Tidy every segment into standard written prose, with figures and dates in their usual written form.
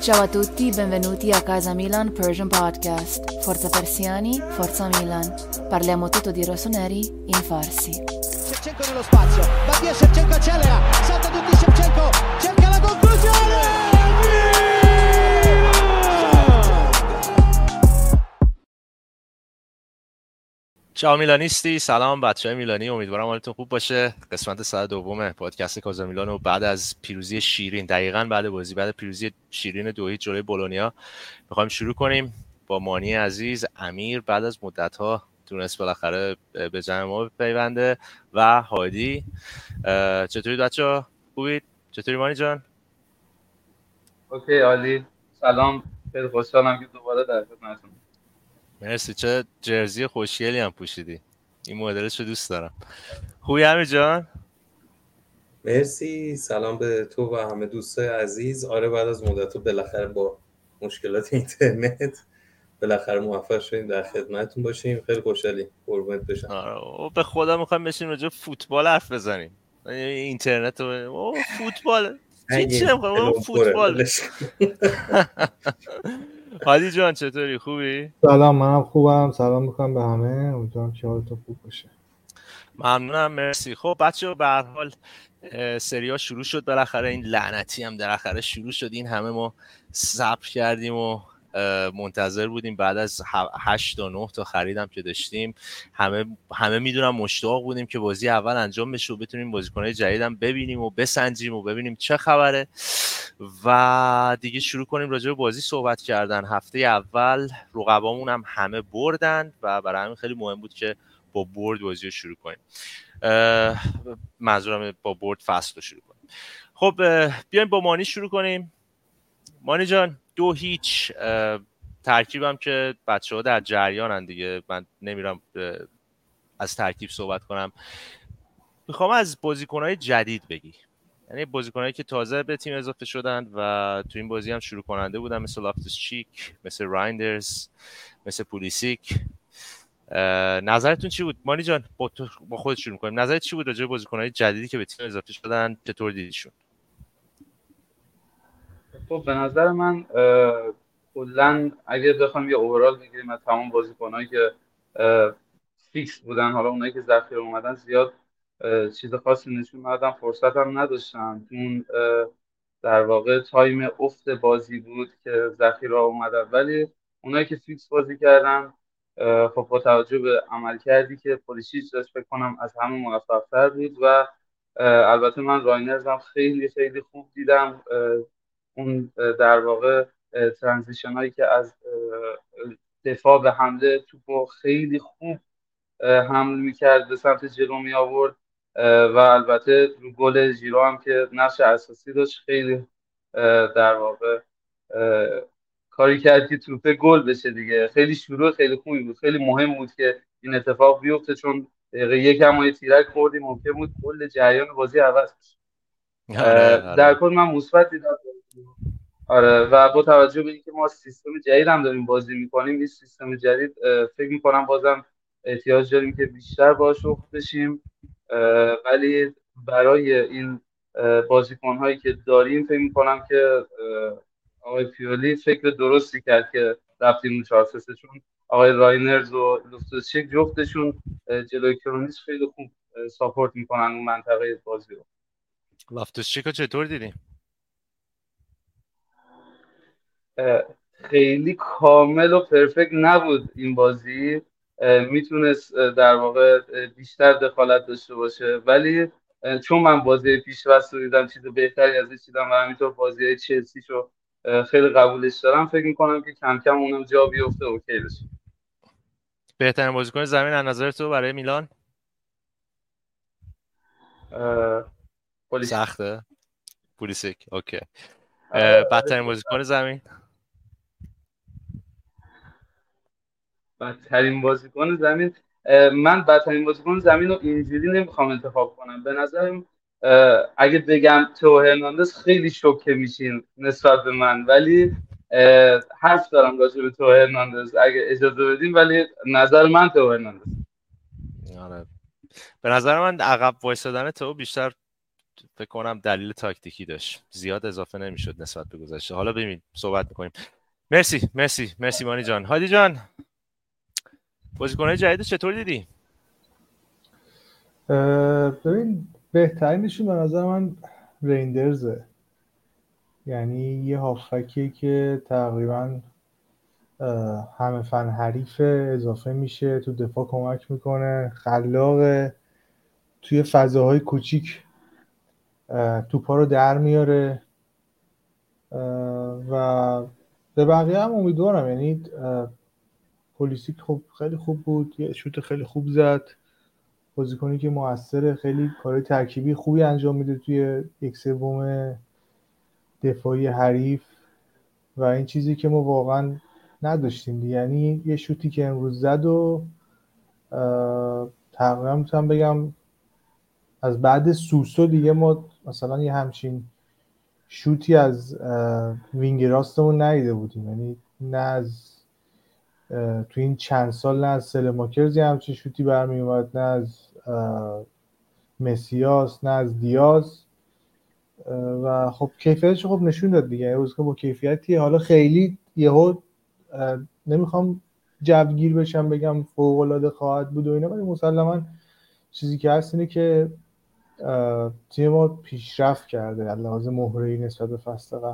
Ciao a tutti, benvenuti a Casa Milan Persian Podcast. Forza Persiani, Forza Milan. Parliamo tutto di rossoneri in farsi. Shevchenko nello spazio, va via Shevchenko, accelera, salta tutti Shevchenko, cerca la conclusione! چاو میلانیستی، سلام بچه‌های میلانی، امیدوارم حالتون خوب باشه. قسمت 102 پادکست کازا میلان و بعد از پیروزی شیرین، دقیقاً بعد پیروزی شیرین 2-0 جلوی بولونیا می‌خوایم شروع کنیم با مانی عزیز. امیر بعد از مدت‌ها تونست بالاخره به جمع ما بپیونده و هادی. چطورید بچه‌ها؟ خوبید؟ چطوری مانی جان؟ اوکی عالی. سلام، خیلی خوشحالم که دوباره در خدمتتونم. مرسی. چه جرزی خوشگلی هم پوشیدی. این مدلش رو دوست دارم. خوبی امیر جان؟ مرسی. سلام به تو و همه دوستای عزیز. آره بعد از مدت بالاخره با مشکلات اینترنت بالاخره موفق شدیم در خدمتتون باشیم. خیلی خوشحالیم. قربونت بشم. آره به خدا میخوایم بشیم راجع به فوتبال حرف بزنیم. اینترنت و فوتبال چی فوتبال. هادی جان چطوری؟ خوبی؟ سلام، منم خوبم. سلام میکنم به همه. امیدوارم که حالتون خوب باشه. ممنونم، مرسی. خب بچه‌ها به هر حال سری‌ها شروع شد بالاخره. این لعنتی هم بالاخره شروع شد. این همه ما صبر کردیم و منتظر بودیم. بعد از 8 تا 9 تا خریدم که داشتیم، همه میدونم مشتاق بودیم که بازی اول انجام بشه و بتونیم بازیکن‌های جدیدم ببینیم و بسنجیم و ببینیم چه خبره و دیگه شروع کنیم راجع به بازی صحبت کردن. هفته اول رقبامون هم همه بردن و برای همین خیلی مهم بود که با برد بازی رو شروع کنیم. منظورم با برد فصل رو شروع کنیم. خب بیایم با مانی شروع کنیم. مانی جان 2-0 ترکیبم که بچه‌ها در جریانن دیگه، من نمیرم از ترکیب صحبت کنم. میخوام از بازیکن‌های جدید بگی، یعنی بازیکنایی که تازه به تیم اضافه شدن و تو این بازی هم شروع کننده بودن، مثل لافتوس چیک، مثل رایندرز، مثل پولیسیک. نظرتون چی بود مانی جان؟ با خودت شروع کنیم. نظرت چی بود راجع به بازیکن‌های جدیدی که به تیم اضافه شدن؟ چطور دیدیشون؟ خب به نظر من کلا اگه بخوام یه اوورال بگیریم از تمام بازیکنایی که فیکس بودن، حالا اونایی که ذخیره اومدن زیاد چیز خاصی نشون ندادن، فرصت هم نداشتن. اون در واقع تایم افت بازی بود که ذخیره اومدن، ولی اونایی که فیکس بازی کردن خب با توجه به عملکردی که پولیشیچ داشت فکر کنم از همه موفق‌تر بود و البته من راینرز هم خیلی خیلی خوب دیدم. اون در واقع ترانزیشن هایی که از دفاع به حمله توپو خیلی خوب حمل میکرد، به سمت جلو می آورد و البته رو گل ژیرو هم که نقش اساسی داشت، خیلی در واقع کاری کرد که توپ گل بشه دیگه. خیلی شروع خیلی خوبی بود، خیلی مهم بود که این اتفاق بیفته، چون دقیقه یکم یه تیرک خوردی ممکن بود کل جریان بازی عوض بشه. در کل من مثبت دیدم. آره و با توجه به اینکه ما سیستم جدید هم داریم بازی می‌کنیم، این سیستم جدید فکر می‌کنم بازم احتیاج داریم که بیشتر باهاش رفت بشیم، ولی برای این بازیکن‌هایی که داریم فکر می‌کنم که آقای پیولی فکر درستی کرد که رفتیم 4-3، چون آقای راینرز و لوفتوس-چیک جفتشون جلوی کرونیس خیلی خوب ساپورت می‌کنن اون منطقه بازی رو. لوفتوس-چیک رو چطور دیدیم؟ خیلی کامل و پرفکت نبود این بازی، میتونست در واقع بیشتر دخالت داشته باشه، ولی چون من بازی پیش‌وست رو دیدم، چیز بهتری ازش دیدم و همینطور بازی چلسی شو خیلی قبولش دارم، فکر میکنم که کم کم اونم جا بیفته اوکی بشه. بهترین بازیکن زمین از نظر تو برای میلان؟ سخته؟ پولیسیک. اوکی. بدترین بازیکن زمین؟ بدترین بازیکن زمین، من بدترین بازیکن زمین رو اینجوری نمیخوام انتخاب کنم. به نظرم اگه بگم تو هرناندز خیلی شوکه میشین نسبت به من، ولی حرف دارم راجع به تو هرناندز اگه اجازه بدیم، ولی نظر من تو هرناندز. آره به نظر من عقب وایسادن تو بیشتر فکر کنم دلیل تاکتیکی داشت، زیاد اضافه نمیشد نسبت به گذشته. حالا ببین صحبت میکنیم. مرسی مانی جان. هادی جان، بازیکن‌های جدید چطور دیدی؟ ببین بهترینشون به نظر من ریندرزه، یعنی یه هافکی که تقریبا همه فن حریف، اضافه میشه تو دفاع، کمک میکنه، خلاقه، توی فضاهای کوچیک توپا رو در میاره و به بقیه هم امیدوارم. یعنی پولیسیک خب خیلی خوب بود، یه شوت خیلی خوب زد، بازیکنی که موثره، خیلی کار ترکیبی خوبی انجام میده توی یک سوم دفاعی حریف و این چیزی که ما واقعا نداشتیم. یعنی یه شوتی که امروز زد و تقریبا میتونم بگم از بعد سوسو دیگه ما مثلا یه همچین شوتی از وینگ راستمون ندیده بودیم. یعنی نه از تو این چند سال نه از سلماکرز یه همچین شوتی برمی اومد، نه از مسیاس، نه از دیاز و خب کیفیتش خب نشون داد دیگه. یه روز که با کیفیتیه، حالا خیلی یهو نمیخوام جوگیر بشم بگم فوق العاده خواهد بود و اینا، ولی مسلما چیزی که هست اینه که تیم ما پیشرفت کرده از لحاظ مهره‌ای نسبت به فصل قبل.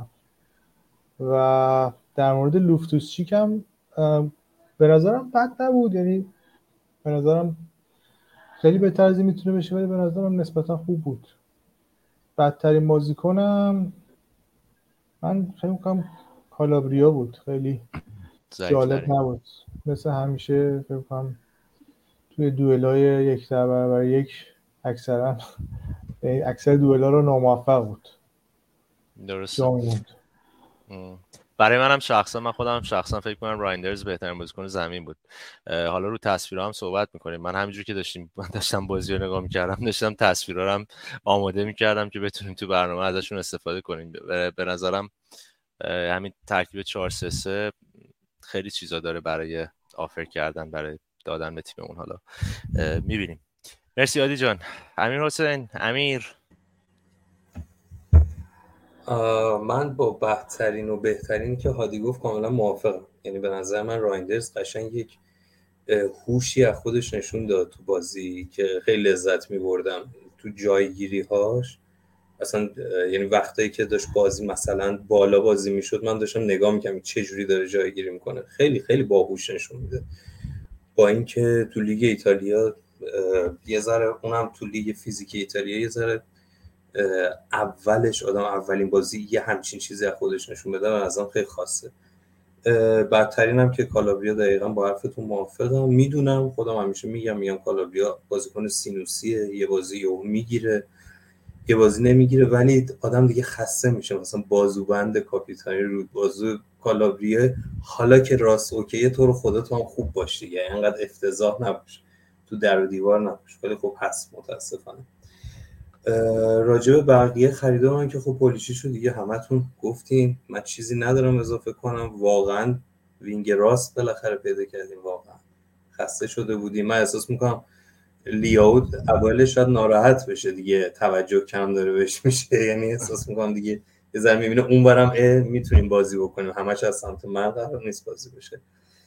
و در مورد لوفتوس چیک هم به نظرم بد نبود، یعنی به نظرم خیلی بهتر از این میتونه بشه، ولی به نظرم نسبتا خوب بود. بدترین بازیکنم من فکر می‌کنم کالابریا بود، خیلی جالب نبود مثل همیشه. فکر می‌کنم توی دوئل‌های 1 برابر 1 اکثر دوئل‌ها رو ناموفق بود. درسته. برای منم شخصا، من خودم شخصا فکر کنم رایندرز بهترین بازیکن زمین بود. حالا رو تصویرها هم صحبت میکنیم. من همینجوری که داشتم بازی رو نگاه میکردم، داشتم تصویرها رو هم آماده میکردم که بتونیم تو برنامه ازشون استفاده کنیم. به نظرم همین ترکیب 4-3-3 خیلی چیزا داره برای آفر کردن، برای دادن به تیممون. حالا میبینیم. مرسی عادی جان. امیر حسین، امیر. من با بدترین و بهترین که هادی گفت کاملا موافقم. یعنی به نظر من رایندرز قشنگ یک هوشی از خودش نشون داد تو بازی که خیلی لذت می‌بردم تو جایگیری هاش. اصلا یعنی وقتایی که داشت بازی مثلا بالا بازی میشد، من داشتم نگاه می‌کردم چه جوری داره جایگیری میکنه. خیلی خیلی باهوش نشون میده. با اینکه تو لیگ ایتالیا یه ذره، اونم تو لیگ فیزیکی ایتالیا یه ذره اولش آدم اولین بازی یه همچین چیزی از خودش نشون بده و ازم خیلی خاصه. بدترین هم که کالابریا، دقیقا با حرفتون موافقم. میدونم خودم همیشه میگم کالابریا بازیکن سینوسیه، یه بازی میگیره یه بازی نمیگیره، ولی آدم دیگه خسته میشه. مثلا بازوبند کاپیتانی رو بازو کالابریا، حالا که راست اوکیه، تو رو خدا تو هم خوب باش دیگه، اینقدر افتضاح نباش، تو در و دیوار نباش. ولی خب هست متاسفانه. راجب بقیه خریده من که خب پولیشیشو دیگه همتون گفتین، من چیزی ندارم اضافه کنم. واقعا وینگ راست بالاخره پیدا کردیم، واقعا خسته شده بودیم. من احساس میکنم لیاو اولش شاید ناراحت بشه دیگه، توجه کم داره بهش میشه. یعنی احساس میکنم دیگه یه ذره میبینه اونورم میتونیم بازی بکنیم، همش از سمت من قرار نیست بازی بشه.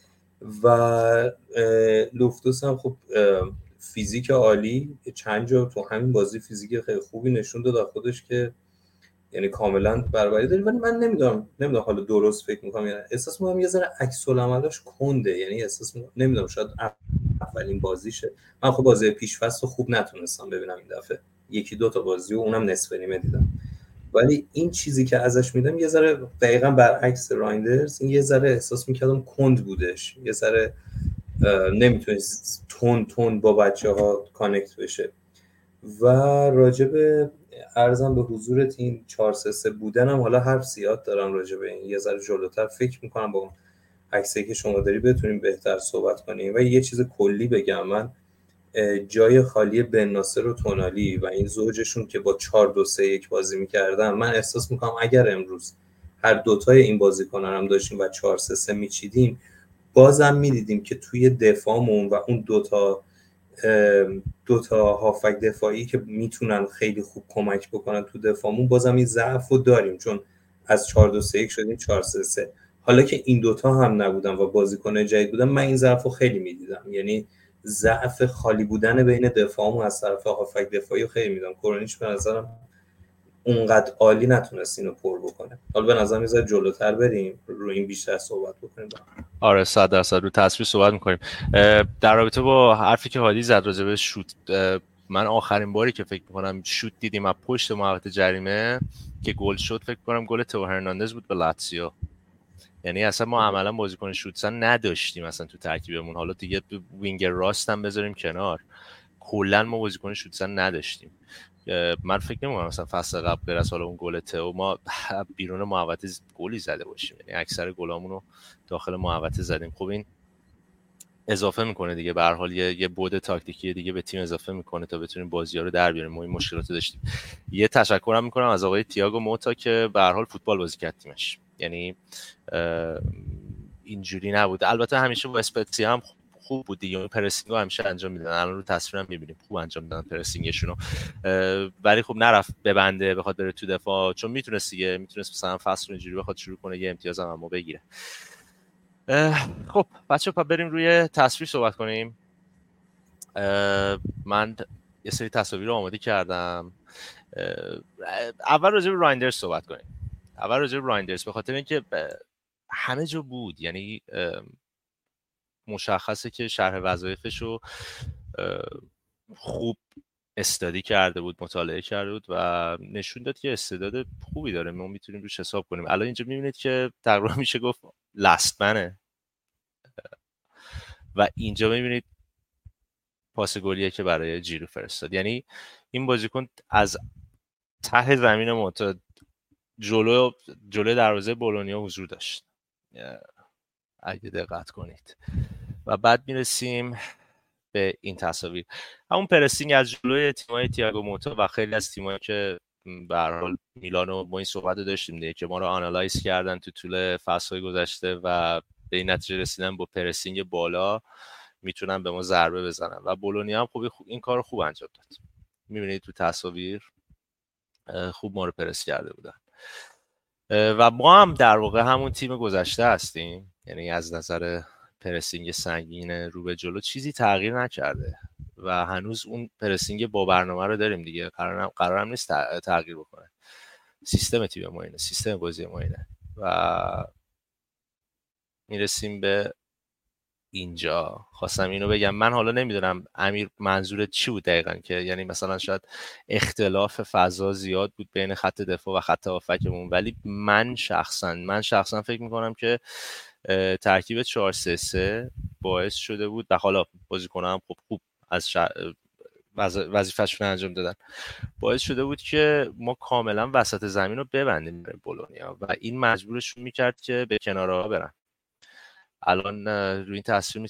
و لوفتوس هم خب فیزیک عالی، چند جا تو همین بازی فیزیک خیلی خوبی نشون داد خودش که یعنی کاملا برابری داره. ولی من نمیدونم حالا درست فکر میکنم یا احساس میکنم یه ذره عکس العملش کنده. یعنی احساس نمیدونم، شاید اولین بازیشه. من خب بازی پیش فصل خوب نتونستم ببینم این دفعه، 1-2 تا بازی و اونم نصف نیمه دیدم. ولی این چیزی که ازش میدم یه ذره دقیقاً برعکس رایندرز، این یه ذره احساس میکردم کند بودش، یه ذره نمیتونست تون با بچه‌ها کانکت بشه. و راجب ارزم به حضورت این 4-3-3 بودنم، حالا حرف زیاد دارم راجب این، یه ذره جلوتر فکر میکنم با اون عکسی که شما داری بتونیم بهتر صحبت کنیم. و یه چیز کلی بگم، من جای خالی بن ناصر و تونالی و این زوجشون که با 4-2-3-1 بازی میکردن، من احساس میکنم اگر امروز هر دوتای این بازیکنان هم داشتیم و 4-3-3 میچیدیم، بازم میدیدیم که توی دفاعمون و اون دوتا دوتا هافک دفاعی که میتونن خیلی خوب کمک بکنن تو دفاعمون، بازم این ضعف رو داریم چون از 4-2-3-1 شدیم 4-3-3. حالا که این دوتا هم نبودن و بازیکن جدید بودن، من این ضعف رو خیلی میدیدم، یعنی ضعف خالی بودن بین دفاعمون از طرف هافک دفاعی رو خیلی میدم. کرونیچ به نظرم اونقدر عالی نتونست اینو پر بکنه. حالا به نظر میاد جلوتر بریم رو این بیشتر صحبت بکنیم. آره 100% رو تصویر صحبت میکنیم. در رابطه با حرفی که هادی زد راجع به شوت، من آخرین باری که فکر میکنم شوت دیدیم از پشت محوطه جریمه که گل شد، فکر کنم گل تو هرناندز بود به لاتزیو. یعنی اصلا ما عملا بازیکن شوتزن نداشتیم اصلا تو ترکیبمون. حالا دیگه وینگر راست هم بذاریم کنار، کلا ما بازیکن شوتزن نداشتیم. من فکر نمی‌کنم مثلا فصل قبل غیر از حالا اون گل تو ما بیرون محوطه گلی زده باشیم، یعنی اکثر گلامون رو داخل محوطه زدیم. خب این اضافه میکنه دیگه، به هر حال یه بود تاکتیکی دیگه به تیم اضافه میکنه تا بتونیم بازی‌ها رو در بیاریم. ما این مشکلات داشتیم. یه تشکرم میکنم از آقای تییاگو موتا که به هر حال فوتبال بازی کرد تیمش، یعنی اینجوری نبود. البته همیشه با اسپتزیا هم خوب بود دیگه، اون پرسینگو همیشه انجام میدن، الان رو تصویرم میبینیم خوب انجام میدن پرسینگشونو، ولی خب نرفت ببنده بخواد بره تو دفاع، چون میتونست مثلا فصل رو اینجوری بخواد شروع کنه یه امتیاز هم اما بگیره. خب بچه‌ها بریم روی تصویر صحبت کنیم. من یه سری تصاویر رو آماده کردم. اول راجع به رایندرز صحبت کنیم. به خاطر اینکه همه جا بود، یعنی مشخصه که شرح وظایفش رو خوب استادی کرده بود، مطالعه کرده بود و نشون داد که استعداد خوبی داره، ما میتونیم روش حساب کنیم. الان اینجا میبینید که تقریبا میشه گفت لاستمنه و اینجا میبینید پاس گلیه که برای جیرو فرستاد. یعنی این بازیکن از ته زمین ما تا جلوی دروازه بولونیا حضور داشت اگه دقت کنید. و بعد میرسیم به این تصاویر، همون پرسینگ از جلوی تیمای تییاگو موتا و خیلی از تیمایی که به هر حال میلانو ما این صحبت رو داشتیم دیگه که ما رو آنالایز کردن تو طول فصل‌های گذشته و به این نتیجه رسیدن با پرسینگ بالا میتونن به ما ضربه بزنن و بولونیا هم این کارو خوب انجام داد. میبینید تو تصاویر خوب ما رو پرس کرده بودن و ما هم در واقع همون تیم گذشته هستیم، یعنی از نظر پرسینگ سنگین رو به جلو چیزی تغییر نکرده و هنوز اون پرسینگ با برنامه رو داریم دیگه، قرارم نیست تغییر بکنه. سیستم تیم ما اینه، سیستم بازی ما اینه. و میرسیم به اینجا. خواستم اینو بگم، من حالا نمیدونم امیر منظورت چی بود دقیقاً، که یعنی مثلا شاید اختلاف فضا زیاد بود بین خط دفاع و خط هافکمون، ولی من شخصا فکر میکنم که ترکیب 4-3-3 باعث شده بود و حالا بازیکن‌ها هم خوب از وظیفه‌شون انجام دادن، باعث شده بود که ما کاملا وسط زمین رو ببندیم برای بولونیا و این مجبورشون میکرد که به کنارها برن. الان روی این تصویر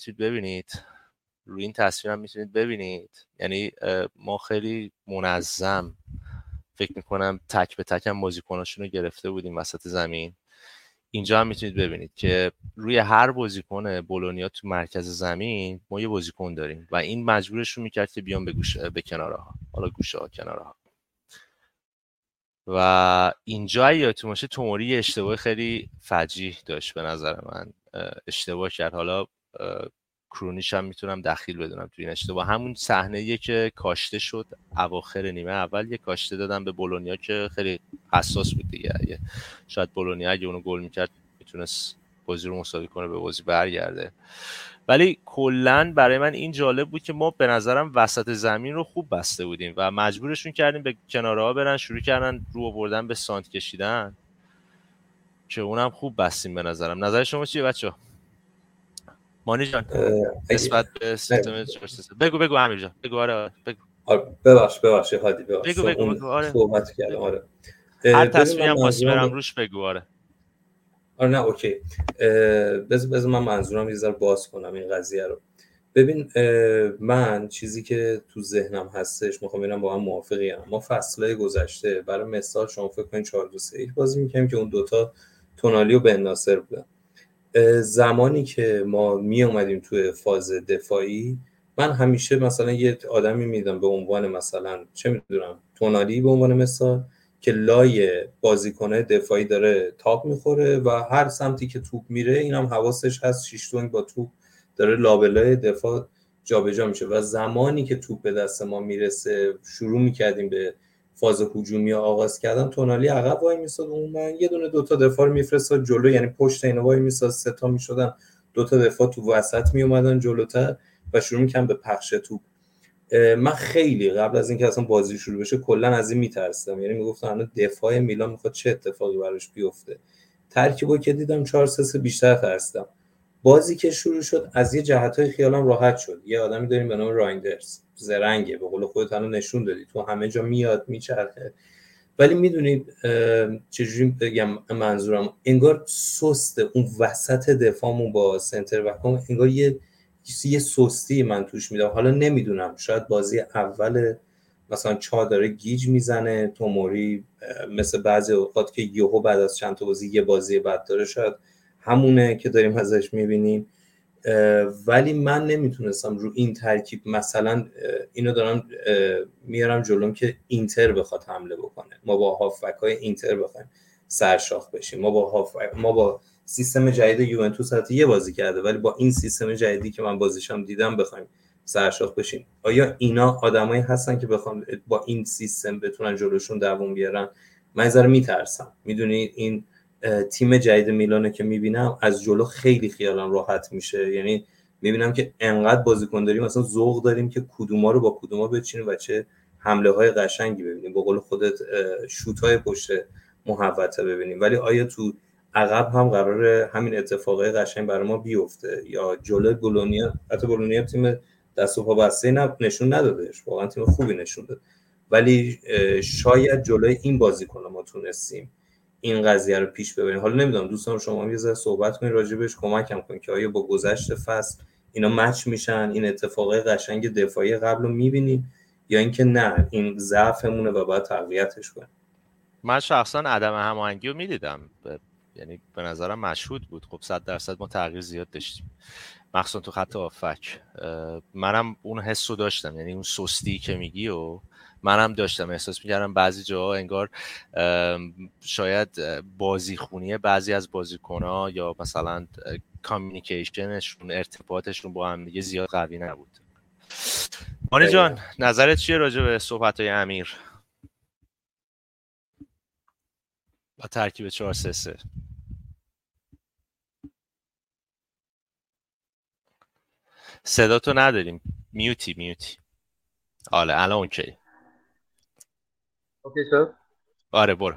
میتونید ببینید، یعنی ما خیلی منظم فکر میکنم تک به تک هم بازیکناشون رو گرفته بودیم وسط زمین. اینجا هم میتونید ببینید که روی هر بازیکن بولونیا تو مرکز زمین ما یه بازیکن داریم و این مجبورشون میکرد که بیان به کنارها، حالا گوشه ها کنارها. و اینجا یادتون باشه توموری اشتباه خیلی فجیح داشت، به نظر من اشتباه کرد. حالا کرونیش هم میتونم دخیل بدونم تو این اشتباه. همون صحنه‌ای که کاشته شد اواخر نیمه اول، یه کاشته دادن به بولونیا که خیلی حساس بود دیگه، شاید بولونیا اگه اونو گل میکرد میتونست بازی رو مساوی کنه، به بازی برگرده. ولی کلا برای من این جالب بود که ما به نظرم وسط زمین رو خوب بسته بودیم و مجبورشون کردیم به کنارها برن، شروع کردن رو آوردن به سانت کشیدن که اونم خوب بستیم به نظرم. نظر شما چیه بچه‌ها؟ مانی جان نسبت به سیستم 4-3-3 بگو امیر جان بگو. آره بگو. ببخش هادی بگو. آره صحبت کردم. آره هر تصمیمی هم واسه برم روش بگو. آره نه اوکی. بذار من منظورم یه ذره باز کنم این قضیه رو. ببین من چیزی که تو ذهنم هستش میخوام ببینم با هم موافقی ام. ما فصلهای گذشته برای مثال شما فکر کنید 4-2-3-1 بازی می‌کردیم که اون دوتا تونالی و بن ناصر بودن. زمانی که ما می اومدیم توی فاز دفاعی من همیشه مثلا یه آدمی میدم به عنوان مثلا چه میدونم تونالی به عنوان مثال که لای بازیکنه دفاعی داره تاپ میخوره و هر سمتی که توپ میره اینم حواسش هست شیشتونگ با توپ داره لابلای دفاع جابجا میشه و زمانی که توپ به دست ما میرسه شروع میکردیم به فاز هجومی آغاز کردن تونالی عقب وای میساد اون من یه دونه دوتا دفاع رو میفرستاد جلو یعنی پشت اینا وای میساد سه تا میشدن دوتا دفاع تو وسط میومدن جلوتر و شروع میکنم به پخش توپ. من خیلی قبل از اینکه اصلا بازی شروع بشه کلا از این میترسیدم یعنی میگفتم الان دفاع میلان میخواد چه اتفاقی براش بیفته. ترکیبو که دیدم 4-3 بیشتر ترسیدم. بازی که شروع شد از یه جهتای خیالم راحت شد. یه آدمی داریم به نام رایندرز زرنگه به قول خودت الان نشون دادی تو همه جا میاد میچرخه ولی میدونید چجوری بگم منظورم انگار سست اون وسط دفاعمون با سنتر بکام انگار یه سستی من توش میدم. حالا نمیدونم شاید بازی اول مثلا چا داره گیج میزنه توموری مثل بعضی اوقات که یهو بعد از چند تا بازی یه بازی بعد داره شاید همونه که داریم ازش میبینیم ولی من نمیتونستم رو این ترکیب مثلا اینو دارم میارم جلوم که اینتر بخواد حمله بکنه ما با هافبک‌های اینتر بخوایم سرشاخ بشیم ما با سیستم جدید یوونتوس حتی یه بازی کرده ولی با این سیستم جدیدی که من بازیشم دیدم بخوایم سرشاخ بشیم آیا اینا آدمایی هستن که بخوام با این سیستم بتونن جلوشون دووم بیارن؟ من ذره میترسم. میدونی این تیم جدید میلانه که میبینم از جلو خیلی خیالم راحت میشه یعنی میبینم که انقدر بازیکن داریم مثلا ذوق داریم که کدوما رو با کدوما بچینیم و چه حمله های قشنگی ببینیم به قول خودت شوت های پشت محوطه ببینیم ولی آیا تو عقب هم قراره همین اتفاقای قشنگ برای ما بیفته یا جلوی بولونیا حتی بولونیا تیم دست و پا بسته نشون ندادش واقعا تیم خوبی نشون داد ولی شاید جلوی این بازیکن ما تونستیم این قضیه رو پیش ببریم. حالا نمیدونم دوستان شما یه ذره صحبت کنین راجبش کمکم کنین که آیا با گذشت فصل اینا مچ میشن این اتفاقای قشنگ دفاعی قبل رو میبینیم یا اینکه نه این ضعفمونه و باید تقویتش کنیم. من شخصا عدم هماهنگی رو میدیدم یعنی به نظرم مشهود بود. خب 100% ما تغییر زیاد داشتیم مخصوصا تو خط هافک. منم اون حس رو داشتم یعنی اون سستی که میگی و منم داشتم احساس میکردم بعضی جاها انگار شاید بازیخونی بعضی از بازیکن‌ها یا مثلا کامیونیکیشنشون ارتباطشون با هم دیگه زیاد قوی نبود. مانی جان نظرت چیه راجع به صحبت‌های امیر با ترکیب 4-3-3؟ صدا تو نداریم میوتی آره الان اوکی شد. آره برو.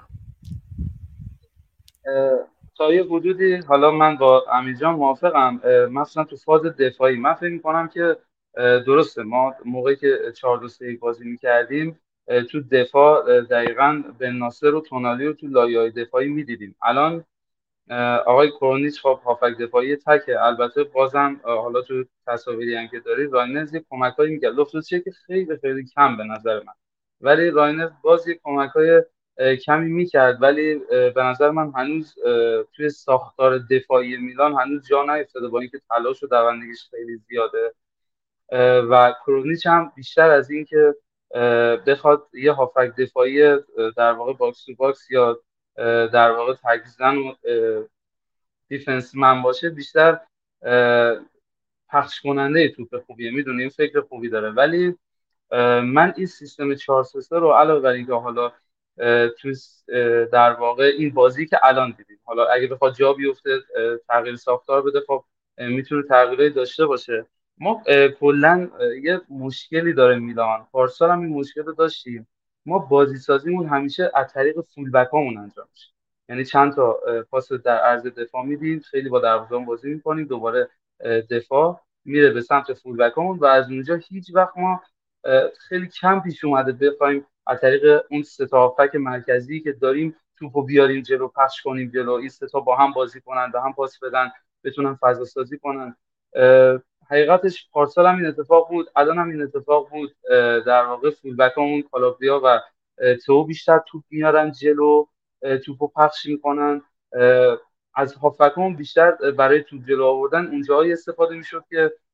تا یه حدودی حالا من با امیر جان موافقم مثلا تو فاز دفاعی من فکر می‌کنم که درسته ما موقعی که 4-2-3 بازی می‌کردیم تو دفاع دقیقاً بن ناصر و تونالی رو تو لایه‌های دفاعی می‌دیدیم. الان آقای کرونیچ خب هافک دفاعی تکه البته بازم حالا تو تصاویری هم که داری راینرز یه کمکایی می‌کرد لوفتوس که خیلی خیلی کم به نظر من ولی راینرز باز یه کمکای کمی میکرد ولی به نظر من هنوز توی ساختار دفاعی میلان هنوز جا نیفتاده با اینکه تلاش و دوندگیش خیلی زیاده و کرونیچ هم بیشتر از این که بخواد یه هافک دفاعی در واقع باکس تو باکس یا در واقع تگزیدن و دیفنس من باشه بیشتر پخش کننده توپ خوبیه میدونی فکر خوبی داره ولی من این سیستم 4-3-3 رو علاوه بر اینکه حالا تو در واقع این بازی که الان دیدیم حالا اگه بخواد جا بیفته تغییر ساختار بده خب میتونه تغییری داشته باشه. ما کلا یه مشکلی داره میلان پارسال هم این مشکل رو داشتیم ما بازی سازیمون همیشه از طریق فول بکامون انجام میشه یعنی چند تا پاس در عرض دفاع میدیم خیلی با دروازه‌بان بازی میکنیم دوباره دفاع میره به سمت فول بکامون و از اونجا هیچ وقت ما خیلی کم پیش اومده بخوایم از طریق اون سه تا هافک مرکزی که داریم توپو بیاریم جلو پخش کنیم جلو این سه تا با هم بازی کنن به هم پاس بدن بتونن فضا سازی کنن. حقیقتش پارسال هم این اتفاق بود الان هم این اتفاق بود در واقع فول بکامون کالاویا و تو بیشتر توپ میارن جلو توپو پخش میکنن از هافکامون بیشتر برای توپ جلو آوردن اونجایی استفاده میشد که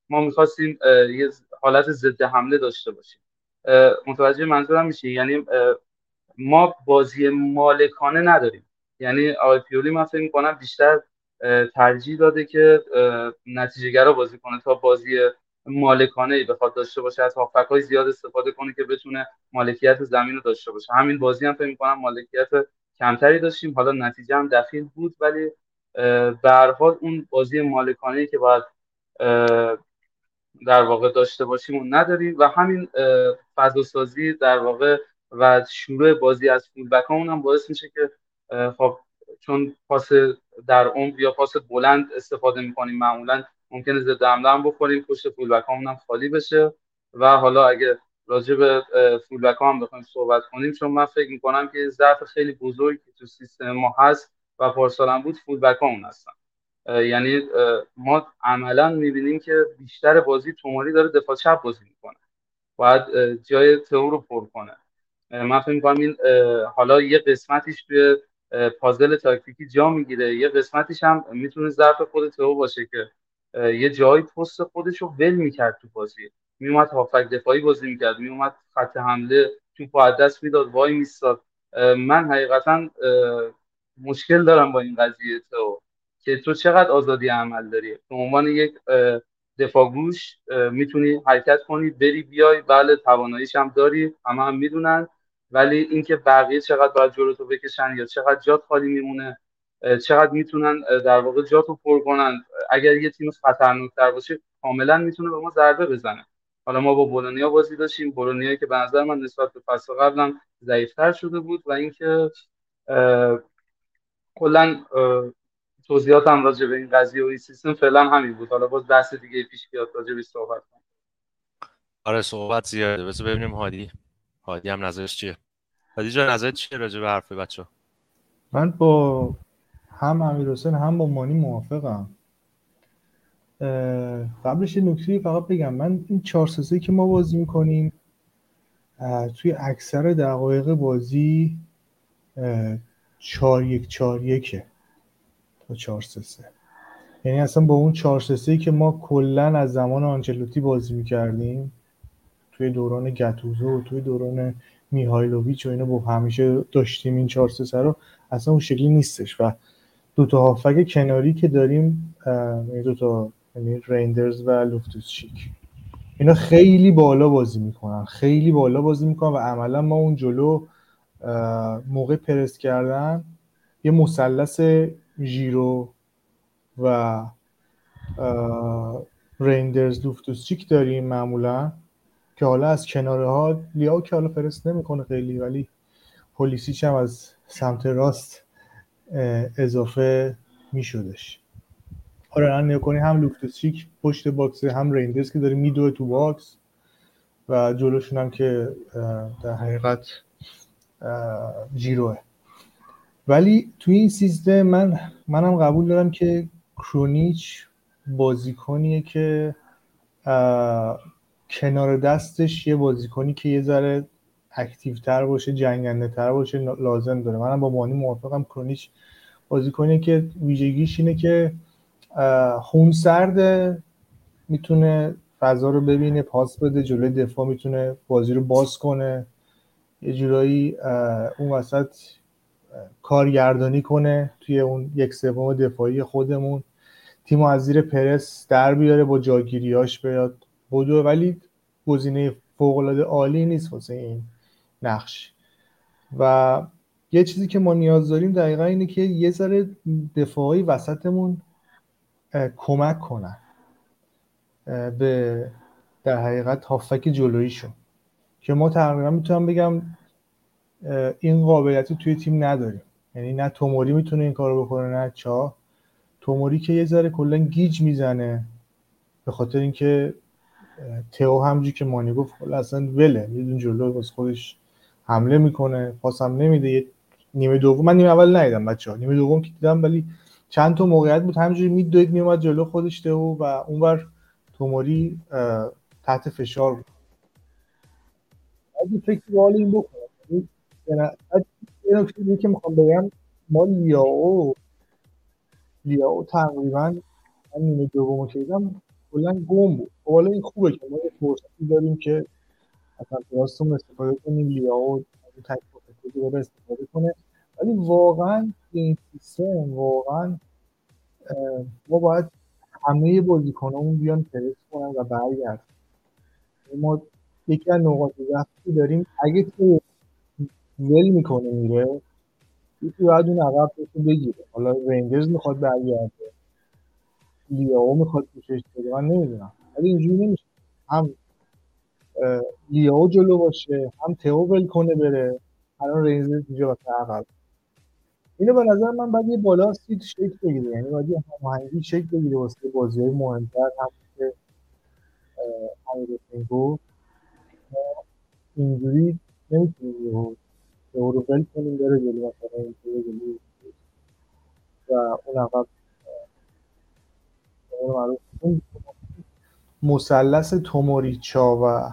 ما میخواستیم یه حالت ضد حمله داشته باشیم. متوجه منظورم میشه؟ یعنی ما بازی مالکانه نداریم. یعنی آقای پیولی من فکر می‌کنم بیشتر ترجیح داده که نتیجه‌گرا بازی کنه تا بازی مالکانه ای بخواد داشته باشه، از هافبک‌های زیاد استفاده کنه که بتونه مالکیت زمین رو داشته باشه. همین بازی هم فکر می‌کنم مالکیت کمتری داشتیم، حالا نتیجه هم دخیل بود، ولی به هر حال اون بازی مالکانه ای که باید در واقع داشته باشیم اون نداریم و همین فضا سازی در واقع و شروع بازی از فول بک همون هم باعث میشه که خب چون پاس در عمق یا پاس بلند استفاده میکنیم معمولا ممکنه ضد حمله هم بخوریم، پشت فول بک همون هم خالی بشه. و حالا اگه راجع به فول بک هم بخوایم صحبت کنیم، چون من فکر میکنم که ضعف خیلی بزرگی تو سیستم ما هست و پارسال هم بود، فول بک همون هستن. یعنی ما عملا میبینیم که بیشتر بازی توماری داره دفاع چپ بازی میکنه، باید جای تئو رو پر کنه. من فکر می‌کنم این حالا یه قسمتیش توی پازل تاکتیکی جا میگیره، یه قسمتیش هم میتونه ضعف خود تئو باشه که یه جایی پست خودش رو ول میکرد تو بازی، میومد هافک دفاعی بازی میکرد، میومد خط حمله توپ از دست میداد وای میستاد. من حقیقتا مشکل دارم با این قضیه تئو که تو چقدر آزادی عمل داری. به عنوان یک دفاعگوش میتونی حرکت کنی، بری بیای، بله تواناییش هم داری، همه هم میدونن، ولی اینکه بقیه چقدر باید جلوتو بکشن یا چقدر جات خالی میمونه، چقدر میتونن در واقع جاتو پر کنن، اگر یه تیم خطرناک‌تر باشه کاملا میتونه به ما ضربه بزنه. حالا ما با بولونیا بازی داشتیم، بولونیا که به نظر من نسبت به فصل قبلم ضعیف‌تر شده بود و اینکه کلا توضیحاتم راجع به این قضیه و این سیستم فعلا همین بود. حالا باز بحث دیگه پیش بیاد راجع به صحبت کنم. آره صحبت زیاده، بذار ببینیم هادی هم نظرش چیه. هادی جان نظرت چیه راجع به حرف بچه‌ها؟ من با هم امیرحسین هم با مانی موافقم. قبلش یه نکته فقط بگم، من این 4-3-3 که ما بازی میکنیم توی اکثر دقایق بازی 4-1-4-1 تا 4-3-3. یعنی اصلا با اون 4-3-3 که ما کلن از زمان آنچلوتی بازی میکردیم توی دوران گتوزو و توی دوران میهایلوویچ و اینا، با همیشه داشتیم این 4-3-3 رو، اصلا اون شکلی نیستش. و دوتا هافک کناری که داریم، دوتا یعنی ریندرز و لوفتوس-چیک، اینا خیلی بالا بازی میکنن و عملا ما اون جلو موقع پرس کردن یه مثلث ژیرو و ریندرز لوفتوس-چیک داریم معمولا، که حالا از کناره ها لیاو که حالا پرس نمیکنه خیلی، ولی پولیسیچ هم از سمت راست اضافه میشدش. آره الان نگاه کنی هم لوفتوس-چیک پشت باکسه، هم ریندرز که داره میدوه تو باکس و جلوشون هم که در حقیقت ژیروه. ولی توی این سیستم منم قبول دارم که کرونیچ بازیکنیه که کنار دستش یه بازیکنی که یه ذره اکتیوتر باشه، جنگنده تر باشه لازم داره. منم با مانی موافقم. کرونیچ بازیکنیه که ویژگیش اینه که خونسرده، میتونه فضا رو ببینه، پاس بده جلوی دفاع، میتونه بازی رو باز کنه، یه جورایی اون وسط کارگردانی کنه توی اون 1/3 دفاعی خودمون، تیمو از زیر پرس در بیاره، با جاگیریاش بیاد بدو. ولی گزینه فوق‌العاده عالی نیست واسه این نقش. و یه چیزی که ما نیاز داریم دقیقا اینه که یه ذره دفاعی وسطمون کمک کنن به در حقیقت هافک جلوییشون، که ما تقریبا میتونم بگم این قابلیتی توی تیم نداریم. یعنی نه توموری میتونه این کارو بکنه، نه چا. توموری که یه ذره کلا گیج میزنه، به خاطر اینکه تئو همونجوری که مانی گفت اصلا وله، میدون جلو واسه خودش حمله میکنه، پاس هم نمیده. یه نیمه دوم، من نیمه اول ندیدم بچه‌ها، نیمه دوم که دیدم، ولی چند تا موقعیت بود همینجوری میدوید میومد جلو خودش تئو و اونور توموری تحت فشار بود. اگه فکر وال این بکنم یه نکته که میخوام بگم، ما لیاو تقریبا من نیمه دومو که دیدم کلا گم بود. حالا این خوبه که ما یه فرصتی داریم که مثلا راستون استفاده کنیم، لیاو از اون تک رو استفاده کنه. ولی واقعا این سیستم واقعا ما باید همه بازیکنامون بیان پرس کنن و برگردن. ما یکی از نقاط ضعفی داریم، اگه تو ول میکنه میره یکی باید اون عقب رو بگیره. حالا رنجرز میخواد برگرده، لیاو میخواد پوشش بده، من نمیدونم، ولی اینجوری نمیشه هم لیاو جلو باشه هم تئو ول کنه بره. الان رنجرز اینجا واسه عقب. اینو به نظر من باید یه بالانسی شکل بگیره، یعنی باید یه هماهنگی شکل بگیره واسه بازی‌های مهمتر. هم که امیر گفت اینجوری نمیتونیم تئو رو ول کنیم بره جلو، مثلا این تئو جلو و اون عقب اون مثلث توموریچا و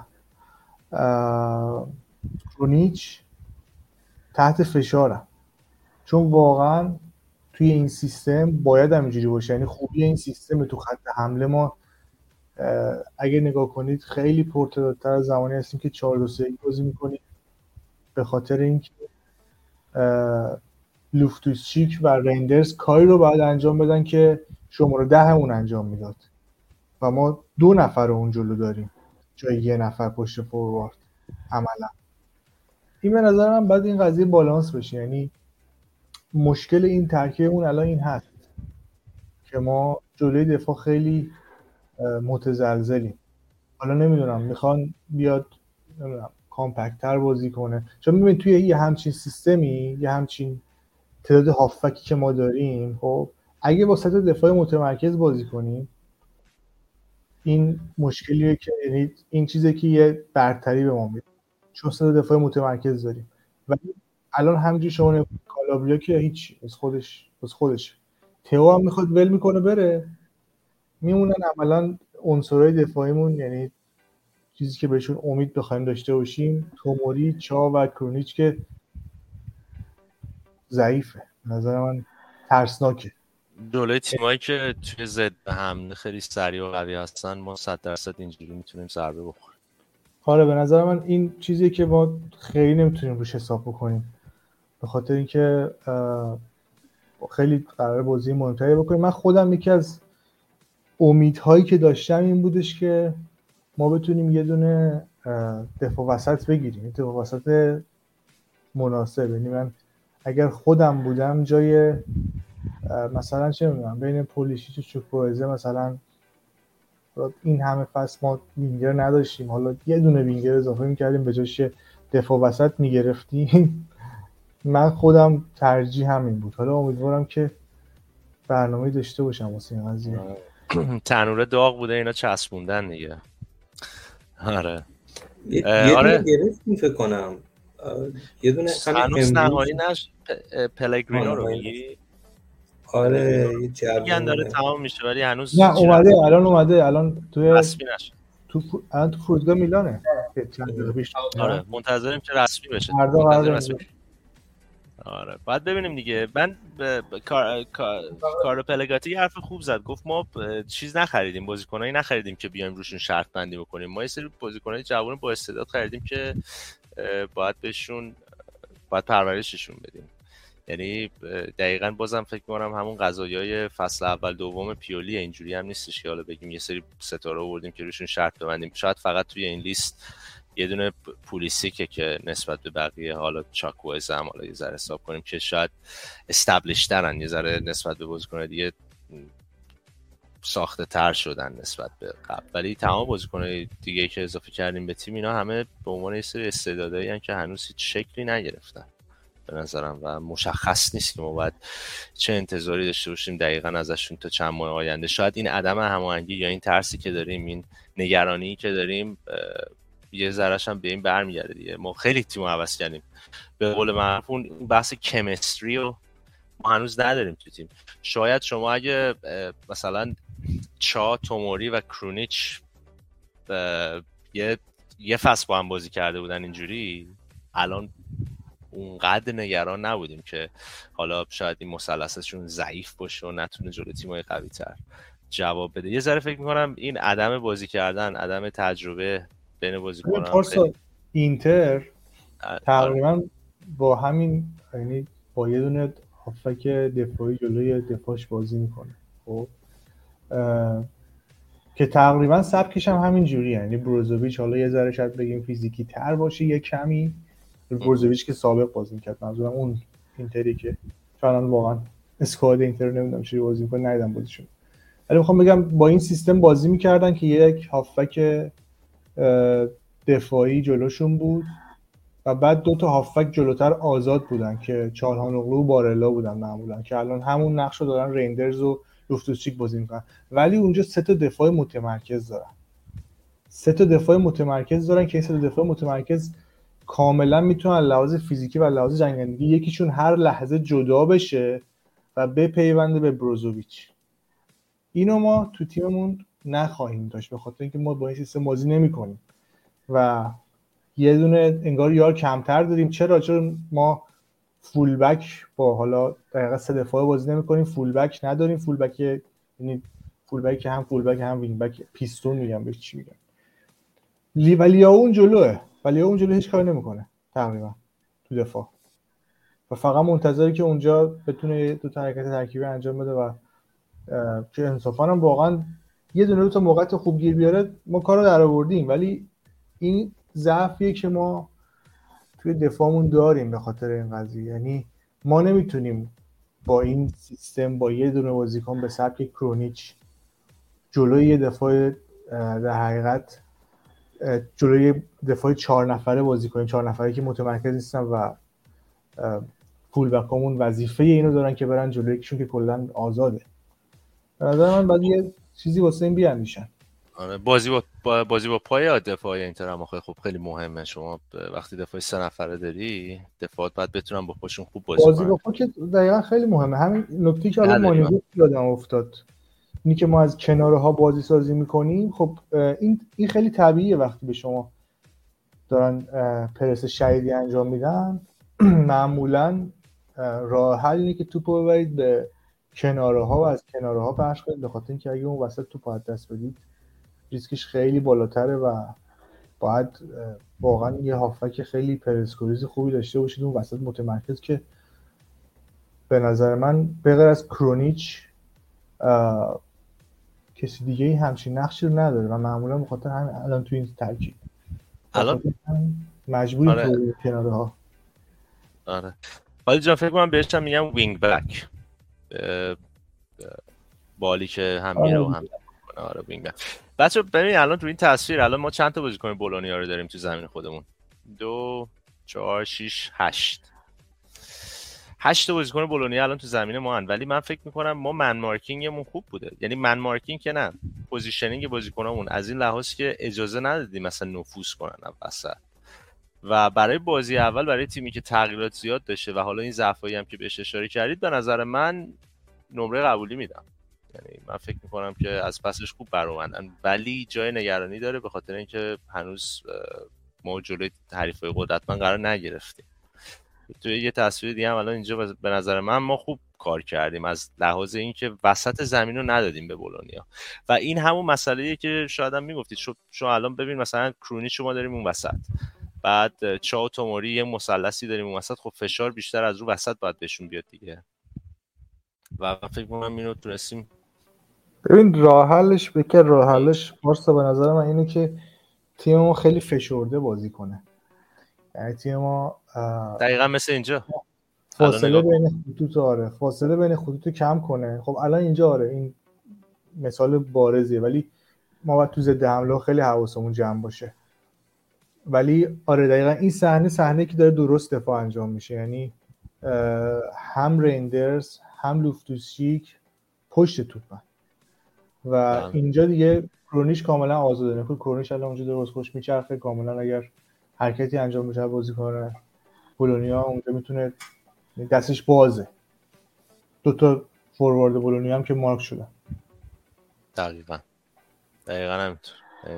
کرونیچ تحت فشارم، چون واقعا توی این سیستم باید همینجوری باشه. یعنی خوبی این سیستم تو خط حمله ما اگه نگاه کنید خیلی پرتدارتر از زمانی هستیم که 4-2-3 بازی میکنیم، به خاطر اینکه لوفتوس-چیک و رندرز کاری رو باید انجام بدن که شماره 10 همون انجام میداد و ما 2 نفر رو اون جلو داریم جای 1 نفر پشت فوروارد. عملا این به نظر من باید این قضیه بالانس بشه. یعنی مشکل این ترکیب اون الان این هست که ما جلوی دفاع خیلی متزلزلیم. حالا نمیدونم میخوان بیاد نمیدونم کامپکتر بازی کنه، چون ببین توی یه همچین سیستمی، یه همچین تعداد هافبکی که ما داریم، خب اگه با سطح دفاع متمرکز بازی کنیم این مشکلیه که یعنی این چیزی که یه برتری به ما میده، چون سطح دفاع متمرکز داریم. ولی الان همینجوری شما کالابریا که هیچ از خودش تئو هم میخواد ول میکنه بره، میمونن عملا عنصرهای دفاعیمون، یعنی چیزی که بهشون امید بخوایم داشته باشیم توموری، چا و کرونیچ که ضعیفه. نظر من ترسناکه. جلوی تیمایی که توی ضد به هم خیلی سریع و قوی هستن ما 100% اینجوری میتونیم ضربه بخوریم. آره به نظر من این چیزیه که ما خیلی نمیتونیم روش حساب بکنیم، به خاطر اینکه خیلی قرار بازی مهمتری بکنیم. من خودم یکی از امیدهایی که داشتم این بودش که ما بتونیم یه دونه دفاع وسط بگیریم، دفاع وسط مناسب. یعنی من اگر خودم بودم جای مثلا چه میدونم بین پولیشیچ و چوکوئزه، مثلا این همه فصل ما وینگر نداشتیم، حالا یه دونه وینگر اضافه میکردیم به جاش دفاع وسط میگرفتیم. من خودم ترجیح همین بود. حالا امیدوارم که برنامه‌ای داشته باشم واسه این قضیه. تنوره داغ بوده اینا چسبوندن دیگه. آره یه دونه گرفتیم فکر کنم، یه دونه هنوز نهایی پلگرینو رو میگی؟ آره یه جریان داره تمام میشه ولی هنوز نه اومده الان توی رسمی نشد. الان تو فرودگاه میلانه. چند دقیقه پیش. آره منتظریم که رسمی بشه. آره بعد ببینیم دیگه. من کارلو پلگاتی حرف خوب زد، گفت ما چیز نخریدیم، بازیکنایی نخریدیم که بیایم روشون شرط بندی بکنیم، ما یه سری بازیکنای جوان با استعداد خریدیم که باید پرورششون بدیم. یعنی دقیقاً بازم فکر می‌کنم همون قضایای فصل اول دوم پیولی اینجوری هم نیستش که حالا بگیم یه سری ستاره آوردیم که روشون شرط ببندیم. شاید فقط توی این لیست یه دونه پولیسیکه که نسبت به بقیه، حالا چاکوئز هم حالا یه ذره حساب کنیم که شاید استابلیش ترن، یه ذره نسبت به بازیکن‌های دیگه ساخته تر شدن نسبت به قبل، ولی تمام بازیکن‌های دیگه که اضافه کردیم به تیم اینا همه به عنوان یه سری استعدادایی هستن که هنوز هیچ شکلی نگرفتن به نظرم و مشخص نیست که ما باید چه انتظاری داشته باشیم دقیقاً ازشون تا چند ماه آینده. شاید این عدم هماهنگی یا این ترسی که داریم، این نگرانی که داریم یه ذره‌اش هم به این برمیگرده دیگه. ما خیلی تیمو عوض کردیم، به قول معروف اون بحث کیمستری رو ما هنوز نداریم تو تیم. شاید شما اگه مثلا چا، توموری و کرونیچ یه فصل با هم بازی کرده بودن اینجوری، الان اونقدر نگران نبودیم که حالا شاید این مثلثشون ضعیف باشه و نتونه جلوی تیم‌های قوی‌تر جواب بده. یه ذره فکر میکنم این عدم بازی کردن، عدم تجربه بین بازیکنان پارسا اینتر تقریبا آره. با همین، یعنی با یه دونه هافک دفاعی جلوی دفاعش بازی میکنه. خب که تقریبا سبکش هم همین جوری، یعنی بروزوویچ حالا یه ذره شاید بگیم فیزیکی تر باشه یه کمی، بروزوویچ که سابق بازی میکرد، منظورم اون اینتری که چون واقعا اسکواد اینتر نمیدونم چی بازی میکنه، ندیدم بازیشون، ولی میخوام بگم با این سیستم بازی میکردن که یک هافک دفاعی جلوشون بود و بعد دو تا هافک جلوتر آزاد بودن که چالهانوغلو و بارلا بودن معمولا، که الان همون نقش رو دارن ریندرز و لوفتوس-چیک بازی میکنن، ولی اونجا سه تا دفاع متمرکز دارن. که این سه تا دفاع متمرکز کاملا میتونن لحاظ فیزیکی و لحاظ جنگندگی یکیشون هر لحظه جدا بشه و بپیونده به بروزوویچ. اینو ما تو تیممون نخواهیم داشت، به خاطر اینکه ما با این سیستم بازی نمی‌کنیم و یه دونه انگار یار کمتر داریم. چون ما فول بک با حالا دقیقاً سه دفاعه بازی نمی‌کنیم، فول بک نداریم، فول بک یعنی فول بک هم فول بک هم وینگ بک، پیستون میگم بهش چی میگم، ولی اون جلوه هیچ کاری نمی‌کنه تقریبا تو دفاع و فقط منتظره که اونجا بتونه دو تا حرکت ترکیبی انجام بده و که انصافاً هم واقعا یه دونه دو تا موقعیت خوب گیر بیاره ما کارو در آوردیم، ولی این ضعفیه که ما توی دفاعمون داریم به خاطر این قضیه. یعنی ما نمیتونیم با این سیستم با یه دونه بازیکن به سبک کرونیچ جلوی یه دفاع در حقیقت جلوی دفاع 4 نفره بازی کنیم، 4 نفره که متمرکز نیستن و فول بکامون وظیفه اینو دارن که برن جلوی یکیشون که کلا آزاده. به نظر من باید یه چیزی واسه این بیاندیشن. آره، بازی با پای دفاع اینتر هم خب خیلی مهمه. شما وقتی دفاع 3 نفره داری، دفاعات باید بتونن با پاشون خوب بازی کنن. با پا که دقیقاً خیلی مهمه. همین نکته که الان مانیگو یادم افتاد، اینی که ما از کنارها بازی سازی میکنیم، خب این خیلی طبیعیه. وقتی به شما دارن پرس شدیدی انجام میدن معمولاً راه حل اینه که توپو ببرید به کنارها و از کنارها پخش کنید، به خاطر اینکه اگه اون وسط توپ از دست بدید ریسکش خیلی بالاتره و باید واقعا یه هافک خیلی پرسکوریز خوبی داشته باشید اون وسط متمرکز، که به نظر من به غیر از کرونیچ کسی دیگه ای همچین نقشی رو نداره و معمولا به خاطر همین الان تو این ترکیب الان مجبوری تو کنارها. آره ولی جان فکر کنم بهش هم میگم وینگ بک، بالی که هم میره و هم کنه. آره وینگ بک. بچه ببین الان تو این تصویر الان ما چند تا بازیکن بولونیا رو داریم تو زمین خودمون؟ 2 4 6 8 تا بازیکن بولونیا الان تو زمین ما هن. ولی من فکر میکنم ما من مارکینگمون خوب بوده، یعنی من مارکینگ که نه، پوزیشنینگ بازیکنامون از این لحاظ که اجازه ندادیم مثلا نفوذ کنن وسط. و برای بازی اول برای تیمی که تغییرات زیاد داشته و حالا این ضعفایی هم که بهش اشاره کردید، به نظر من نمره قبولی میدم. یعنی من فکر میکنم که از پسش خوب برآمدن، ولی جای نگرانی داره به خاطر اینکه هنوز ما جلوی حریفای قدرتمند قرار نگرفتیم. توی یه تصویر دیگه هم الان اینجا به نظر من ما خوب کار کردیم از لحاظ اینکه وسط زمین رو ندادیم به بولونیا و این همون مسئله‌ایه که شاید هم میگفتید. شما الان ببین مثلا کرونی شما داریم اون وسط، بعد چاو توموری یه مثلثی داریم اون وسط، خب فشار بیشتر از رو وسط باید بهشون بیاد دیگه و فکر کنم اینو تونستیم. ببین راه حلش پارسا به نظر من اینه که تیم ما خیلی فشرده بازی کنه. یعنی تیم ما دقیقاً مثل اینجا فاصله بین خطوط کم کنه. خب الان اینجا آره این مثال بارزیه، ولی ما باید تو ضد حمله خیلی حواسمون جمع باشه. ولی آره دقیقاً این صحنه که داره درست دفاع انجام میشه، یعنی هم ریندرز هم لوفتوس-چیک پشت توپن و اینجا دیگه کرونیچ کاملا آزاده. نکنه کرونیچ الان اونجا درست خوش میچرخه کاملا، اگر حرکتی انجام بشه بازی کنه بولونیا اونجا میتونه دستش بازه. 2 تا فوروارد بولونیا هم که مارک شدن. دقیقاً همینطور.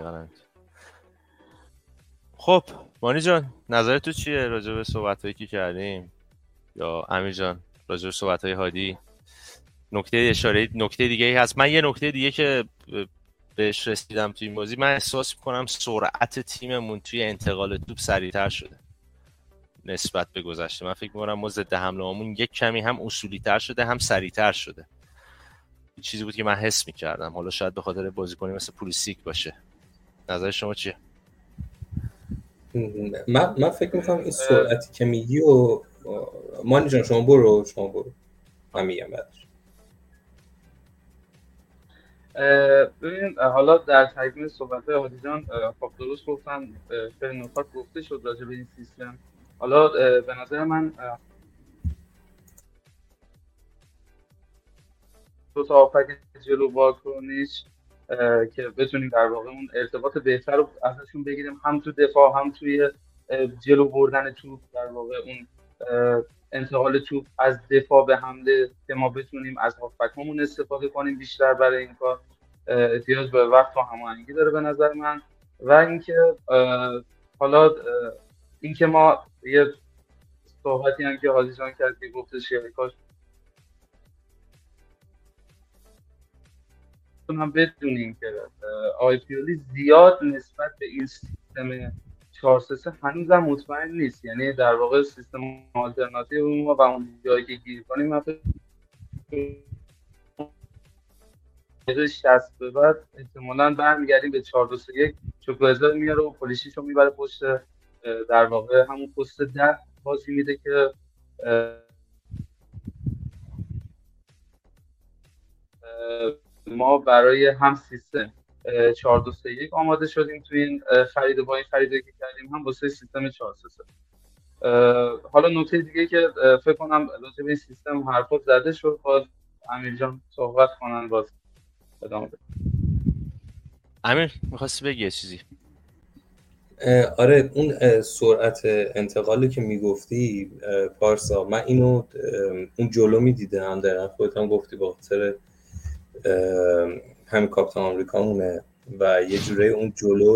خب مانی جان نظر تو چیه راجع به صحبتایی که کردیم، یا امیر جان راجع به صحبتای هادی؟ نکته دیگه ای هست. من یه نکته دیگه که بهش رسیدم توی این بازی، من احساس میکنم سرعت تیممون توی انتقال توپ سریعتر شده نسبت به گذشته. من فکر میکنم ما ضد حمله‌مون یک کمی هم اصولی‌تر شده هم سریعتر شده. این چیزی بود که من حس میکردم. حالا شاید به خاطر بازیکنی مثل پولیسیک باشه. نظر شما چیه؟ من فکر میکنم این سرعتی که میگی و مانی جان شما برو من میگم بعدش. ببینید حالا در تکمیل صحبت هادی جان خب درست گفتن، خیلی نکات گفته شد راجع به این سیستم. حالا به نظر من دو تا آفک جلو واکنش که بتونیم در واقع اون ارتباط بهتر رو ازشون بگیریم، هم تو دفاع هم توی جلو بردن توپ، در واقع اون انتقال توپ از دفاع به حمله که ما بتونیم از هافبک‌هامون استفاده کنیم بیشتر. برای این کار احتیاج به وقت و هماهنگی داره به نظر من. و اینکه حالا اینکه ما یه صحبتی هم که حاجی جان کرد که گفتش کاش هم بدونیم که آقای پیولی زیاد نسبت به این سیستم 4-3-3 هنوزم مطمئن نیست. یعنی در واقع سیستم آلترناتیو ما و اون جایی که گیر کنیم مثلا 60 به بعد احتمالاً برمیگردیم به 4-2-3-1. چوکوزا میاره و پولیشیشو میبره پشت، در واقع همون پست 10 بازی میده که ما برای هم سیستم 4-2-3-1 آماده شدیم تو این خرید، با این خریدی که کردیم هم واسه سیستم 4-3-3. حالا نکته دیگه که فکر کنم راجع به این سیستم حرفا زده شد، باز امیر جان صحبت کنن باز ادامه بده. امیر می‌خواستی بگی یه چیزی؟ آره، اون سرعت انتقالی که میگفتی پارسا، من اینو اون جلو میدیدم، دقیقا خودت هم گفتی با خاطر همین کاپیتان آمریکامونه و یه جوره اون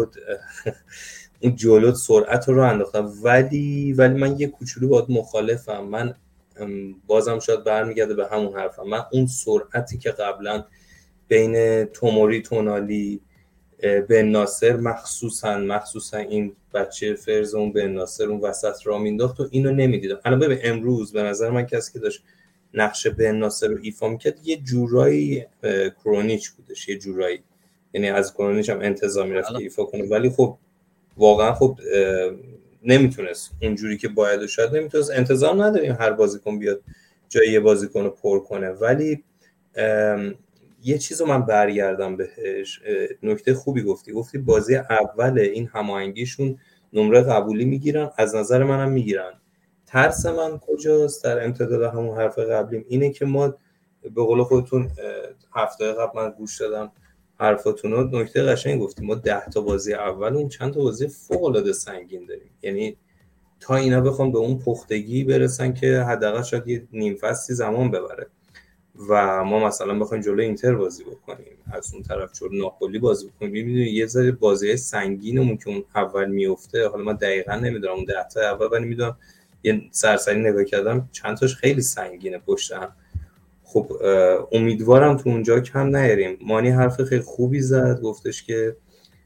جلو سرعت رو انداختم. ولی من یه کوچولو باید مخالفم. من بازم شاید برمیگرده به همون حرفم. من اون سرعتی که قبلا بین توموری، تونالی، بن ناصر مخصوصا این بچه فرزون بن ناصر اون وسط را مینداخت و اینو نمیدیدم. الان ببین امروز به نظر من کسی که داشت نقش بن ناصر رو ایفا میکرد یه جورایی کرونیچ بودش، یه جورایی، یعنی از کرونیچ هم انتظار میرفت که ایفا کنه، ولی خب واقعا خب نمیتونست اونجوری که باید و شاید نمیتونست. انتظار نداریم هر بازیکن بیاد جای یه بازیکن رو پر کنه، ولی یه چیزو من برگردم بهش. نکته خوبی گفتی بازی اول این هماهنگیشون نمره قبولی میگیرن، از نظر منم میگیرن. ترس من کجاست؟ در امتداد همون حرف قبلیم اینه که ما به قول خودتون هفته قبل من گوش دادم حرفاتون رو، نکته قشنگ گفتیم. ما 10 تا بازی اول اون چند تا بازی فوق العاده سنگین داریم، یعنی تا اینا بخوام به اون پختگی برسن که حداقل شاید یه نیم فصلی زمان ببره و ما مثلا بخوایم جلوی اینتر بازی بکنیم، از اون طرف جلوی ناپولی بازی بکنیم، می‌بینید یه ذره بازی سنگینمون که اون اول میفته. حالا من دقیقاً نمیدونم اون 10 تا اول، ولی میدونم یه سرسری نگاه کردم چند تاش خیلی سنگینه پشت هم. خب امیدوارم تو اونجا کم نیاریم. مانی حرف خیلی خوبی زد، گفتش که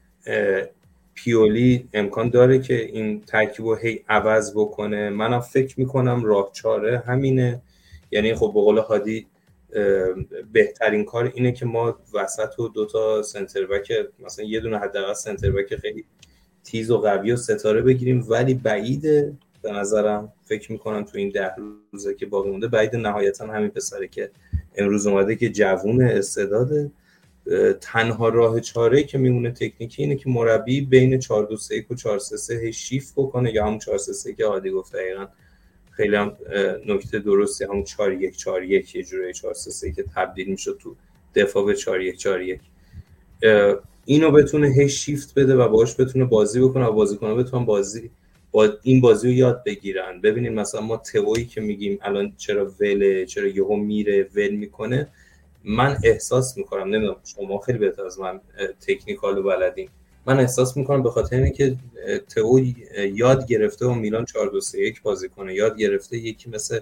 پیولی امکان داره که این ترکیبو هی عوض بکنه. منم فکر میکنم راه چاره همینه. یعنی خب به قول هادی بهترین کار اینه که ما وسط و 2 تا سنتر بک، مثلا یه دونه حداقل سنتر بک خیلی تیز و قوی و ستاره بگیریم، ولی بعیده به نظرم. فکر میکنم تو این 10 روزه که باقی مونده بعید نهایتا همین پسره که امروز اومده که جوون استعداده. تنها راه چاره‌ای که میمونه تکنیکی اینه که مربی بین 4-2-3-1 و 4-3-3 شیفت بکنه، یا همون 4-3-3 که عادی گفت. دقیقاً خیلی هم نکته درستی، همون 4-1-4-1 یه جوری 4-3-3 که تبدیل میشه تو دفاع به 4-1-4-1. اینو بتونه هی شیفت بده و باهاش بتونه بازی بکنه و بازیکن‌ها بتونن این بازی رو یاد بگیرن. ببینید مثلا ما تئویی که میگیم الان چرا یهو میره ول میکنه، من احساس میکنم، نمیدونم شما خیلی بهتر از من تکنیکال و بلدین، من احساس میکنم به خاطر اینه که تئو یاد گرفته و میلان 4-2-3-1 بازی کنه، یاد گرفته یکی مثل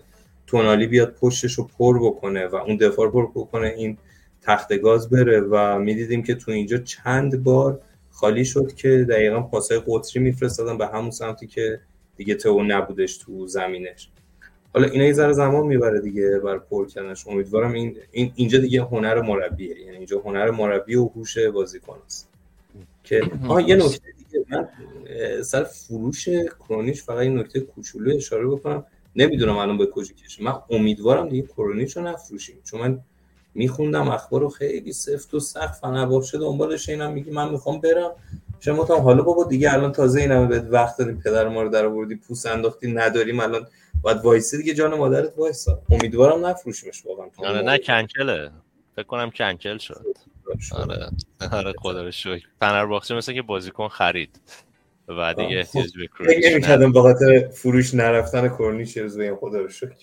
تونالی بیاد پشتش رو پر بکنه و اون دفاع پر بکنه، این تخت گاز بره و میدیدیم که تو اینجا چند بار خالی شد که دقیقاً پاسای قطری میفرستادن به همون سمتی که دیگه تو نبودش تو زمینش. حالا اینا یه ذره زمان میبره دیگه بر پر کردنش. امیدوارم اینجا دیگه هنر مربیه، یعنی اینجا هنر مربی و هوش بازیکن است. که یه نکته دیگه من سر فروش کرونیچ فقط این نکته کوچولو اشاره بکنم، نمیدونم الان به کجا کشه. من امیدوارم دیگه کرونیچ رو نفروشیم، چون من میخوندم اخبار رو خیلی سفت و سخت فنرباغچه دنبالش، اینم میگه من میخوام برم. شما تا حالا بابا دیگه الان تازه اینم بهت وقت دادیم، پدر ما رو در آوردی، پوست انداختی، نداریم الان باید وایسی دیگه، جان مادرت وایسا. امیدوارم نفروشیمش واقعا. نه کنکله، فکر کنم کنکل شد. آره خدا رو شکر. فنرباغچه مثلا که بازیکن خرید و دیگه احتیاج به کرونیچ نمی‌کردم به خاطر فروش نرفتن کرونیچ روز بگم خدا رو شکر.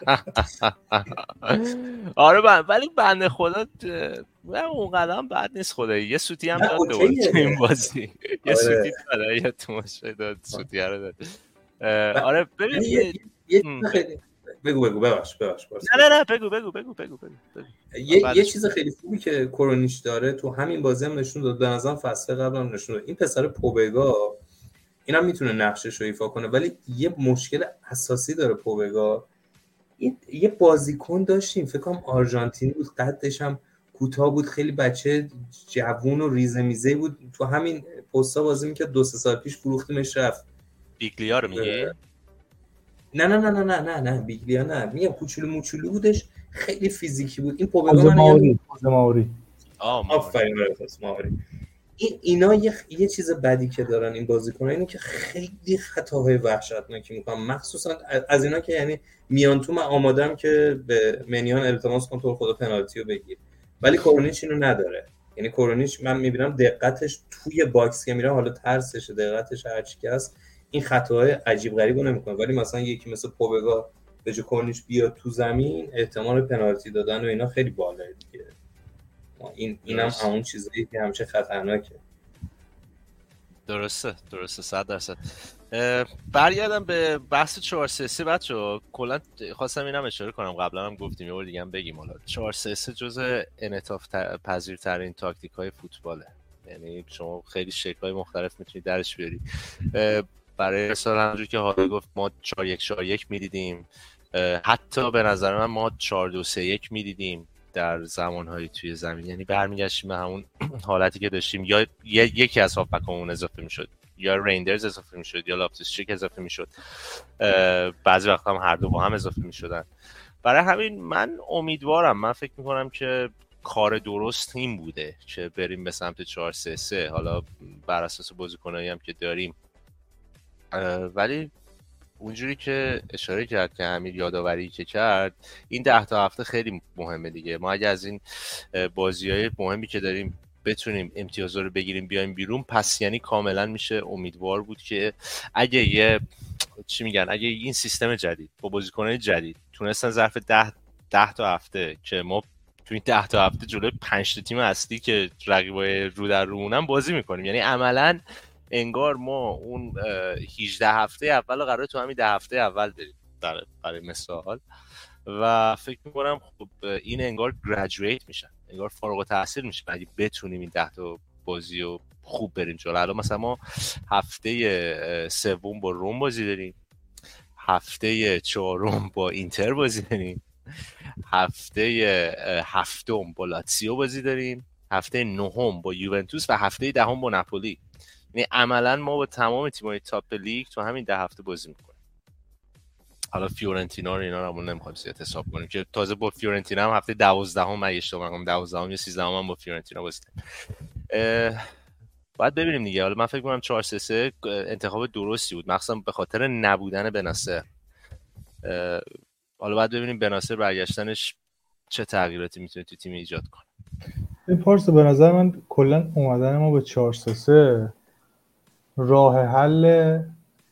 آره ولی بنده خدا اون قدم بد نیست خدایی. یه سوتی هم داد دوباره تو این بازی. یه سوتی داد، یه تماشا داد، سوتی رو داد. آره ببین بگو ببخش. نه بگو. یه چیز خیلی خوبی که کرونیچ داره تو همین بازی هم نشون داد، به نظرم فصل قبل هم نشون داد، این پسر پوبگا اینم میتونه نقشش رو ایفا کنه، ولی یه مشکل اساسی داره پوبگا. یه بازیکن داشتیم فکر کنم آرژانتینی بود، قدش هم کوتاه بود، خیلی بچه جوون و ریزه میزه بود، تو همین پستا بازی میکرد، 2-3 سال پیش فروختیمش رفت. بیگلیا رو میگی؟ نه بیگلیا نه، میگم کوچولو موچولو بودش، خیلی فیزیکی بود. این پوبگا ماوری آفرین ماوری. اینا یه چیز بدی که دارن این بازیکن‌ها اینه که خیلی خطاهای وحشتناکی میکنن، مخصوصا از اینا که یعنی میان تو من آمادم که به منیان التماس کنم تو خدا پنالتی رو بگیر، ولی کرونیچ اینو نداره. یعنی کرونیچ من میبینم دقتش توی باکس که میره، حالا ترسشه دقتش هرچی که هست، این خطاهای عجیب غریبو نمیکنه، ولی مثلا یکی مثل پوبگا به جای کرونیچ بیاد تو زمین، احتمال پنالتی دادن و اینا خیلی بالاه دیگه. اینم همون چیزایی که همیشه خطرناکه. درسته 100%. برگردم به بحث 4-3-3 بچه‌ها. کلا خواستم اینم اشاره کنم، قبلا هم گفتیم یه بار دیگه هم بگیم، حالا 4-3-3 جزء انعطاف پذیرترین تاکتیک‌های فوتباله. یعنی شما خیلی شکل‌های مختلف میتونید درش بیاری. برای مثال همونجوری که حالا گفت ما 4-1-4-1 می‌دیدیم، حتی به نظر من ما 4-2-3-1 می‌دیدیم در زمانهایی توی زمین، یعنی برمیگشتیم به همون حالتی که داشتیم، یا یکی از هافبکامون اضافه میشد، یا ریندرز اضافه میشد، یا لاپتوس-چیک اضافه میشد، بعضی وقتا هم هر دو با هم اضافه میشدن. برای همین من امیدوارم، من فکر میکنم که کار درست این بوده که بریم به سمت 4-3-3 حالا بر اساس بازیکنایی هم که داریم. ولی اونجوری که اشاره کرد که همین یادآوری که کرد، این 10 تا هفته خیلی مهمه دیگه. ما اگه از این بازی‌های مهمی که داریم بتونیم امتیازا رو بگیریم بیایم بیرون، پس یعنی کاملا میشه امیدوار بود که اگه اگه این سیستم جدید با بازیکن‌های جدید تونستن ظرف 10 تا هفته که ما تو این 10 تا هفته جلوی 5 تا تیم اصلی که رقیبای رو در رومونن بازی می‌کنیم، یعنی عملاً انگار ما اون 18 هفته اول قراره تو همین 10 هفته اول بریم برای مثال، و فکر میکنم خب این انگار گریجویت میشن، انگار فارغ التحصیل میشه اگه بتونیم این 10 تا بازی رو خوب بریم جلو. الان مثلا ما هفته سوم با روم بازی داریم، هفته چهارم با اینتر بازی داریم، هفته هفتم با لاتزیو بازی داریم، هفته نهم با یوونتوس و هفته دهم با ناپولی. یعنی عملا ما با تمام تیم‌های تاپ لیگ تو همین 10 هفته بازی میکنیم. حالا فیورنتینا رو اینا رو نمیخوایم زیاد حساب کنیم که تازه با فیورنتینا هم هفته 12 من اشتباه نکنم 12 یا 13 هم با فیورنتینا بازی داریم. باید ببینیم دیگه. حالا من فکر می‌کنم 4-3-3 انتخاب درستی بود، مخصوصا به خاطر نبودن بناصر. حالا باید ببینیم بناصر برگشتنش چه تغییراتی میتونه تو تیم ایجاد کنه. این پارسا به نظر من کلا اومدن ما به 4-3-3 راه حل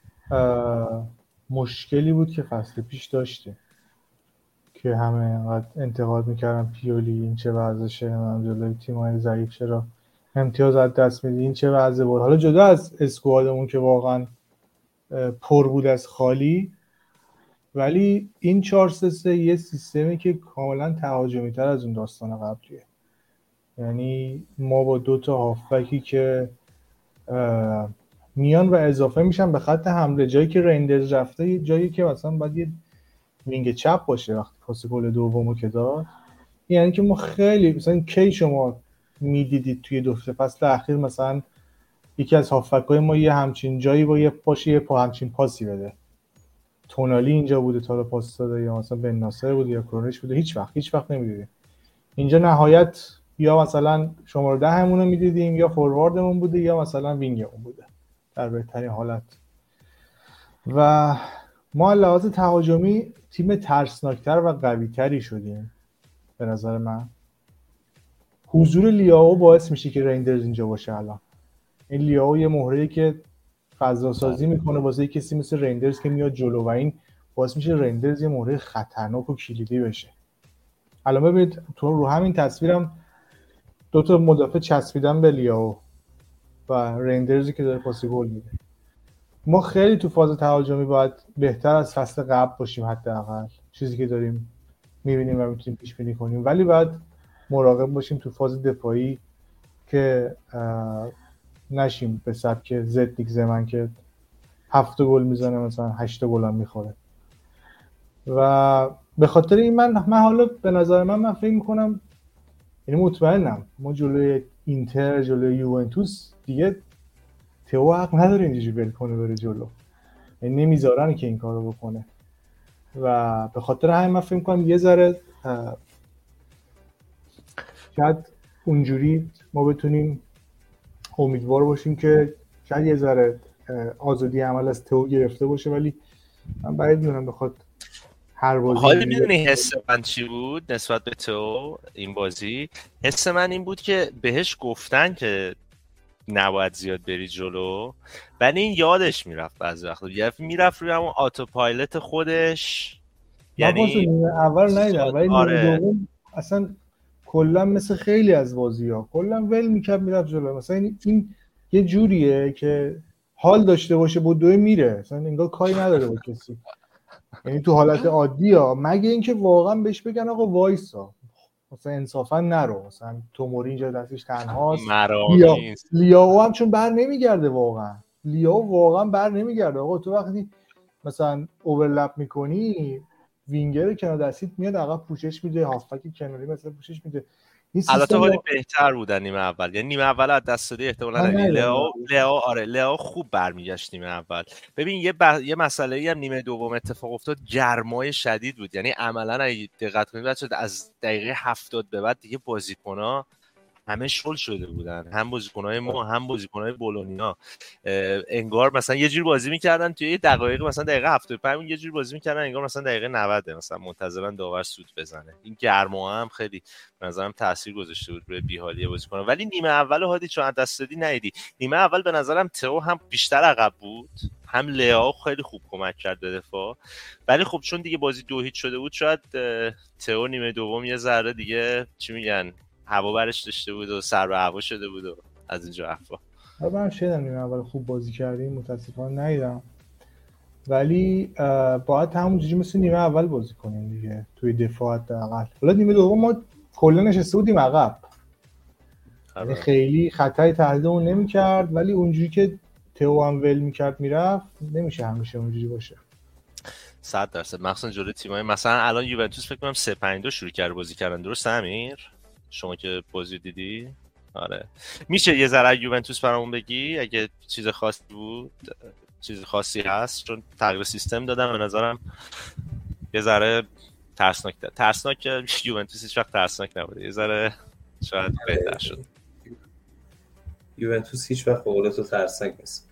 مشکلی بود که فصل پیش داشتیم که همه اینقدر انتقاد میکردن پیولی این چه وضعشه، من جلوی تیم‌های ضعیف چرا امتیاز از دست میدی، این چه وضعه بود. حالا جدا از اسکوادمون که واقعا پر بود از خالی، ولی این 4-3-3 یه سیستمی که کاملا تهاجمی تر از اون داستان قبلیه. یعنی ما با 2 تا هافبکی که میان و اضافه میشن به خط حمله، جایی که رندرز رفته جایی که مثلا باید یه وینگ چپ باشه وقتی پاس گل دومو که داد. یعنی که ما خیلی مثلا کی شما میدیدید توی 2 فصل اخیر مثلا یکی از هافبک‌های ما یه همچین جایی با یه پاش یه همچین پاسی بده؟ تونالی اینجا بوده تا پاس داده، یا مثلا بن ناصر بوده یا کرونش بوده، هیچ وقت نمیدیدیم. اینجا نهایت یا مثلا شماره 10 همون رو میدیدیم یا فورواردمون بوده یا مثلا وینگمون بوده در بهترین حالت. و ما لحاظ تهاجمی تیم ترسناکتر و قوی‌تری شدیم به نظر من. حضور لیاو باعث میشه که رندرز اینجا باشه. الان این لیاو یه مهره‌ای که فضا سازی میکنه واسه کسی مثل رندرز که میاد جلو و این باعث میشه رندرز یه مهره خطرناک و کلیدی بشه. الان ببینید تو رو همین تصویرم 2 تا مدافع چسبیدن به لیاو و رندرزی که داره پاس گل میده. ما خیلی تو فاز تهاجمی باید بهتر از فصل قبل باشیم، حداقل چیزی که داریم میبینیم و میتونیم پیش بینی کنیم، ولی باید مراقب باشیم تو فاز دفاعی که نشیم به سبک زدنیک زمن که 7 گل میزنه مثلا 8 گل هم میخوره. و به خاطر این من حالا به نظر من فکر میکنم، یعنی مطمئنم ما جلوی اینتر، جلوی یوونتوس دیگه تئو حق نداره اینجوری ول کنه بره جلو، یعنی نمیذارن که این کارو بکنه. و به خاطر همین من فکر میکنم یه ذره شاید اونجوری ما بتونیم امیدوار باشیم که شاید یه ذره آزادی عمل از تئو گرفته باشه، ولی من بعید میدونم بخواد هر بازی. حالا میدونی حس من چی بود نسبت به تئو این بازی؟ حس من این بود که بهش گفتن که نباید زیاد بری جلو، ولی این یادش میرفت بعضی وقتا، میرفت روی همون آتوپایلوت خودش. یعنی اول نیدم ولی دوم اصلا کلا مثل خیلی از بازی‌ها کلا ول میکرد میرفت جلو. مثلا این یه جوریه که حال داشته باشه با دوی میره، مثلا انگار کاری نداره با کسی. یعنی تو حالت عادی ها، مگه اینکه واقعا بهش بگن آقا وایسا مثلا انصافا نرو، مثلا توموری اینجا دستش تنهاست، لیاو هم چون بر نمیگرده، واقعا بر نمیگرده. آقا تو وقتی مثلا اورلپ میکنی وینگر کنار دستیت میاد عقب پوشش میده، هافبک کناری مثلا پوشش میده. البته ولی بهتر بودن نیمه اول، یعنی نیمه اول از دست داده احتمالاً لیاو خوب برمیگشت نیمه اول. ببین یه مسئله‌ای هم نیمه دوم اتفاق افتاد، گرمای شدید بود. یعنی عملاً اگه دقت کنید بچه‌ها از دقیقه 70 به بعد دیگه بازیکن‌ها همه شل شده بودن، هم بازیکن‌های ما هم بازیکن‌های بولونیا. انگار مثلا یه جوری بازی می‌کردن توی دقایق مثلا دقیقه 75 یه جوری بازی می‌کردن انگار مثلا دقیقه 90 مثلا منتظرن داور سود بزنه. این گرما هم خیلی به نظرم تاثیر گذاشته بود روی بی‌حالی بازیکن‌ها. ولی نیمه اول هادی چون دست دادی ندیدی، نیمه اول به نظرم تئو هم بیشتر عقب بود، هم لیاو خیلی خوب کمک کرد به دفاع. ولی خب چون دیگه بازی 2-0 شده بود، شاید تئو نیمه دوم یه ذره دیگه چی میگن هوا برش داشته بود و سر به هوا شده بود و از اینجا حرفا. من شدم نیمه اول خوب بازی کردیم، متاسفانه ندیدم، ولی باید همونجوری مثل نیمه اول بازی کنیم دیگه توی دفاع حداقل. حالا نیمه دوم ما کلا نشسته بودیم عقب، یعنی خیلی خطای تهدیدمون نمی‌کرد، ولی اونجوری که تئو هم ول می‌کرد میرفت نمیشه همیشه اونجوری باشه. 100% مخصوصا جلوی تیم‌های مثلا الان یوونتوس فکر کنم 3-5-2 شروع کرد بازی کردن، درست امیر؟ شما که بازی دیدی؟ آره. میشه یه ذره یوونتوس برامون بگی اگه چیز خاصی بود، چیز خاصی هست؟ چون تغییر سیستم دادن به نظرم یه ذره ترسناک یوونتوس هیچ وقت ترسناک نبوده، یه ذره شاید بهتر شد. یوونتوس هیچ وقت به قول تو ترسناک نیست.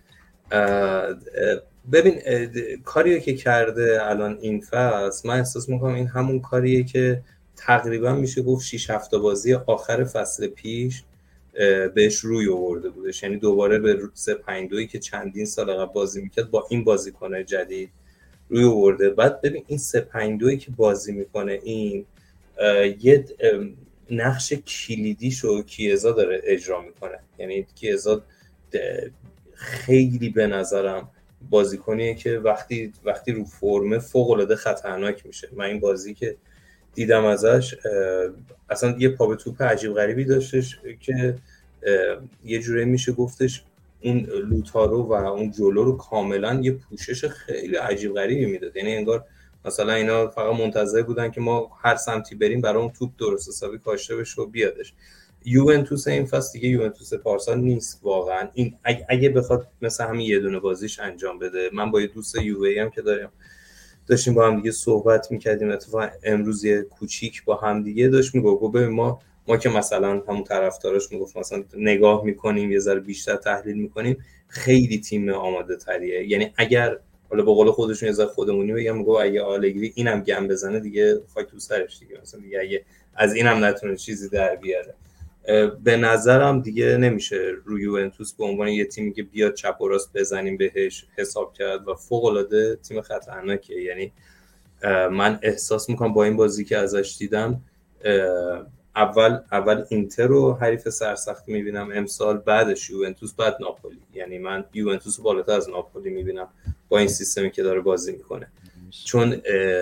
ببین کاریو که کرده الان این فصل، من احساس میکنم این همون کاریه که تقریبا میشه گفت 6-7 بازی آخر فصل پیش بهش روی آورده بودش. یعنی دوباره به 3-5-2 که چندین سال قبل بازی میکرد با این بازیکن‌های جدید روی آورده. بعد ببین این 3-5-2 که بازی میکنه این یه نقش کلیدیشو کیزا داره اجرا میکنه. یعنی کیزا خیلی به نظرم بازیکنیه که وقتی رو فرمه فوق‌العاده خطرناک میشه. من این بازی که دیدم ازش اصلا یه پا به توپ عجیب غریبی داشتش که یه جوری میشه گفتش اون لوتارو و اون جلو رو کاملا یه پوشش خیلی عجیب غریبی میداد. یعنی انگار مثلا اینا فقط منتظر بودن که ما هر سمتی بریم برای اون توپ درست حسابی کاشته بشه و بیادش. یوونتوس این فصل دیگه یوونتوس پارسال نیست واقعا. این اگه بخواد مثلا همین یه دونه بازیش انجام بده، من با یه دوست یووه‌ای هم که داشتیم با هم دیگه صحبت میکردیم، اتفاقا امروز یه کوچیک با هم دیگه داشت میگفت ببین ما که مثلا همون طرفداراش میگفت مثلا نگاه میکنیم یه ذره بیشتر تحلیل میکنیم، خیلی تیم آماده تریه. یعنی اگر حالا به قول خودشون یه ذره خودمونی بگم، میگه اگه آلگری اینم گم بزنه دیگه خاک تو سرش دیگه، مثلا دیگه اگه از اینم نتونه چیزی در بیاره. به نظرم دیگه نمیشه روی یوونتوس به عنوان یه تیمی که بیاد چپ و راست بزنیم بهش حساب کرد و فوق‌العاده تیم خطرناکیه. یعنی من احساس میکنم با این بازی که ازش دیدم اول اینتر رو حریف سرسخت میبینم امسال، بعدش یوونتوس، بعد ناپولی. یعنی من یوونتوس رو بالاتر از ناپولی میبینم با این سیستمی که داره بازی میکنه، چون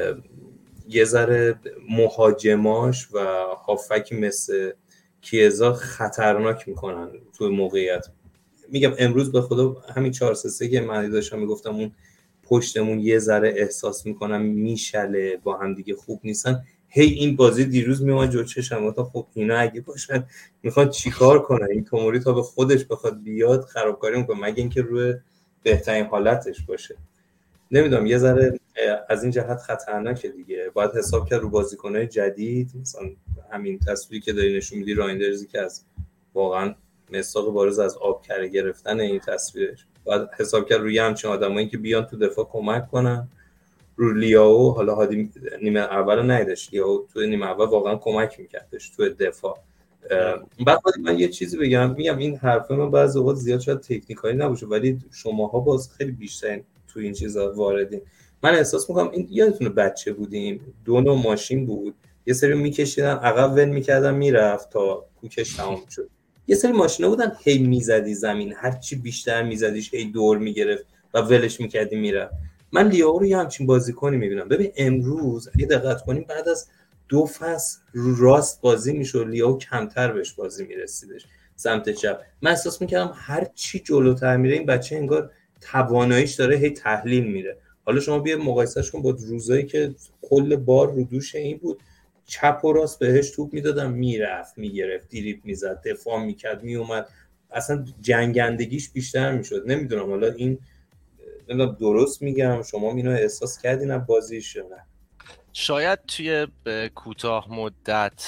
یه ذره مهاجماش و هافکی مثل کیزا خطرناک میکنن تو موقعیت. میگم امروز به خدا همین 4-3-3 که من داشتم میگفتم اون پشتمون یه ذره احساس میکنم میشله، با هم دیگه خوب نیستن. هی این بازی دیروز میومد جو چشم گفتم خب اینا اگه باشن میخواد چیکار کنن؟ این توموری تا به خودش بخواد بیاد خرابکاری میکنه، مگه اینکه روی بهترین حالتش باشه. نمیدونم، یه ذره از این جهت خطرناکه دیگه. باید حساب کرد رو بازیکن‌های جدید، مثلا همین تصویری که داری نشون میدی رایندرزی که از واقعا مساق بارز از آب کره گرفتن این تصویرش، باید حساب کرد روی همچین آدمایی که بیان تو دفاع کمک کنن. رو لیاو حالا هادی نیمه اول نداشت، لیاو تو نیمه اول واقعا کمک میکردش تو دفاع. بعد من یه چیزی بگم، میگم این حرف من بعضی اوقات زیاد شاید تکنیکالی نباشه، ولی شماها باز خیلی بیشتر تو این چیزا واردین. من احساس میکنم این یادتونه بچه بودیم 2 نوع ماشین بود، یه سری میکشیدن عقب ول میکردن میرفت تا کوکش تمام شد، یه سری ماشینا بودن هی میزدی زمین، هر چی بیشتر میزدیش هی دور میگرفت و ولش میکردی میرفت. من لیاو رو یه همچین بازیکنی میبینم. ببین امروز اگه دقت کنیم بعد از 2 فصل رو راست بازی میشد، لیاو کمتر بهش بازی میرسیدش سمت چپ. من احساس میکردم هر چی جلوتر میره این بچه انگار تواناییش داره هی تحلیل میره. حالا شما بیا مقایسهش کن با روزایی که کل بار رو دوش این بود، چپ و راست بهش توپ میدادم میرفت میگرفت دریبل میزد دفاع میکرد میومد، اصلا جنگندگیش بیشتر میشد. نمیدونم حالا این درست میگم، شما اینو احساس کردین از بازیش نه؟ شاید توی کوتاه مدت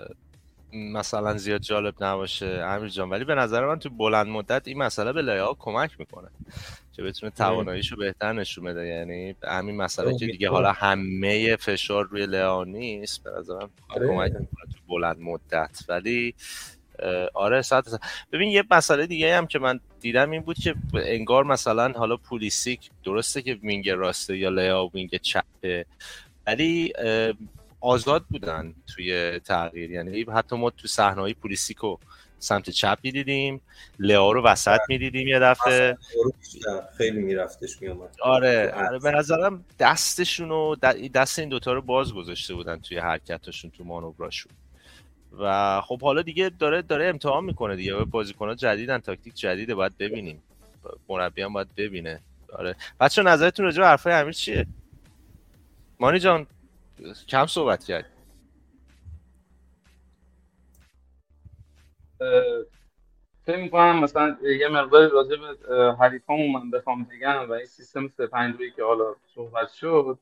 مثلا زیاد جالب نباشه امیر جان، ولی به نظر من تو بلند مدت این مسئله به لیاو کمک میکنه که بتونه تواناییشو بهتر نشون بده. یعنی همین مسئله که دیگه حالا همه فشار روی لیاو نیست، به نظرم کمک میکنه تو بلند مدت. ولی آره 100%. ببین یه مسئله دیگه هم که من دیدم این بود که انگار مثلا حالا پولیسیک درسته که وینگ راسته یا لیاو وینگ چپه، ولی آزاد بودن توی تغییر. یعنی حتی ما تو صحنه‌های پولیسیکو سمت چپ می‌دیدیم، لیاو رو وسط می‌دیدیم یه دفعه خیلی میرفتش میومد. آره به نظرم دستشون دست این دوتا رو باز گذاشته بودن توی حرکتاشون تو مانوراشون. و خب حالا دیگه داره امتحان میکنه دیگه، بازیکن‌ها جدیدن، تاکتیک جدیده، باید ببینیم، مربی هم باید ببینه. آره بچه‌ها نظرتون راجع به حرفای امیر چیه؟ مانی جان کم صحبت کرد. فکر می‌کنم مثلا یه مقدار راجع به حریفامون من بخوام بگم و این سیستم 3-5-2 که حالا صحبت شد،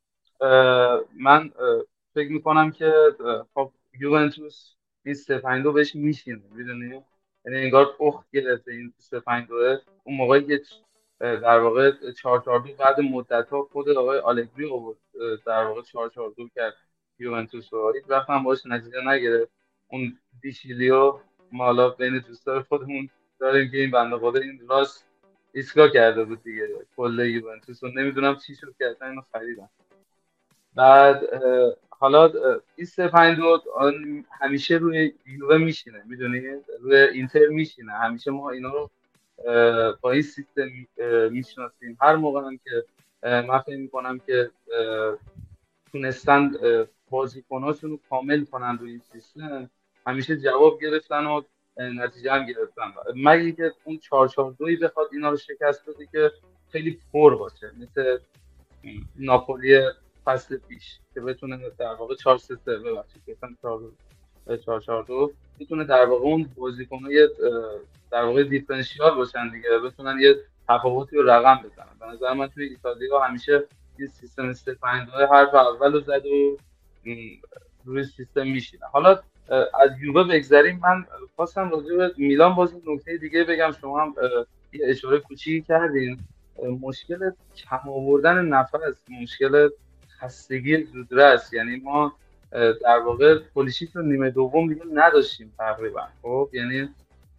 من فکر می‌کنم که خب یوونتوس این 3-5-2 بهش میشینه، میدونی؟ یعنی انگار اخت گرفته این 3-5-2 اون موقعی که در واقع 4-4-2 بعد مدت‌ها خود آقای آلگری آورد در واقع 4-4-2 کرد یوونتوس رو، هیچ وقت هم باهاش نتیجه نگرفت. اون دیشیلیو ما حالا بین دوستای خودمون داریم که این بنده خدا این راست ایستگاه کرده بود دیگه کل یوونتوس رو، نمیدونم چی شد که اصلا اینو خریدن. بعد حالا این 3-5-2 همیشه روی یووه میشینه، میدونی؟ روی اینتر میشینه، همیشه ما اینا رو با این سیستم میشناسیم. هر موقع هم که من فکر میکنم که تونستن بازیکناشون رو کامل کنن روی این سیستم، همیشه جواب گرفتن و نتیجه هم گرفتن، مگه اینکه اون 4-4-2 بخواد اینا رو شکست بده که خیلی پر باشه، مثل ناپولی فصل پیش که بتونه در واقع 4-3-3 ببخشید مثلا 4-4-2 میتونه در واقع اون بازیکن‌های در واقع دیفرنشیال باشن دیگه، بتونن یه تفاوتی رو رقم بزنن. به نظر من توی ایتالیا همیشه یه سیستم 3-5-2 حرف اول رو زد و روی سیستم میشینه. حالا از یووه بگذریم، من خواستم راجع به میلان باز نکته دیگه بگم. شما هم یه اشاره کوچیکی کردین، مشکل کم آوردن نفس، مشکل خستگی زودرس، یعنی ما در واقع پولیشیت رو نیمه دوم دیگه نداشتیم تقریبا. خب یعنی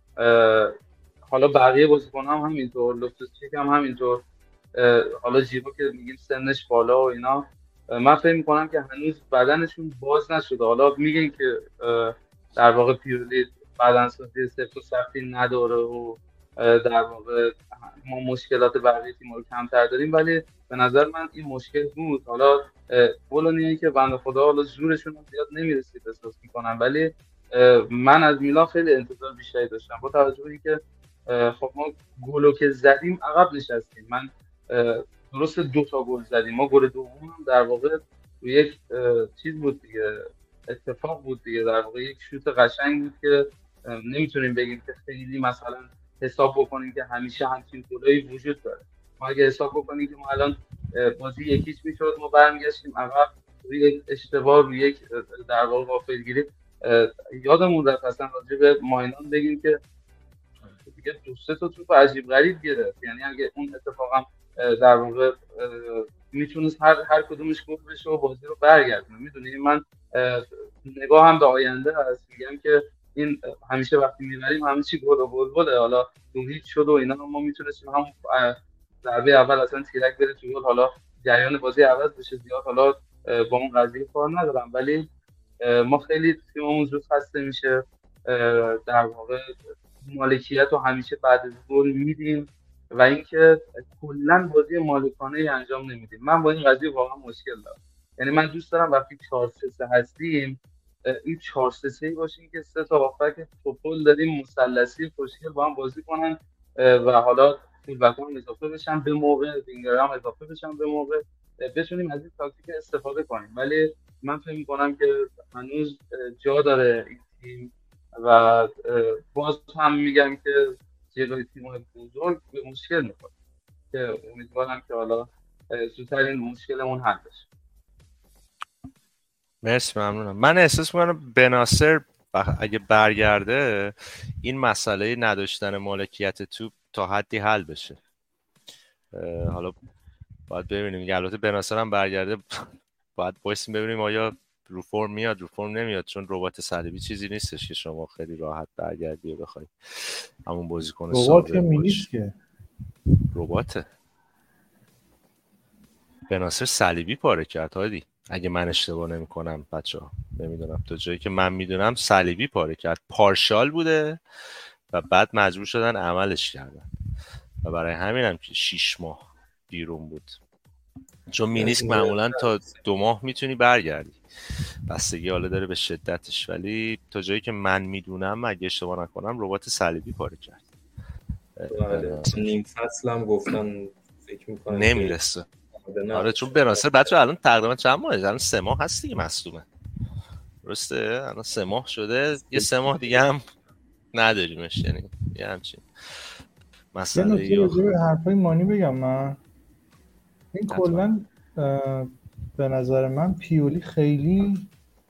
حالا بقیه بازیکن‌ها هم همینطور، لوفتوس-چیک هم همینطور، حالا ژیرو که میگیم سنش بالا و اینا، من فکر می‌کنم که هنوز بدنشون باز نشده. حالا میگن که در واقع پیرولی بدنسازی سفت و سختی نداره و در واقع ما مشکلات بقیه تیم‌ها رو کمتر داریم، ولی به نظر من این مشکل بود. حالا بولونیایی که بنده خدا حالا زورشون زیاد نمیرسید احساس می‌کنم، ولی من از میلان خیلی انتظار بیشتری داشتم با توجه به اینکه خب ما گلو که زدیم عقب نشستیم. من درست 2 تا گل زدیم، ما گل دوم هم در واقع یک چیز بود دیگه، اتفاق بود دیگه، در واقع یک شوت قشنگ بود که نمیتونیم بگیم که خیلی مثلا حساب بکنیم که همیشه همچین گلایی وجود داره. ما اگه حساب بکنیم که ما الان بازی 1-0 میشد، ما برمیگشتیم عقب روی یک اشتباه، روی یک در واقع غافلگیری. یادمون رفت اصلا راجع به ماینان بگیم که دیگه 2-3 تا توپ عجیب غریب گرفت، یعنی اگه اون اتفاقا در واقع میتونست هر کدومش گل بشه و بازی رو برگردونه. میدونی من نگاه هم به آینده هست، میگم که این همیشه وقتی میبریم همه چی گل و بلبله، حالا 2-0 شد و اینا، ما میتونستیم هم ضربه اول اصلا تیرک بره تو گل، حالا جریان بازی عوض بشه زیاد، حالا با اون قضیه کار ندارم، ولی ما خیلی تیممون زود خسته میشه، در واقع مالکیت رو همیشه بعد از گل میدیم و اینکه کلا بازی مالکانه انجام نمیدیم. من با این قضیه واقعا مشکل دارم. یعنی من دوست دارم وقتی 4-3-3 هستیم این 4-3-3 باشیم که 3 تا هافبک توپل داریم مثلثی خوشگل با هم بازی کنن و حالا فولبک هم اضافه بشن به موقع، وینگر هم اضافه بشن به موقع، بتونیم از این تاکتیک استفاده کنیم. ولی من فکر می‌کنم که هنوز جا داره این تیم و باز هم میگم که جلوی تیم‌های بزرگ به مشکل می‌خوره که امیدوارم که حالا زودتر این مشکلمون حل بشه. مرسی، ممنونم. من احساس می‌کنم بناصر اگه برگرده این مسئله نداشتن مالکیت توپ تا حدی حل بشه. حالا باید ببینیم، البته بناصر هم برگرده باید وایسیم ببینیم آیا رو فرم میاد رو فرم نمیاد، چون ربات صلیبی چیزی نیستش که شما خیلی راحت برگردی و بخوای همون بازیکن ربات نیست که، رباته. بناصر صلیبی پاره کرد هادی اگه من اشتباه نمی‌کنم، بچه‌ها نمیدونم، تا جایی که من میدونم صلیبی پاره کرد، پارشال بوده و بعد مجبور شدن عملش کردن و برای همینم که 6 ماه بیرون بود، چون مینیسک معمولا تا 2 ماه میتونی برگردی، بستگی حالا داره به شدتش، ولی تا جایی که من میدونم اگه اشتباه نکنم ربات صلیبی پاره کرد. نیم فصل هم گفتن فکر میکنم نمیرسه. آره چون بناصر بچه الان تقریبا چند ماهه؟ الان 3 ماه هست دیگه مصدومه، درسته؟ الان 3 ماه شده، یه 3 ماه دیگه هم نداریمش، یعنی یه همچین مسئله. یه نکته به حرفای مانی بگم، من این کلا به نظر من پیولی خیلی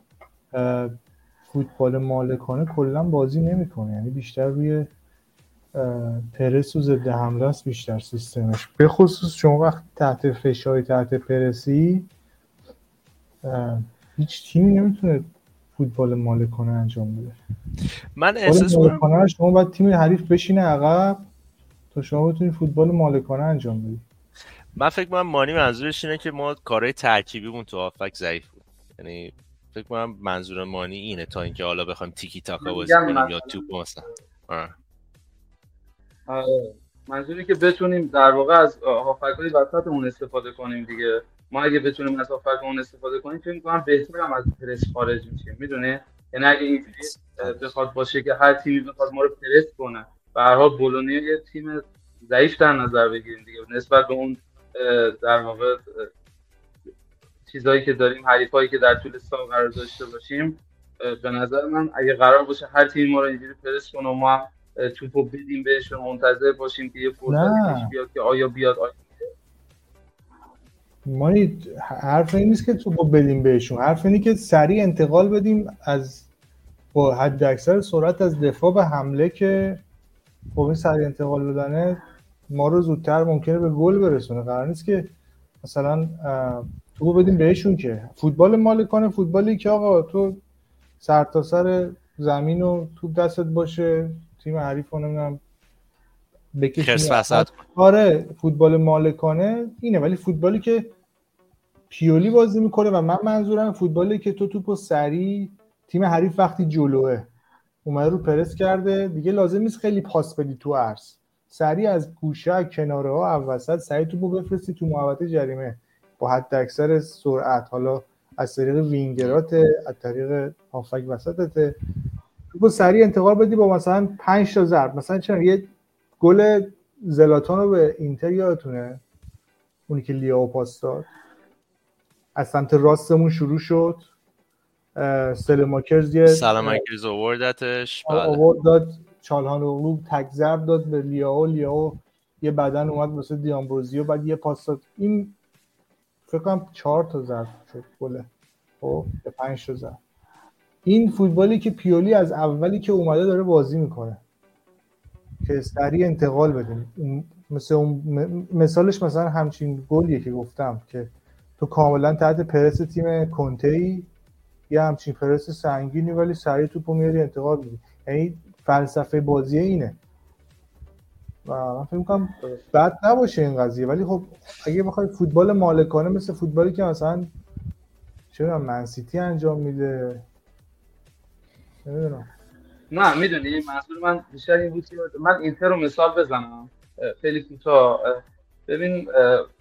فوتبال مالکانه کلا بازی نمیکنه، یعنی بیشتر روی پرس و ضد حمله است بیشتر سیستمش، به خصوص شما وقت تحت فشاری، تحت پرسی، هیچ تیمی نمیتونه فوتبال مالکانه انجام بده. من احساس می‌کنم شما باید تیم حریف بشینه عقب تا شما بتونید فوتبال مالکانه انجام بدید. من فکر کنم مانی منظورش اینه که ما کارهای ترکیبیمون تو هافبک ضعیف بود، یعنی فکر کنم منظور مانی اینه، تا اینکه حالا بخوایم تیکی تاکا بازی کنیم یا توپ مثلا. منظوری که بتونیم در واقع از هافک‌های وسطمون استفاده کنیم دیگه. ما اگه بتونیم از هافک‌مون استفاده کنیم فکر می‌کنم بهتر هم از پرس خارج میشیم، میدونی؟ یعنی اگه اینجوری بخواد باشه که هر تیمی بخواد ما رو پرس کنه، به هر حال بولونیا یه تیم ضعیف در نظر بگیریم دیگه نسبت به اون در واقع چیزایی که داریم، حریفایی که در طول سال قرار داشته باشیم. به نظر من اگه قرار باشه هر تیم ما رو اینجوری پرس کنه و ما توپو بدیم بهش و منتظر باشیم که یه فرصتی پیش بیاد که آیا بیاد آیا مانی، حرف این نیست که توپو بدیم بهشون، حرف اینه که سریع انتقال بدیم از با حد اکثر سرعت از دفاع به حمله، که خب این سریع انتقال دادنه ما رو زودتر ممکنه به گل برسونه. قرار نیست که مثلا توپو بدیم بهشون، که فوتبال مالکانه فوتبالی که آقا تو سر تا سر زمین و توپ دستت باشه، تیم حریف رو نمیدونم بکشونی. آره فوتبال مالکانه اینه، ولی فوتبالی که پیولی بازی میکنه و من منظورم فوتبالی که تو توپو سریع تیم حریف وقتی جلوه اومده رو پرس کرده دیگه لازم نیست خیلی پاس بدی تو عرض، سریع از گوشه کناره ها او وسط سریع توپو بفرستی تو محوطه جریمه با حد اکثر سرعت، حالا از طریق وینگرات، از طریق هافک وسطت، توپو سریع انتقال بدی با مثلا 5 تا ضرب. مثلا چرا یه گل زلاتان رو به اینتر یادتونه، اونی که لیاو پاس داد از سمت راستمون شروع شد، سلماکرز آوردتش، آورد داد چالهانوغلو تک ضرب داد به لیاو یه بدن اومد واسه دیامبروزیو بعد یه پاس داد. این فکر کنم 4 تا ضرب شد گله، خب به 5 تا ضرب. این فوتبالی که پیولی از اولی که اومده داره بازی میکنه که سریع انتقال بدیم. مثالش مثلا همچین گلیه که گفتم که تو کاملا تحت پرس تیم کنته‌ای یه همچین پرس سنگینی ولی سریع توپو میاری انتقال بدی. یعنی فلسفه بازی اینه و من فکر می‌کنم بد نباشه این قضیه، ولی خب اگه بخوای فوتبال مالکانه مثل فوتبالی که مثلا چرا من سیتی انجام میده نمیدونم. نه میدونی منظور من بیشتر این بود که من اینتر رو مثال بزنم خیلی کوتاه. ببین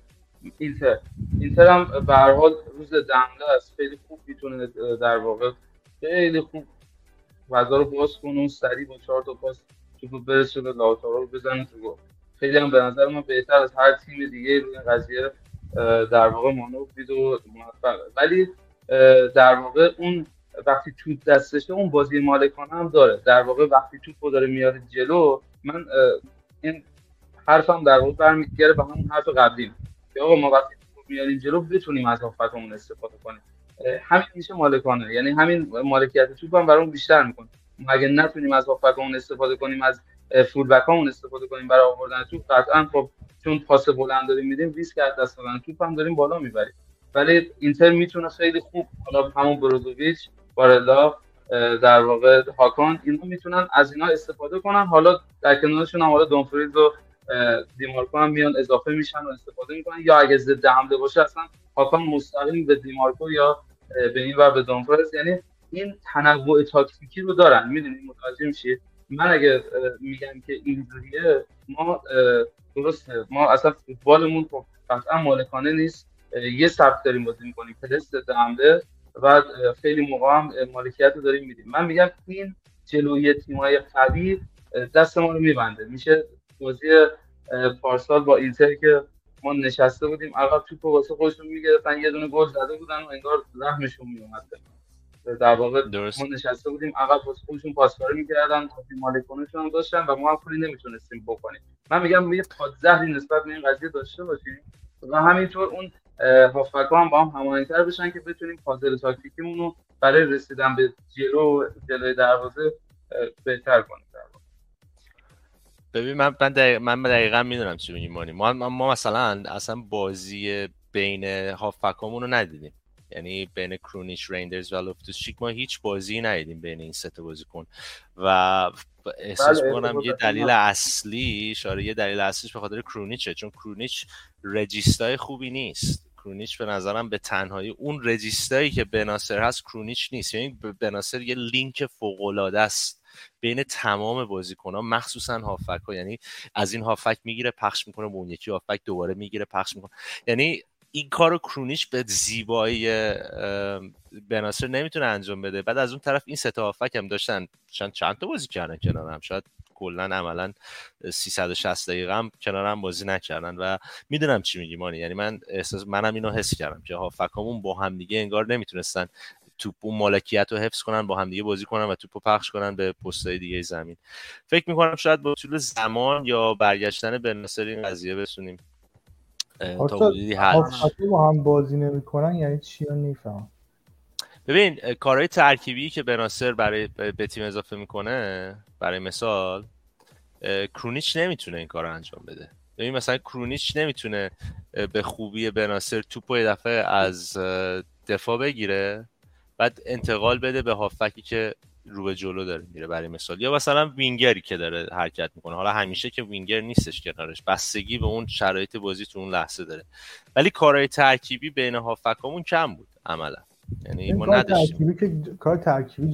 اینتر هم به هر حال روز دمده است، خیلی خوب میتونه در واقع خیلی خوب فضا رو باز کنه و سریع با 4 تا پاس توپو برسه به لاوتارو رو بزنه تو گل. خیلی هم به نظر من بهتر از هر تیم دیگه روی قضیه در واقع مانور دید و موفقه. ولی در واقع اون وقتی توپ دستشه اون بازی مالکانه هم داره، در واقع وقتی توپو داره میاره جلو، من این حرفم در واقع برمیگره به همون حرف قبلی که آقا ما وقتی توپو میاریم جلو بتونیم از هافتمون استفاده کنیم. همین میشه مالکانه، یعنی همین مالکیت توپ هم برامون بیشتر میکنه. ما اگه نتونیم از هافتمون استفاده کنیم، از فول بک هامون استفاده کنیم برای آوردن توپ، قطعا خب چون پاس بلند داریم میدیم ریسک از دست دادن توپ هم داریم بالا میبریم. ولی اینتر میتونه خیلی خوب، حالا همون برودوویچ، بارلا، در واقع هاکان، اینا میتونن از اینا استفاده کنن. حالا در کنارشون هم حالا دونفریز و دیمارکو هم میان اضافه میشن و استفاده میکنن، یا اگه ضد حمله باشه اصلا هاکان مستقیم به دیمارکو یا به این ور به دونفریز. یعنی این تنوع تاکتیکی رو دارن، میدونید متوجه میشید. من اگه میگم که اینجوریه، ما درسته ما اصلا فوتبالمون قطعا مالکانه نیست، یه سبک داریم بازی میکنیم پرس ضد حمله و خیلی موقع هم مالکیت رو داریم میدیم. من میگم این جلوی تیم‌های قوی دست ما رو میبنده. میشه بازی پارسال با اینتر که ما نشسته بودیم عقب توپو واسه خودشون میگرفتن، یه دونه گل زده بودن و انگار رحمشون میومد. در واقع ما نشسته بودیم عقب واسه خودشون پاسکاری میکردن، مالکانه‌شون هم داشتن و ما هم کاری نمیتونستیم بکنیم. من میگم یه پادزهری نسبت به این قضیه داشته باشیم و همینطور اون هافبک‌ها هم با هم هماهنگ‌تر بشن که بتونیم پازل تاکتیکیمون رو برای رسیدن به جلوی دروازه بهتر کنیم. ببین من دقیقاً میدونم چی میگی مانی. ما مثلا اصلا بازی بین هافبک‌هامون رو ندیدیم، یعنی بین کرونیچ، ریندرز و لوفتوس-چیک ما هیچ بازی ندیدیم بین این سه تا بازیکن و احساس می‌کنم یه دلیل اصلیش به خاطر کرونیچه، چون کرونیچ رجیستای خوبی نیست کرونیچ به نظرم به تنهایی اون رجیستری که بناصر هست کرونیچ نیست. یعنی بناصر یه لینک فوق‌العاده است بین تمام بازیکن‌ها، مخصوصا هافبک‌ها. یعنی از این هافبک میگیره پخش میکنه به اون یکی هافبک، دوباره میگیره پخش میکنه. یعنی این کارو کرونیچ به زیبایی بناصر نمیتونه انجام بده. بعد از اون طرف این سه تا هافبک هم داشتن چند تا بازی کردن کنار هم، شاید کلا عملا 360 دقیقه هم کنار هم بازی نکردن و میدونم چی میگی مانی. یعنی منم اینو حس کردم که هافبکامون با هم دیگه انگار نمیتونستن توپ اون مالکیت رو حفظ کنن، با هم دیگه بازی کنن و توپو پخش کنن به پست‌های دیگه زمین. فکر میکنم شاید با طول زمان یا برگشتن بناصر این قضیه بتونیم تا حدودی حل با هم بازی نمیکنن. یعنی چی نمیفهمم. ببین کارهای ترکیبی که بناصر برای به تیم اضافه میکنه، برای مثال کرونیچ نمیتونه این کارو انجام بده. ببین مثلا کرونیچ نمیتونه به خوبی بناصر توپو یه دفعه از دفاع بگیره بعد انتقال بده به هافبکی که رو به جلو داره میره برای مثال، یا مثلا وینگری که داره حرکت میکنه. حالا همیشه که وینگر نیستش کنارش، بستگی به اون شرایط بازی تو اون لحظه داره، ولی کارهای ترکیبی بین هافبکامون کم بود عملا. یعنی ما نداشتیم کار ترکیبی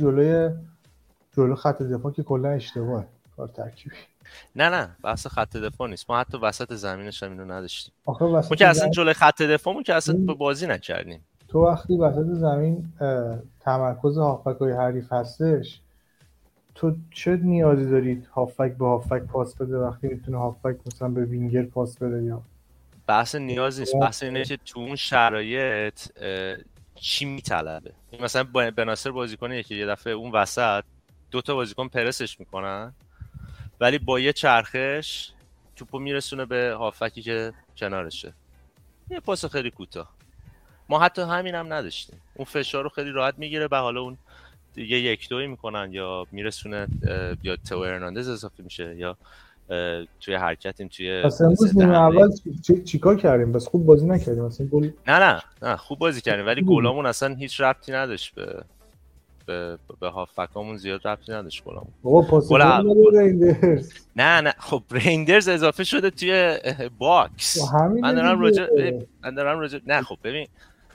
جلو خط دفاع که کلا اشتباهه. کار ترکیبی نه بحث خط دفاع نیست، ما حتی وسط زمینش هم اینو نداشتیم. ما که اصلا جلوی خط دفاعمون که اصلا به بازی نکردیم. تو وقتی وسط زمین تمرکز هافبک‌های حریف هستش، تو چه نیازی دارید هافبک به هافبک پاس بده وقتی میتونه هافبک مثلا به وینگر پاس بده؟ یا بحث نیاز نیست، بحث اینه که تو اون شرایط چی میطلبه. مثلا بناصر بازیکنه که یه دفعه اون وسط دوتا بازیکن پرسش میکنن ولی با یه چرخش توپو میرسونه به هافبکی که کنارشه، یه پاس خیلی کوتاه. ما حتی همین هم نداشتیم. اون فشار رو خیلی راحت میگیره و حالا اون دیگه 1-2 میکنن یا میرسونه یا تو هرناندز اضافه میشه یا توی حرکتیم توی اصلا امروز نیمه اول چیکار کردیم؟ بس خوب بازی نکردیم اصلا. گل نه خوب بازی کردیم ولی گلامون اصلا هیچ ربطی نداشت به هافبکامون، زیاد ربطی نداشت گلامون. بابا پاس گل ریندرز. نه خب ریندرز اضافه شده توی باکس. من دارم راجع نه خب ببین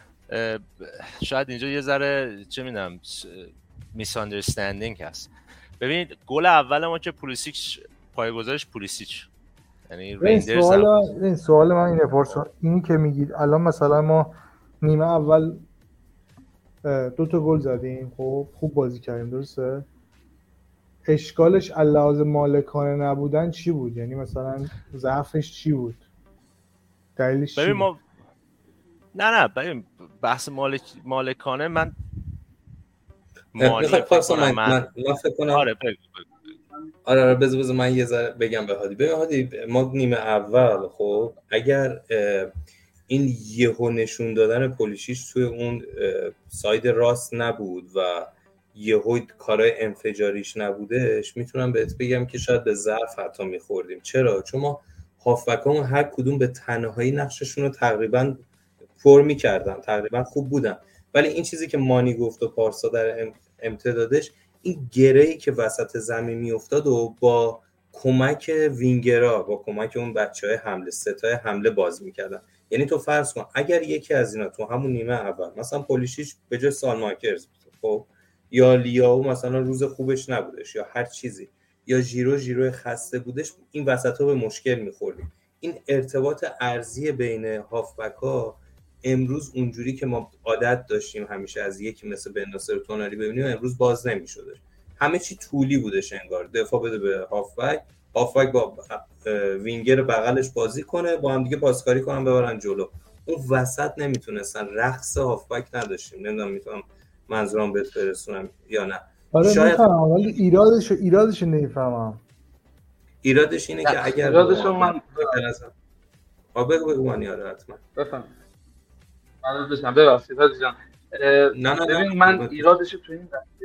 شاید اینجا یه ذره چه میدونم میس آندرستندینگ هست. ببین گل اول ما که پولیسیچ پایه‌گذارش پولیسیچ، یعنی ریندرز این سوال من اینه این که میگید الان مثلا ما نیمه اول 2 تا گل زدیم، خب خوب بازی کردیم، درسته؟ اشکالش علاوه مالکانه نبودن چی بود؟ یعنی مثلا ضعفش چی بود؟ دلیلش چی بود؟ ما ببین بحث مالکانه من فکر کنم آره بذار من یه ذره بگم به هادی. ببین هادی، ما نیمه اول خب اگر این یهو نشون دادن پولیشیش توی اون ساید راست نبود و یهو کارهای انفجاریش نبودش، میتونم بهت بگم که شاید به ضعف حتی میخوردیم. چرا؟ چون ما هافبکامون هر کدوم به تنهایی نقششون رو تقریبا پر میکردن، تقریبا خوب بودن، ولی این چیزی که مانی گفت و پارسا در امتدادش، این گره‌ای که وسط زمین میافتاد و با کمک وینگرها، با کمک اون بچهای حمله، ستای حمله باز میکردن. یعنی تو فرض کن اگر یکی از اینا تو همون نیمه اول مثلا پولیشیچ به جای سالماکرز خب یا لیاو مثلا روز خوبش نبودش یا هر چیزی، یا ژیرو خسته بودش، این وسطا به مشکل میخوردیم. این ارتباط ارضی بین هافبک‌ها امروز اونجوری که ما عادت داشتیم همیشه از یکی مثل بناصر تونالی ببینیم، امروز باز نمی‌شدش. همه چی طولی بودش انگار، دفاع بده به هافبک با وینگر بغلش بازی کنه، با هم دیگه پاسکاری کنن ببرن جلو. اون وسط نمیتونستن، رقص هافبک نداشتیم. نمیدونم میتونم منظورم بهت برسونم یا نه. آره میفهمم، ولی ایرادش نمیفهمم. ایرادش اینه که اگر ایرادشو من بگو مانیاره حتما بفهم. ببخشید حاجی جان. ببین من ایرادشو تو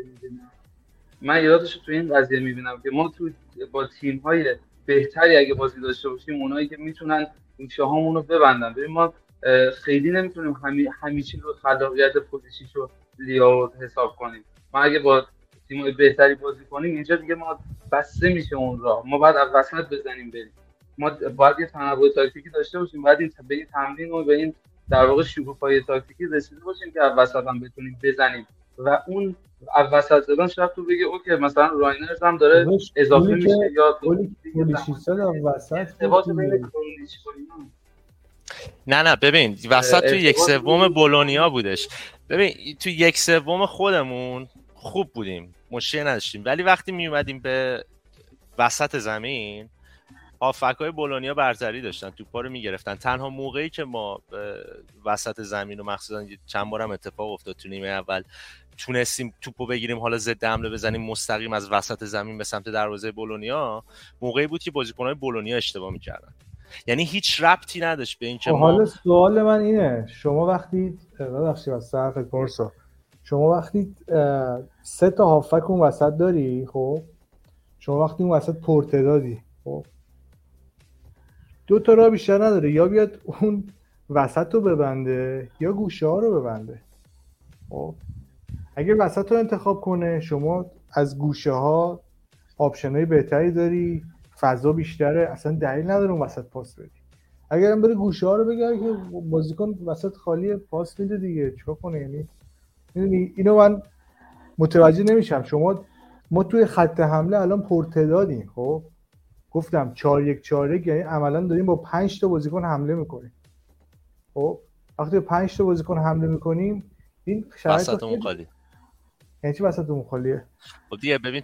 این قضیه میبینم که ما تو با تیم‌های بهتری اگه بازی داشته باشیم، اونایی که میتونن گوشه هامون رو ببندن. ببین ما خیلی نمیتونیم همیشه رو خلاقیت پوزیشن رو لیاو حساب کنیم. ما اگه با تیم‌های بهتری بازی کنیم اینجا دیگه ما بسته میشه اون راه، ما باید از وسط بزنیم بریم. ما باید یه تنوع تاکتیکی داشته باشیم، باید این به این تمرین و به این در واقع شکوفایی تاکتیکی رسیده باشیم که از وسط هم بتونیم بزنیم و اون از وسط زدن شاید تو بگی اوکی مثلا راینرز هم داره اضافه میشه یا پولیشیچ از وسط ارتباط بین کرونیچ و اینا. نه ببین وسط تو یک سوم بولونیا بودش. ببین تو یک سوم خودمون خوب بودیم، مشکلی نداشتیم، ولی وقتی می اومدیم به وسط زمین هافک‌های بولونیا برتری داشتن، توپا رو میگرفتن. تنها موقعی که ما وسط زمین و مخصوصا چند بارم اتفاق افتاد تو نیمه اول تونستیم توپو بگیریم حالا ضد حمله بزنیم مستقیم از وسط زمین به سمت دروازه بولونیا، موقعی بود که بازیکن‌های بولونیا اشتباه می‌کردن. یعنی هیچ ربطی نداشت به اینکه حالا سوال من اینه، شما وقتی ببخشید از طرف کورسا، شما وقتی 3 تا هافک اون وسط داری، خب شما وقتی اون وسط پرتدادی، خب 2 تا راه بیشتر نداره، یا بیاد اون وسط رو ببنده یا گوشه ها رو ببنده. خب اگه وسط رو انتخاب کنه شما از گوشه ها آپشن‌های بهتری داری، فضا بیشتره، اصلا دلیل نداره اون وسط پاس بدی. اگرم بره گوشه ها رو بگه که بازیکن وسط خالی پاس میده دیگه، چیکار کنه؟ یعنی میدونی اینو من متوجه نمیشم. ما توی خط حمله الان پرتدادیم، خب گفتم 4-1-4-1 یعنی عملا داریم با 5 تا بازیکن حمله میکنیم. خب وقتی 5 تا بازیکن حمله میکنیم این شرایط وسطمون خالی. یعنی چی وسطمون خالیه؟ خب دیگه ببین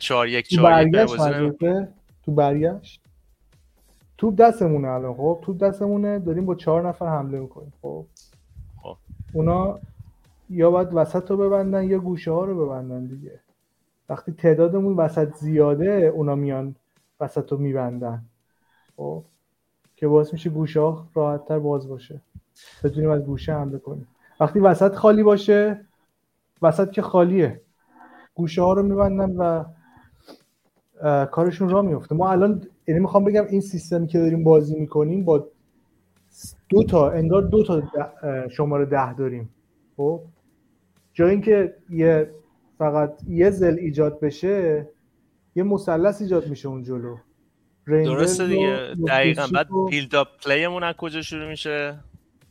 4-1-4-1 تو برگشت توپ دستمونه الان، خب توپ دستمونه داریم با 4 نفر حمله میکنیم. خب اونا یا باید وسط رو ببندن یا گوشه ها رو ببندن دیگه. وقتی تعدادمون وسط زیاده اونا میان وسط رو میبندن، خب که باعث میشه گوشه ها راحت تر باز باشه، بتونیم از گوشه حمله کنیم. وقتی وسط خالی باشه، وسط که خالیه، گوشه ها رو میبندن و کارشون راه میفته. ما الان یعنی میخوام بگم این سیستمی که داریم بازی میکنیم با 2 تا انگار 2 تا شماره 10 داریم. خب جای اینکه فقط یه زل ایجاد بشه یه مثلث ایجاد میشه اون جلو. درسته دیگه، دقیقاً. بعد بیلد اپ پلیمون از کجا شروع میشه؟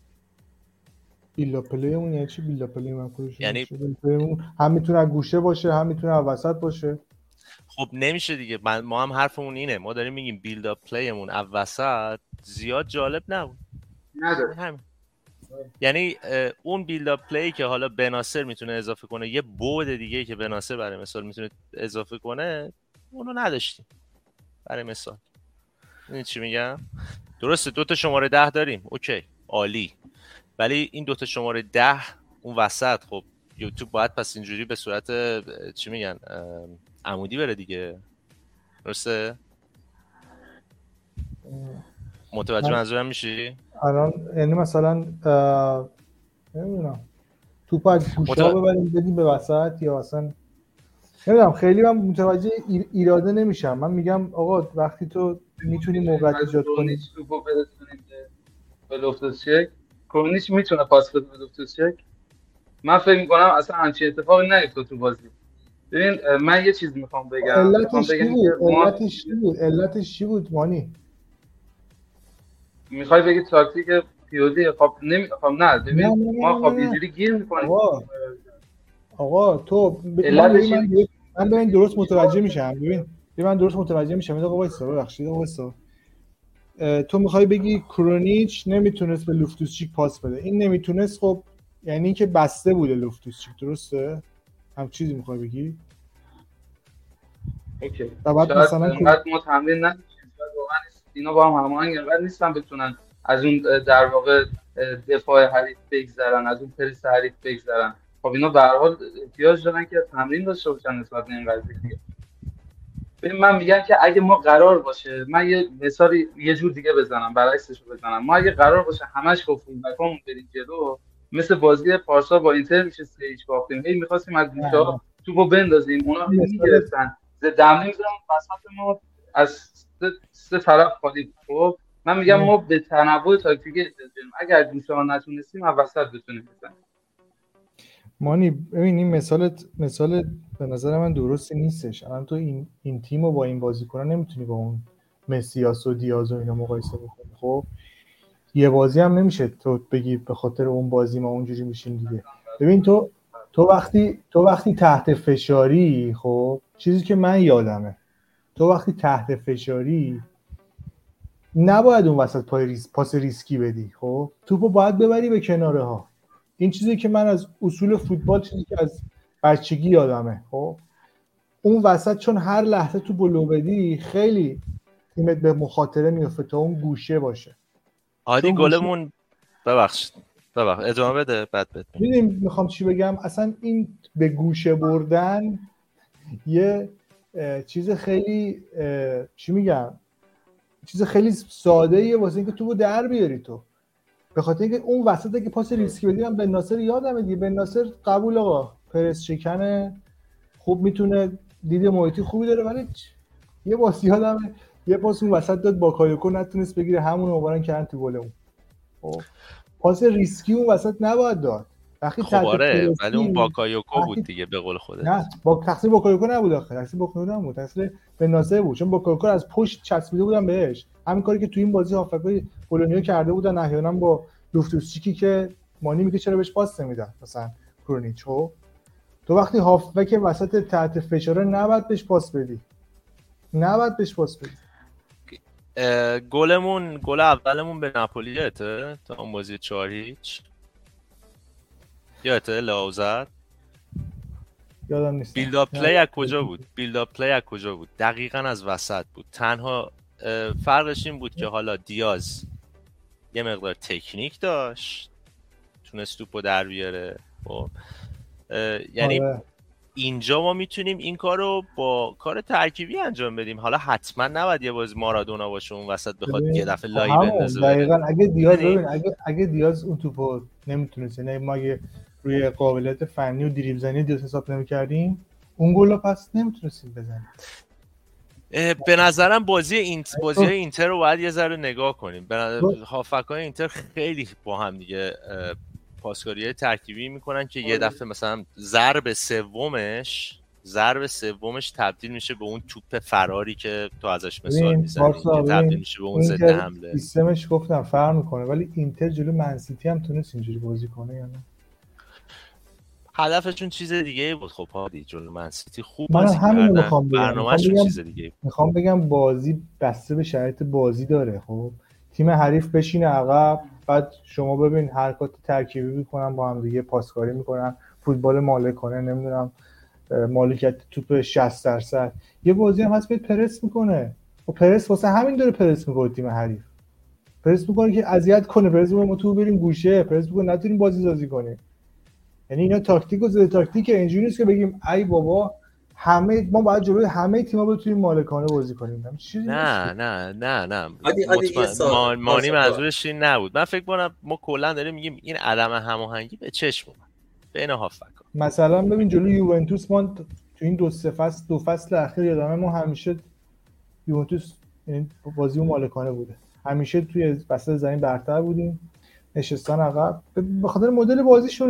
بیلد اپ پلیمون یعنی چی؟ بیلد اپ پلیمون از کجا شروع میشه؟ هم میتونه از گوشه باشه، هم میتونه از وسط باشه. خب نمیشه دیگه. ما هم حرفمون اینه، ما داریم میگیم بیلد اپ پلیمون از وسط زیاد جالب نبود. همین. یعنی اون بیلد اپ پلی که حالا بناصر میتونه اضافه کنه، یه بعد دیگه که بناصر برای مثال میتونه اضافه کنه، اونو نداشتیم برای مثال. این چی میگم؟ درسته 2 تا شماره 10 داریم، اوکی عالی، ولی این 2 تا شماره 10 اون وسط، خب یوتیوب باید پس اینجوری به صورت چی میگن عمودی بره دیگه. درسته؟ متوجه منظورم میشی؟ الان یعنی مثلا نمیدونم توپ از گوشه ببریم بدیم به وسط یا اصلا نمیدونم، خیلی من متوجه ایراده نمیشم. من میگم آقا وقتی تو میتونی موقعیت ایجاد کنی توپو برسونیم به لوفتوس-چک، کرونیچ میتونه پاس بده به لوفتوس-چک. من فکر میکنم اصلا همچین اتفاقی نیفتاد تو بازی. ببین من یه چیز میخوام بگم. علتش چی بود مانی؟ میخوای بگی تاکتیک پیولی؟ خب نمیخوام. نه ببین ما خب اینجوری گیر میکنیم. آقا تو من ببین درست متوجه میشم. ببین من درست متوجه میشم. آقا وایسا، ببخشید وایسا. تو میخوای بگی کرونیچ نمیتونست به لوفتوس-چیک پاس بده. این نمیتونست، خب یعنی که بسته بوده لوفتوس-چیک، درسته؟ هم چیزی میخوای بگی؟ اوکی. بعد مثلا ما تمرین نمی‌کنیم، واقعا اینا با هم هماهنگ نیستن بتونن از اون در واقع دفاع حریف بگذرن، از اون پرس حریف بگذرن. خب اینا به هر حال احتیاج دارن که تمرین داشته باشن نسبت به این قضیه دیگه. ببین من میگم که اگه ما قرار باشه، من یه مثالی یه جور دیگه بزنم، برعکسش رو بزنم، ما اگه قرار باشه همش با فول بکامون بریم جلو، مثل بازی پارسا با اینتر میشه 3-0 باختیم، هی می‌خواستیم از گوشه‌ها توپو بندازیم، اونا میگرفتن ضد حمله می‌زدن وسط ما از 3 طرف خالی. خب من میگم ما به تنوع تاکتیکی احتیاج داریم. اگر گوشه‌ها نتونستیم از وسط بتونیم بزنیم. مانی ببین این مثال به نظر من درستی نیستش. الان تو این تیمو با این بازیکن‌ها نمیتونی با اون مسیاس و دیاز و اینا مقایسه بکنی. خب یه بازی هم نمیشه تو بگی به خاطر اون بازی ما اونجوری میشیم دیگه. ببین تو وقتی تحت فشاری، خب چیزی که من یادمه، تو وقتی تحت فشاری نباید اون وسط پاس ریسکی بدی. خب توپو باید ببری به کناره ها. این چیزی که من از اصول فوتبال، چیزی که از بچگی یادمه. خب اون وسط چون هر لحظه تو بلو بدی خیلی تیمت به مخاطره میفته تا اون گوشه باشه. عادی گلمون ببخشید ادامه بده بعد بده. میدونیم میخوام چی بگم، اصلا این به گوشه بردن یه چیز خیلی چی میگم، چیز خیلی ساده یه واسه اینکه تو در بیاری. تو به خاطر اینکه اون وسط که پاس ریسکی بدی، من بن ناصر یادمه دیگه، بن ناصر قبول آقا پرس شکنه خوب، میتونه دید محیطی خوبی داره، ولی یه پاس یادمه یه پاس اون وسط داد باکایوکو نتونست بگیره، همون رو مبارن کردن تو گلمون. خب پاس ریسکی اون وسط نباید داد. وقتی خب آره، ولی اون باکایوکو بود دیگه به قول خودت. نه تقصیر باکایوکو نبود، آخه تقصیر باکایوکو نبود، تقصیر بن ناصر بود، چون باکایوکو از پشت چسبیده بودن بهش. همین کاری که تو این بازی هافبکای بولونیا کرده بودن احیانا با لوفتوسچیکی که مانی میگه چرا بهش پاس نمیدن مثلا کرونیچ. تو وقتی هافبک وسط تحت فشار نباید بهش پاس بدی، گل اولمون به ناپولی تا اون بازی 4-0 یادته لاوزد یادم نیست. بیلد اپ پلی از کجا بود؟ دقیقاً از وسط بود. تنها فرقش این بود که حالا دیاز یه مقدار تکنیک داشت، تونست توپو در بیاره. یعنی اینجا ما میتونیم این کارو با کار ترکیبی انجام بدیم. حالا حتما نباید یه بازی مارادونا باشه اون وسط بخواد یه دفعه لای بندازه. دقیقاً اگه دیاز اون توپو نمیتونست، یعنی ما اگه روی قابلیت فنی و دریبل زنی دیاز حساب نمی‌کردیم اون گل رو پس نمیتونستیم بزنیم. به نظرم بازی اینتر رو باید یه ذره نگاه کنیم. هافکای اینتر خیلی با هم دیگه پاسکاری‌های ترکیبی میکنن که یه دفعه مثلا ضرب سومش تبدیل میشه به اون توپ فراری که تو ازش مثال میزنی که تبدیل میشه به اون ضد حمله. سیستمش گفتم فرق میکنه، ولی اینتر جلو منسیتی هم تونست اینجوری بازی کنه یا نه؟ هدفشون چیز دیگه بود. خب هادی جلو منسیتی خوب بازی کردن، برنامه‌شون چیز دیگه. میخوام بگم بازی بسته به شرایط بازی داره. خب تیم حریف بشینه عقب، بعد شما ببین حرکات ترکیبی میکنن با هم دیگه، پاسکاری میکنن، فوتبال مالکانه، نمیدونم مالکیت توپ 60%. یه بازی هم هست پرس میکنه و پرس واسه همین داره پرس میکنه. تیم حریف پرس میکنه که اذیت کنه، پرس میکنه ما تو بریم گوشه، پرس میکنه نتونیم بازی سازی کنیم. یعنی اینا تاکتیک و ضد تاکتیک، اینجوری نیست که بگیم ای بابا ما باید جلوی همه تیم‌ها بتونیم مالکانه بازی کنیم. نه مانی منظورش این نبود. من فکر کنم ما کلا داریم میگیم این عدم هماهنگی به چشم اومد بین هافبک‌ها. مثلا ببین جلوی یوونتوس ما تو این دو فصل اخیر یادمه ما همیشه یوونتوس این بازی مالکانه بوده، همیشه توی وسط زمین برتر بودیم، نشستن عقب به خاطر مدل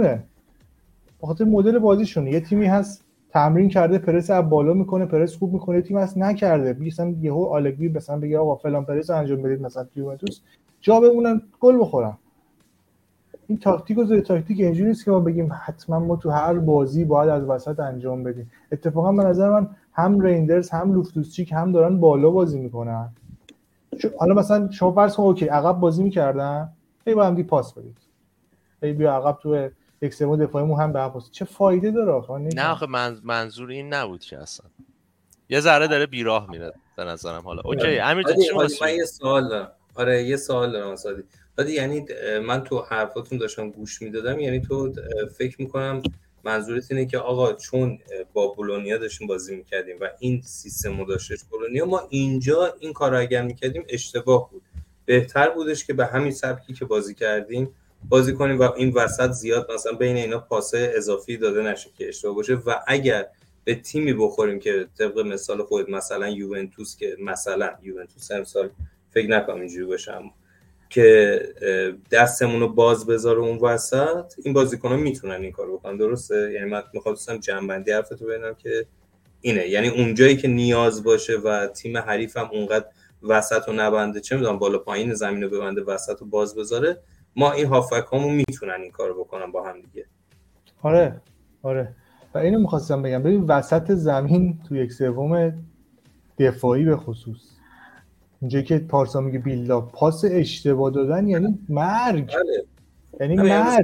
بازیشونه. یه تیمی هست تمرین کرده پرس از بالا میکنه، پرس خوب میکنه، یه تیم هست نکرده، مثلا یهو آلگری مثلا بگه آقا فلان پرس انجام بدید مثلا تو یوونتوس جا بمونن گل بخورن. این تاکتیک و ضد تاکتیک اینجوری نیست که ما بگیم حتما ما تو هر بازی باید از وسط انجام بدیم. اتفاقا به نظر من هم ریندرز هم لوفتوسچیک هم دارن بالا بازی میکنن. حالا مثلا شما فرض کن اوکی عقب بازی میکردن، هی با هم دی پاس بدید، هی بیا عقب تو یک سوم دفاعیمون هم به هم پاس، چه فایده داره آخه؟ نه آخه منظور این نبود که اصلا یه ذره داره بیراه میره به نظرم. حالا اوکی امیر جان چی واسه من یه سوال دارم. یه سوال دارم اسادی. یعنی من تو حرفاتون داشتم گوش میدادم، یعنی تو فکر میکنم منظورت اینه که آقا چون با بولونیا داشتیم بازی میکردیم و این سیستمو داشتش بولونیا، ما اینجا این کارو اگر میکردیم اشتباه بود، بهتر بودش که به همین سبکی که بازی کردیم بازی کنیم و این وسط زیاد مثلا بین اینا پاسای اضافی داده نشه که اشتباه باشه. و اگر به تیمی بخوریم که طبق مثال خود مثلا یوونتوس، که مثلا یوونتوس امسال فکر نکنم اینجوری باشه، اما که دستمون رو باز بذاره اون وسط، این بازیکن‌ها میتونن این کارو بکنن. درسته؟ یعنی من می‌خواستم جنبندی حرفتو ببینم که اینه، یعنی اونجایی که نیاز باشه و تیم حریف هم اونقدر وسط و نبنده، چه میدونم بالا پایین زمین رو ببنده وسط و باز بذاره، ما این هافک هامون میتونن این کارو بکنن با هم دیگه. آره و اینو می‌خواستم بگم، ببین وسط زمین تو یک سوم دفاعی به خصوص اونجایی که پارسا میگه بیلداپ، پاس اشتباه دادن یعنی مرگ. یعنی مرگ.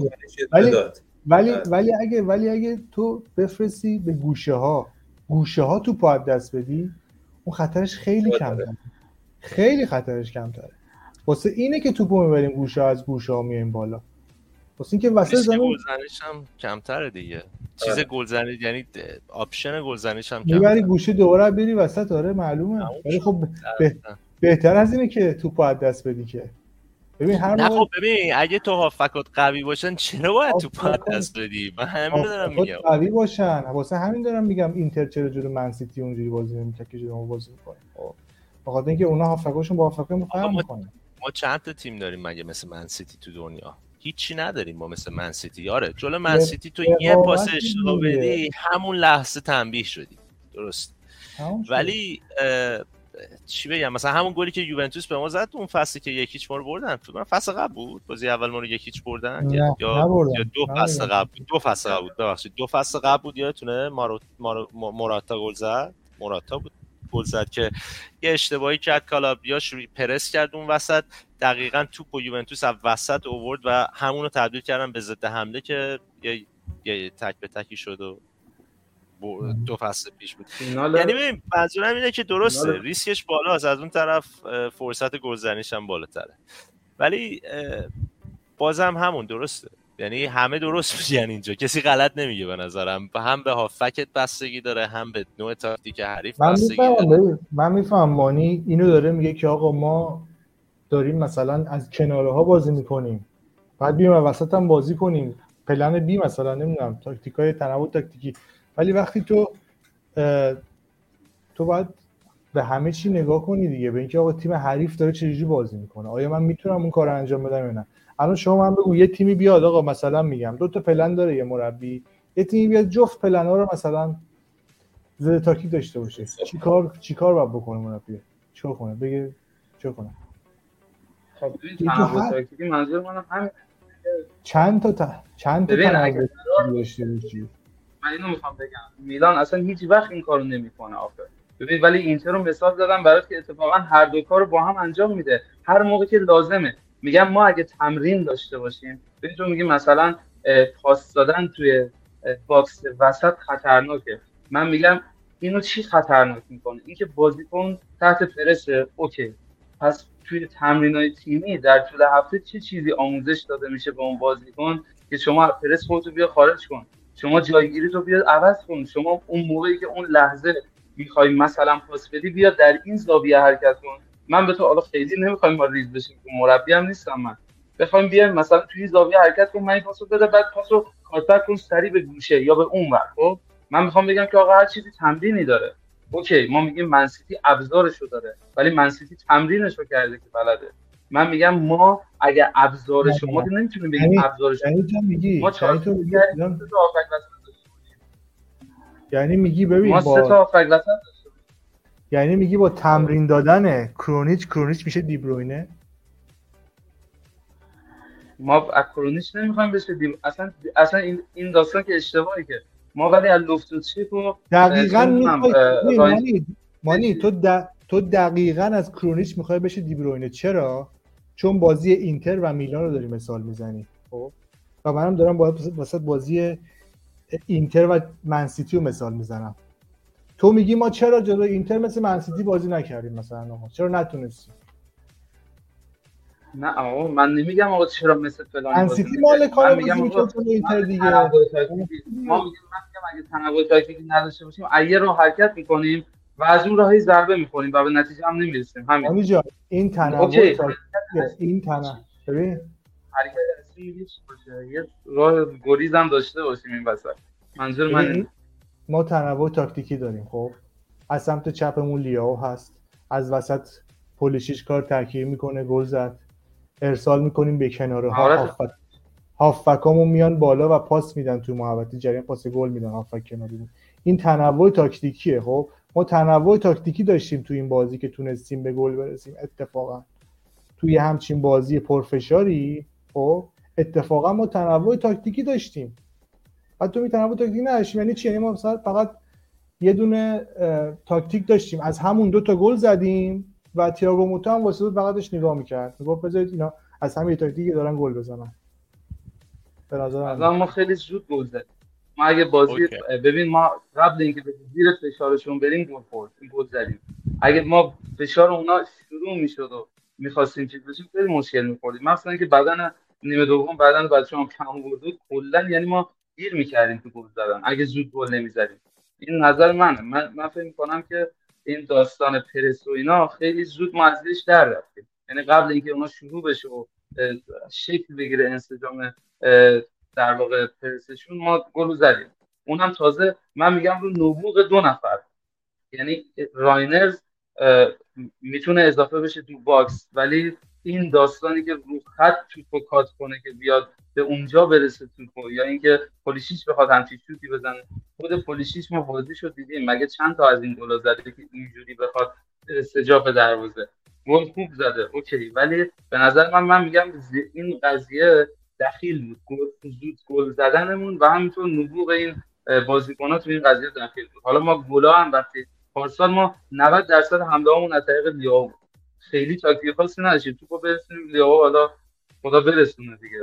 ولی اگه تو بفرستی به گوشه ها تو پا دست بدی، اون خطرش خیلی کمتره. خیلی خطرش کمتره. واسه اینه که توپو میبریم گوشه ها، از گوشه ها میایم بالا. واسه اینکه وسط زمین گلزنیش هم کمتره دیگه. چیز گلزنی یعنی آپشن گلزنیش هم کمتره. میبری گوشه دوباره بری وسط. آره معلومه. ولی خب بهتر از اینه که توپو از دست بدی که. ببین خب ببین اگه تو هافکات قوی باشن چرا باید توپو از دست بدی؟ من همین دارم میگم. قوی باشن. واسه همین دارم میگم اینتر چرا جلوی منسیتی اونجوری بازی نمی‌کنه که جلوی ما بازی می‌کنه. خب بخاطر اینکه اونا هافکاشون با هافکای فرق می‌کنه. ما چند تا تیم داریم مگه مثل منسیتی تو دنیا؟ هیچی نداریم ما مثل منسیتی. آره جلوی منسیتی تو یه پاس اشتباه بدی همون لحظه تنبیه شدی. درست. ولی چی بگم، مثلا همون گلی که یوونتوس به ما زد اون فصلی که 1-0 ما رو بردن، فکر فصل قبل بود بازی اول ما رو 1-0 بردن یا دو فصل قبل بود. ببخشید دو فصل قبل بود. یادتونه موراتا گل زد. موراتا بود گل زد که یه اشتباهی کرد کالابریا، شروع پرس کرد اون وسط، دقیقاً توپ و یوونتوس از وسط آورد و همون رو تبدیل کردن به ضد حمله که یه تک به تکی شد و دو فصل پیش بود. یعنی ببین منظورم اینه که درسته ریسکش بالاست، از اون طرف فرصت گلزنیش هم بالاتره، ولی بازم همون درسته. یعنی همه درست میگن اینجا، کسی غلط نمیگه به نظرم. هم به هافکت بستگی داره، هم به نوع تاکتیک حریف بستگی داره. من میفهمم مانی اینو داره میگه که آقا ما داریم مثلا از کنارها بازی میکنیم، بعد بیایم وسط هم بازی کنیم، پلن بی مثلا نمیدونم تاکتیکای تنوع تاکتیکی. ولی وقتی تو باید به همه چی نگاه کنی دیگه، به اینکه آقا تیم حریف داره چجوری بازی میکنه، آیا من میتونم اون کارو انجام بدم یا نه. الان شما من بگو یه تیمی بیاد آقا مثلا میگم 2 تا پلن داره یه مربی، یه تیمی بیاد جفت پلن‌ها رو مثلا ضد تاکتیک داشته باشه، چیکار باید بکنه مربی؟ چیکار کنه؟ بگه چیکار کنه؟ خب این تنوع تاکتیکی منظور منم همین چند تا تنوع داشته باشی. من اینو میخوام بگم میلان اصلا هیچ وقت این کارو نمیکنه آخه. ببین ولی اینتر رو مثال زدم برات که اتفاقا هر دو کارو با هم انجام میده هر موقع که لازمه. میگم ما اگه تمرین داشته باشیم، ببین تو میگی مثلا پاس دادن توی باکس وسط خطرناکه، من میگم اینو چی خطرناک میکنه؟ اینکه بازیکن تحت پرس. اوکی پس توی تمرینای تیمی در طول هفته چه چیزی آموزش داده میشه به اون بازیکن که شما پرس خودتو بیا خارج کن، شما جایگیری رو بیاد عوض کن، شما اون موقعی که اون لحظه میخوای مثلا پاس بدی بیا در این زاویه حرکت کن. من به تو حالا خیلی نمیخوایم ما ریز بشیم، مربی هم نیستم من، بخوایم بیایم مثلا توی زاویه حرکت کن، من این پاسو بده بعد پاسو کاتبک کن سری به گوشه یا به اون ور. خب من میخوام بگم که آقا هر چیزی تمرینی داره. اوکی ما میگیم منسیتی ابزارشو داره ولی منسیتی تمرینشو کرده که بلده. من میگم ما اگه ابزار شما که نمیتونیم بگیم ابزارش ما یعنی میگی ببین ما 3 تا هافک وسط داشتیم، یعنی میگی با تمرین دادن کرونیچ میشه دیبروینه. ما از کرونیچ نمیخوایم بشه اصلا این داستان که اشتباهی که ما ولی از لوفتوچیک و دقیقاً مانی تو دقیقاً از کرونیچ میخوای بشه دیبروینه. چرا؟ چون بازی اینتر و میلان رو داری مثال میزنی. خب و منم دارم واسه بازی اینتر و منسیتی رو مثال میزنم. تو میگی ما چرا جلوی اینتر مثل منسیتی بازی نکردیم مثلا، چرا نتونستیم؟ نه آقا من نمیگم آقا چرا مثل فلان منسیتی مال کار بازی میکنه جلوی اینتر دیگه. ما میگم اگه تنوع تاکتیکی نداشته باشیم اگه راه حرکت میکنیم و از اون راهی ضربه میخوریم و به نتیجه هم نمیرسیم. همین این تنوع این تنوع ببین حرکت اصلی باشه، یه راه گریز هم داشته باشیم این وسط. منظور من ما تنوع تاکتیکی داریم. خب از سمت چپمون لیاو هست، از وسط پولیشیچ کار ترکیبی میکنه گل زد، ارسال میکنیم به کنارها، هافبکامون میان بالا و پاس میدن تو محوطه جریان، پاس گل میدن هافبک کناری. این تنوع تاکتیکیه. خب ما تنوع تاکتیکی داشتیم تو این بازی که تونستیم به گل برسیم. اتفاقا توی همچین بازی پرفشاری خب اتفاقا ما تنوع تاکتیکی داشتیم. بعد تو تنوع تاکتیکی نداشتیم یعنی چی؟ یعنی ما مثلا فقط یه دونه تاکتیک داشتیم، از همون 2 تا گل زدیم و تییاگو موتا هم واسه فقطش نگاه می‌کرد، میگفت بذارید اینا از همین تاکتیکی دارن گل بزنن. به نظر ما خیلی زود گل زدیم. ما اگه بازی ببین ما قبل اینکه به زیر فشارشون بریم گل زدیم. اگه ما فشار اونا شروع میشد و می‌خواستیم چیز بشیم خیلی مشکل می‌خوردیم، مثلا اینکه بدن نیمه دوم بدن بچه‌ها کم بود کلا، یعنی ما گیر می‌کردیم تو گل زدن اگه زود گل نمی‌زدیم. این نظر منه. من فکر می‌کنم که این داستان پرس و اینا خیلی زود ما ازش در رفتیم، یعنی قبل اینکه اونا شروع بشه و شکل بگیره انسجام در واقع پرسشون ما گل زدیم. اونم تازه من میگم رو نبوغ 2 نفر، یعنی راینرز میتونه اضافه بشه تو باکس، ولی این داستانی که رو خط توپو کات کنه که بیاد به اونجا برسه توپو، یا اینکه پولیشیچ بخواد همچین شوتی بزنه، خود پولیشیچ ما بازیشو دیدیم مگه چند تا از این گلا زده که اینجوری بخواد استجاب دروازه. گل خوب زده اوکی، ولی به نظر من میگم این قضیه دخیل بود، زود گل زدنمون و همینطور نبوغ این بازیکن‌ها تو این قضیه دخیل بود. حالا ما گلا هم وقتی پارسال ما 90% حمله‌هامون از طریق لیاو بود، خیلی تاکتیک خاصی نداشتیم، توپو برسونیم لیاو، حالا خدا برسونه دیگه.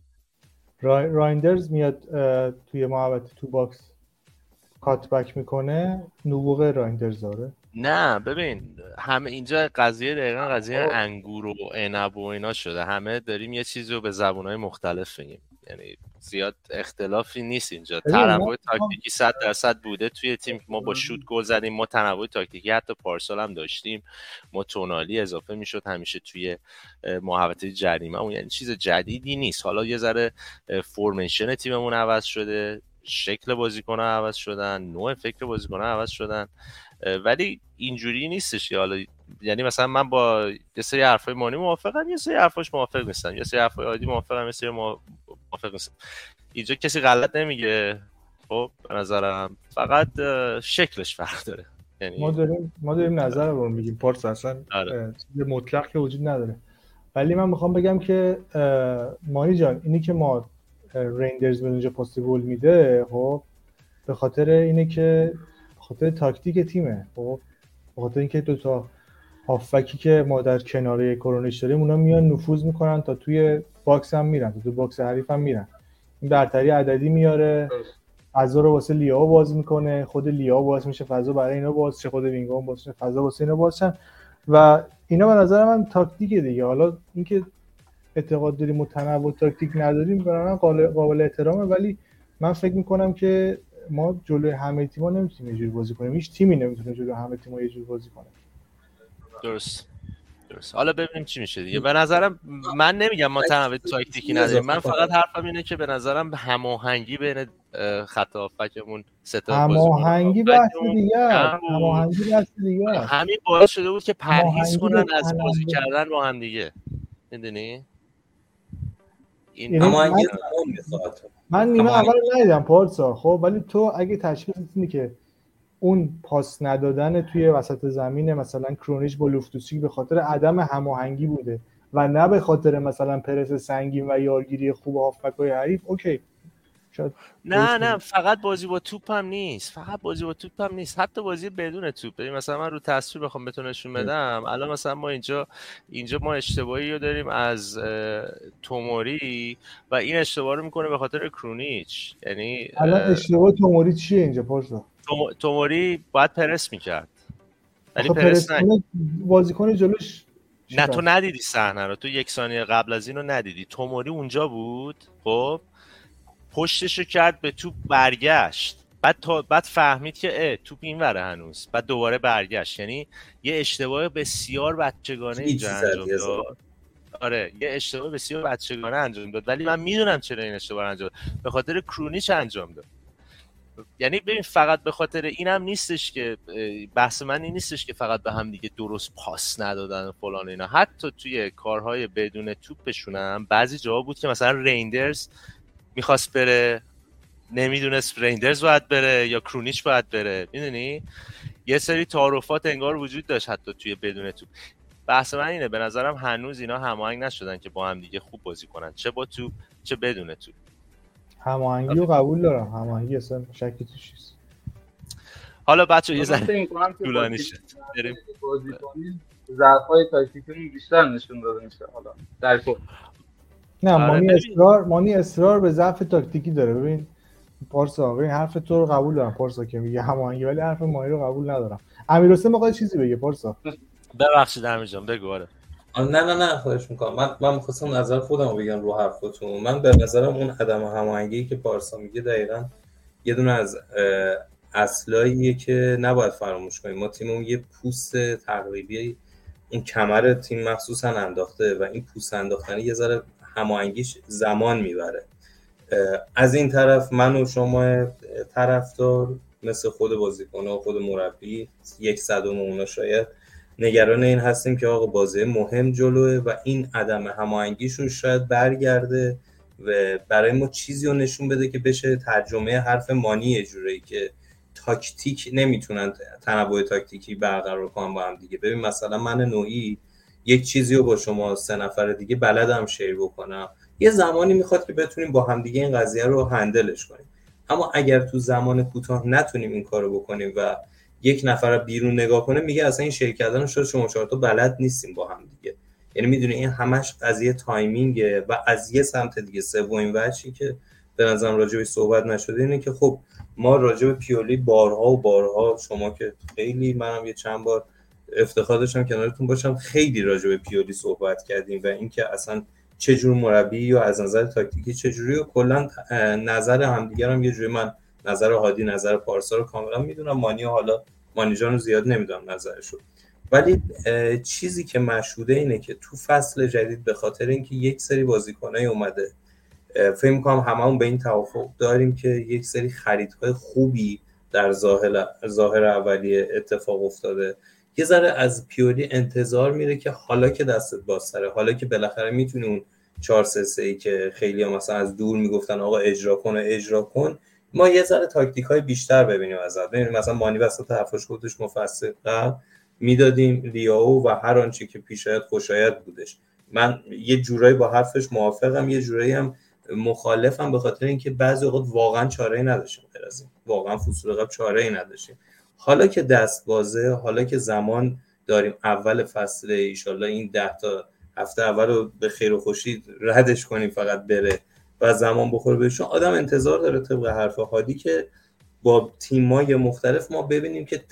رایندرز میاد توی محوطه تو باکس کات بک میکنه، نبوغ رایندرز داره. نه ببین همه اینجا قضیه دقیقا قضیه انگور و عنب و اینا شده، همه داریم یه چیزی رو به زبونهای مختلف بگیم، یعنی زیاد اختلافی نیست اینجا. تنوع تاکتیکی 100% بوده توی تیم، ما با شوت گل زدیم، ما تنوع تاکتیکی حتی پارسال هم داشتیم، ما تونالی اضافه میشد همیشه توی محوطه جریمه، اون یعنی چیز جدیدی نیست. حالا یه ذره فرمیشن تیممون عوض شده، شکل بازیکن‌ها عوض شدن، نوع فکر بازیکن‌ها عوض شدن، ولی اینجوری نیستش. حالا یعنی مثلا من با یه سری حرفای مانی موافقم، یه سری حرفاش موافق نیستم، یه سری حرفای عادی موافقم، یه سری موافق نیستم. اینجا کسی غلط نمیگه، خب به نظرم فقط شکلش فرق داره. یعنی ما داریم نظرمون میگیم، پارس اصلا چیز مطلق که وجود نداره. ولی من میخوام بگم که مانی جان اینی که ما رینجرز به اونجا پاس گل میده، خب به خاطر اینه که خاطر تاکتیک تیمه، خب به خاطر اینکه 2 تا هافکی که ما در کناره کرونیش داریم اونا میان نفوذ میکنن تا توی باکس هم میرن، تو باکس حریف هم میرن، این برتری عددی میاره، فضا رو واسه لیاو باز میکنه، خود لیاو باز میشه فضا برای اینا باز شه، خود وینگا باز میشه فضا واسه اینا باز شن و اینا به نظر من تاکتیکه دیگه. حالا اینکه اعتقاد داریم و تنوع تاکتیک نداریم برای من قابل احترامه، ولی من فکر میکنم که ما جلوی همه تیم‌ها نمیتونیم یه جوری بازی کنیم، هیچ تیمی نمیتونه جلوی همه تیم‌ها یه جوری بازی کنه. درست. حالا ببینیم چی میشه دیگه. به نظرم من نمیگم ما تنوع تاکتیکی نداریم، من فقط حرفم اینه که به نظرم هماهنگی بین خط هافکمون سه تا هماهنگی بحث دیگه همین باعث شده بود که پرهیز کنن از بازی کردن با هم دیگه، میدونی؟ این هماهنگی تمام میخواد. من نیمه اول ندیدم پارسا، خب ولی تو اگه تشخیص بدی که اون پاس ندادن توی وسط زمین مثلا کرونیچ با لوفتوسچیک به خاطر عدم هماهنگی بوده و نه به خاطر مثلا پرس سنگین و یارگیری خوب هافبک‌های حریف، اوکی نه فقط بازی با توپ هم نیست، حتی بازی بدون توپ. مثلا من رو تصویر بخوام بهتون نشون بدم، الان مثلا ما اینجا ما اشتباهی رو داریم از توموری و این اشتباه رو میکنه به خاطر کرونیچ. یعنی الان اشتباه توموری چیه اینجا پارسا؟ توموری باید پرس میکرد ولی پرس نه، بازیکن جلوش نه تو ندیدی صحنه رو، تو 1 ثانیه قبل از اینو ندیدی، توموری اونجا بود، خب پشتشو کرد به توپ برگشت، بعد فهمید که توپ این وره هنوز، بعد دوباره برگشت. یعنی یه اشتباه بسیار بچگانه اینجا انجام داد. آره یه اشتباه بسیار بچگانه انجام داد، ولی من میدونم چرا این اشتباه انجام داد، به خاطر کرونیچ انجام داد. یعنی ببین فقط به خاطر اینم نیستش که بحث من این نیستش که فقط به هم دیگه درست پاس ندادن فلان اینا، حتی توی کارهای بدون توپشون هم بعضی جاها بود که مثلا ریندرز میخواست بره، نمیدونست ریندرز باید بره یا کرونیچ باید بره، میدونی؟ یه سری تعارفات انگار وجود داشت حتی توی بدون توپ. بحث من اینه به نظرم هنوز اینا هماهنگ نشدن که با هم دیگه خوب بازی کنن، چه با توپ چه بدون توپ. هماهنگی رو قبول دارم، هماهنگی اصلا شکی توش نیست. حالا بچه‌ها یه ذره طولانی شد، بریم بازیکنی ضعف‌های تاکتیکی بیشتر نشون داده میشه. حالا در کل نه مانی اصرار به ضعف تاکتیکی داره. ببین پارسا، ببین حرف تو رو قبول دارم پارسا که میگه هماهنگی، ولی حرف مانی رو قبول ندارم. امیرحسین میخواد چیزی بگه پارسا. ببخشید امیر جان بگو. آره نه خواهش میکنم. من می‌خواستم نظر خودم رو بگم رو حرفتون. من به نظرم اون عدم هماهنگی که پارسا میگه دقیقاً یه دونه از اصلاییه که نباید فراموش کنیم. ما تیممون یه پوست تقریبی اون کمر تیم مخصوصا انداخته و این پوست انداختن یه ذره هماهنگیش زمان میبره. از این طرف من و شما طرفدار مثل خود بازیکن و خود مربی 1/100 اونا شاید نگران این هستیم که آقا بازی مهم جلوه و این عدم هماهنگیشون شاید برگرده و برای ما چیزی رو نشون بده که بشه ترجمه حرف مانی یه جوری که تاکتیک نمیتونن تنوع تاکتیکی برقرار کنن با هم دیگه. ببین مثلا من نوعی یک چیزی رو با شما 3 نفر دیگه بلدم شیر بکنم، یه زمانی میخواد که بتونیم با هم دیگه این قضیه رو هندلش کنیم. اما اگر تو زمان کوتاه نتونیم این کارو بکنیم و یک نفر بیرون نگاه کنه میگه اصلا این شیر کردن شد شما 4 تا بلد نیستیم با هم دیگه. یعنی میدونی این همش قضیه تایمینگه. و از یه سمت دیگه سومین وجهی که به نظرم راجع به صحبت نشده اینه که خب ما راجع به پیولی بارها شما که خیلی، منم یه چند بار افتخار داشتم کنارتون باشم، خیلی راجع به پیولی صحبت کردیم و اینکه اصلا چه جور مربی یا از نظر تاکتیکی چه جوری و کلا نظر همدیگه هم یه جوری، من نظر هادی نظر پارسا رو کاملا میدونم، مانی جان رو زیاد نمیدونم نظرشو. ولی چیزی که مشهوده اینه که تو فصل جدید به خاطر اینکه یک سری بازیکنای اومده، فکر می‌کنم هممون به این توافق داریم که یک سری خریدهای خوبی در ظاهر اولیه اتفاق افتاده، یه ذره از پیولی انتظار میره که حالا که دستت بازتره، حالا که بالاخره میتونی اون 4-3-3 که خیلی‌ها مثلا از دور میگفتن آقا اجرا کن، ما یه ذره تاکتیک‌های بیشتر ببینیم ازت. ببینیم مثلا مانی وسط حرفش خودش مفصل میدادیم لیاو و هر آنچه که پیشایت خوشایت بودش. من یه جورایی با حرفش موافقم، یه جورایی هم مخالفم، به خاطر اینکه بعضی اوقات واقعا چاره‌ای نداشتیم غیر از این، واقعا فصول قبل چاره‌ای نداشتیم. حالا که دست بازه، حالا که زمان داریم، اول فصل ان شاءالله این 10 تا هفته اول رو به خیر و خوشی ردش کنیم فقط بره و زمان بخوره بهشون، آدم انتظار داره طبق حرف هادی که با تیم‌های مختلف ما ببینیم که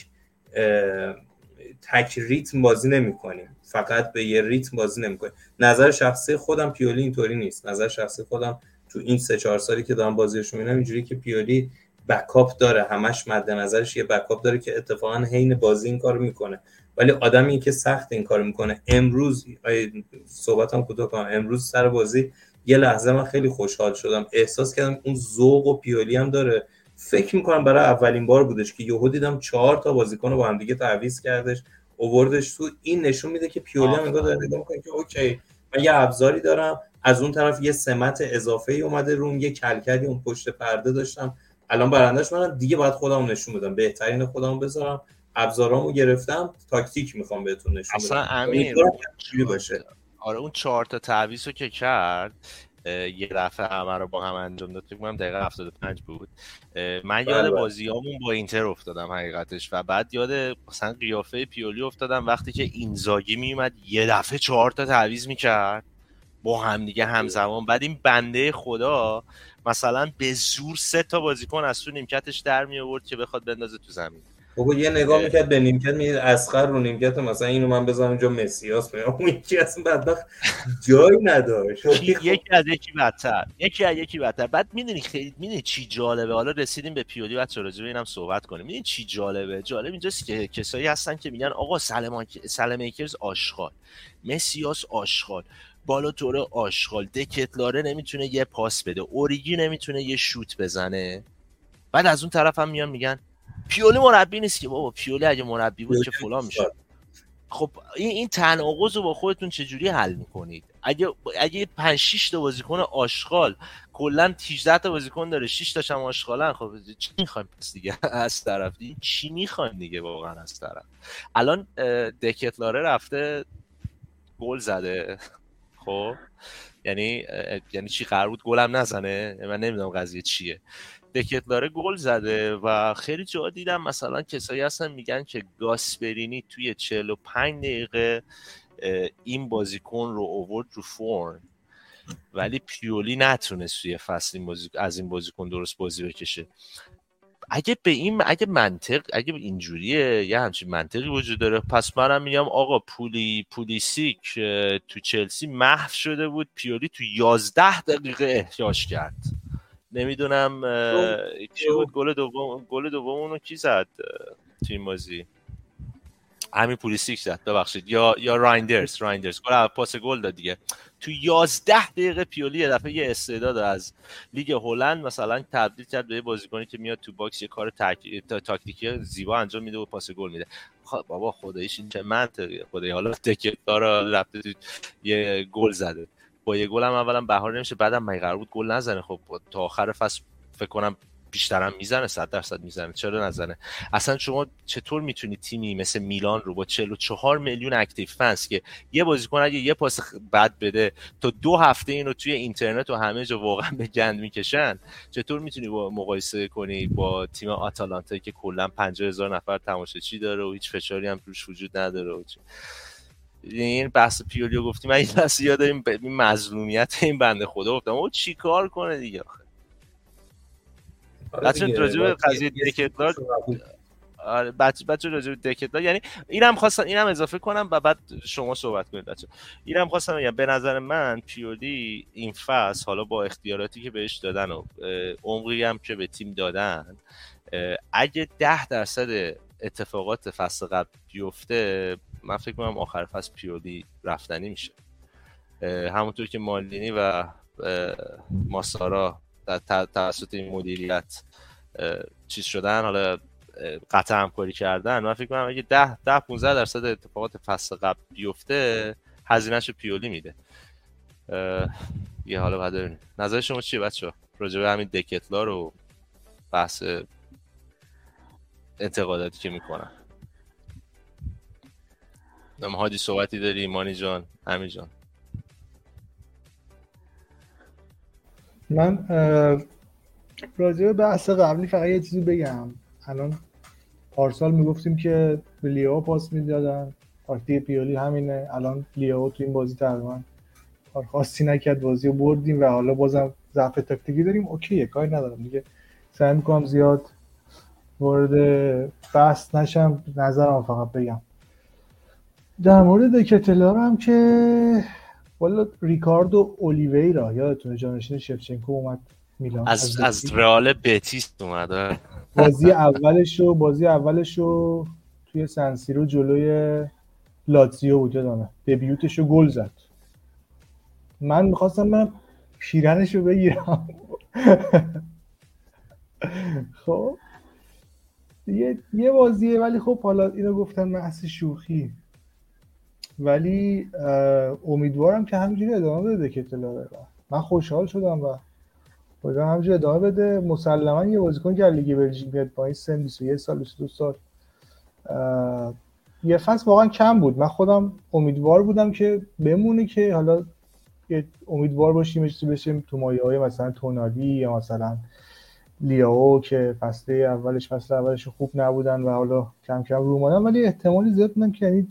تک ریتم بازی نمی‌کنیم، فقط به یه ریتم بازی نمی‌کنیم. نظر شخصی خودم پیولی اینطوری نیست. نظر شخصی خودم تو این 3-4 سالی که دارم بازیش می‌بینم اینجوری که پیولی بکاپ داره، همش مد نظرش یه بکاپ داره که اتفاقا حین بازی این کارو میکنه. ولی آدمی که سخت این کارو میکنه، امروز صحبتام کوتاه کنم، امروز سر بازی یه لحظه من خیلی خوشحال شدم، احساس کردم اون ذوق و پیولی هم داره. فکر میکنم برای اولین بار بودش که یهو دیدم 4 تا بازیکن رو با هم دیگه تعویض کردش، آوردش تو. این نشون میده که پیولی هم نگاه داره نگاه میکنه که اوکی من یه ابزاری دارم، از اون طرف یه سمت اضافه‌ای اومده روم، یه کلکلی اون پشت پرده داشتم، الان برندش منم دیگه، باید خودم نشون بدم، بهترین خودم بذارم، ابزارامو گرفتم، تاکتیک میخوام بهتون نشون بدم. اصلا امیر باشه. آره اون 4 تا تعویضو که کرد یه دفعه همه رو با هم انجام داد، فکر کنم دقیقه 75 بود. من یاد بازیامون با اینتر افتادم حقیقتش و بعد یاد مثلا قیافه پیولی افتادم وقتی که اینزاگی میومد یه دفعه 4 تا تعویض میکرد با هم دیگه همزمان. بعد این بنده خدا مثلا به زور 3 تا بازیکن از تو نیمکتش در می آورد که بخواد بندازه تو زمین. بابا یه نگاه میکرد به نیمکت، میگه اسخر رو نیمکت، مثلا اینو من بذارم اونجا مسیاس میام، اون یکی اصلا بدبخت جایی نداشت. یکی از یکی بدتر. بعد میدونی چی جالبه؟ حالا رسیدیم به پیولی، بچا راجع به اینم صحبت کنیم. میدونی چی جالب اینجاست که کسایی هستن که میگن آقا سلمیکرز آشغال، مسیاس آشغال، بالاتوره آشغال، دکتلاره نمیتونه یه پاس بده، اوریگی نمیتونه یه شوت بزنه. بعد از اون طرف هم میان میگن پیولی مربی نیست که. بابا پیولی اگه مربی بود که فلان میشه. خب این تناقض رو با خودتون چجوری حل میکنید؟ اگه 5-6 تا بازیکن آشغال کلا 18 تا بازیکن داره، 6 تاش هم آشغالن. خب چی می‌خوایم پس دیگه از طرف دیگه؟ چی می‌خوایم دیگه واقعا از طرف؟ الان دکتلاره رفته گل زده، خب یعنی چی، قرار بود گلم نزنه؟ من نمیدونم قضیه چیه. دکتلاره گل زده و خیلی جا دیدم مثلا کسایی هستن میگن که گاسپرینی توی 45 دقیقه این بازیکن رو آورد رو فرم، ولی پیولی نتونست توی فصل از این بازیکن درست بازی بکشه. اگه اینجوریه، یه همچین منطقی وجود داره، پس منم میگم آقا پولیسیک تو چلسی محو شده بود، پیولی تو 11 دقیقه احیاش کرد. نمیدونم کی بود گل دوم اونو کی زد تو این بازی؟ همین پولیسیک زد، ببخشید، یا رایندرز گل پاس گل داد دیگه. تو 11 دقیقه پیولی یه دفعه یه استعداد از لیگ هلند مثلا تبدیل کرد به بازیکنی که میاد تو باکس یه کار تاکتیکی زیبا انجام میده و پاس گل میده. بابا خداییش این چه منطقیه خدایی. حالا دکتلار رفته تو یه گل زده، با یه گل هم اولا بهار نمیشه، بعدم مگه قرار بود گل نزنه؟ خب تا آخر فصل فکر کنم بیشترم میزنه، 100% میزنه، چرا نزنه؟ اصلا شما چطور میتونی تیمی مثل میلان رو با 44 میلیون اکتیو فنس که یه بازیکن اگه یه پاس بد بده تا 2 هفته اینو توی اینترنت و همه جا واقعا به گند میکشن، چطور میتونی با مقایسه کنی با تیم آتالانتا که کلا 50,000 نفر تماشاچی داره و هیچ فشاری هم توش وجود نداره؟ این بحث پیولیو گفتیم، من این بحث یاد این مظلومیت این بنده خدا گفتم او چی کار کنه دیگه. بچه راجع به قضیه دکتلار، بچه راجع به دکتلار، یعنی اینم اضافه کنم و بعد شما صحبت کنید بچه. اینم خواستم بگم به نظر من پیولی این فصل حالا با اختیاراتی که بهش دادن و عمقی هم که به تیم دادن، اگه 10% اتفاقات فصل قبل بیفته، من فکر می‌کنم آخر فصل پیولی رفتنی میشه. همونطور که مالدینی و ماسارا توسط این مدیریت چیز شدن، حالا قطع همکاری کردن، من فکر کنم اگه 10-15% اتفاقات فصل قبل بیفته هزینه‌شو پیولی میده. یه حالا بعد ببینیم نظر شما چیه بچه‌ها راجع به همین دکتلار و بحث انتقاداتی که میکنن. هادی صحبتی داری؟ مانی جان، امین جان. من راجع به بحث قبلی فقط یه چیزی بگم. الان پارسال میگفتیم که به لیاو پاس میدادن، تاکتیک پیولی همینه. الان لیاو تو این بازی تقریبا کار خاصی نکرد، بازی رو بردیم و حالا بازم ضعف تاکتیکی داریم، اوکیه، کاری ندارم دیگه. سعی میکنم زیاد وارد بحث نشم، نظرم فقط بگم. در مورد دکتلار هم که والا ریکاردو اولیویرا، یادتونه جانشین شفچنکو اومد میلان، از رئال بتیس اومد. بازی اولش رو توی سنسیرو جلوی لاتزیو بود، یادمه دبیوتش رو گل زد. من میخواستم من پیرنش رو بگیرم خب یه بازیه، ولی خب حالا اینو گفتم محض شوخی، ولی امیدوارم که همینجوری ادامه بده دکتلار. من خوشحال شدم و امیدوارم همینجوری ادامه بده. مسلما یه بازیکن که لیگ بلژیک بیاد با این سن 21 سال 22 سال یه فصل واقعا کم بود. من خودم امیدوار بودم که بمونه، که حالا امیدوار باشیم چیزی بشیم تو مایه‌های مثلا تونالی یا مثلا لیاو که فصل اولش خوب نبودن و حالا کم کم رو اومدن، ولی احتمالی زیاد میدم که یعنی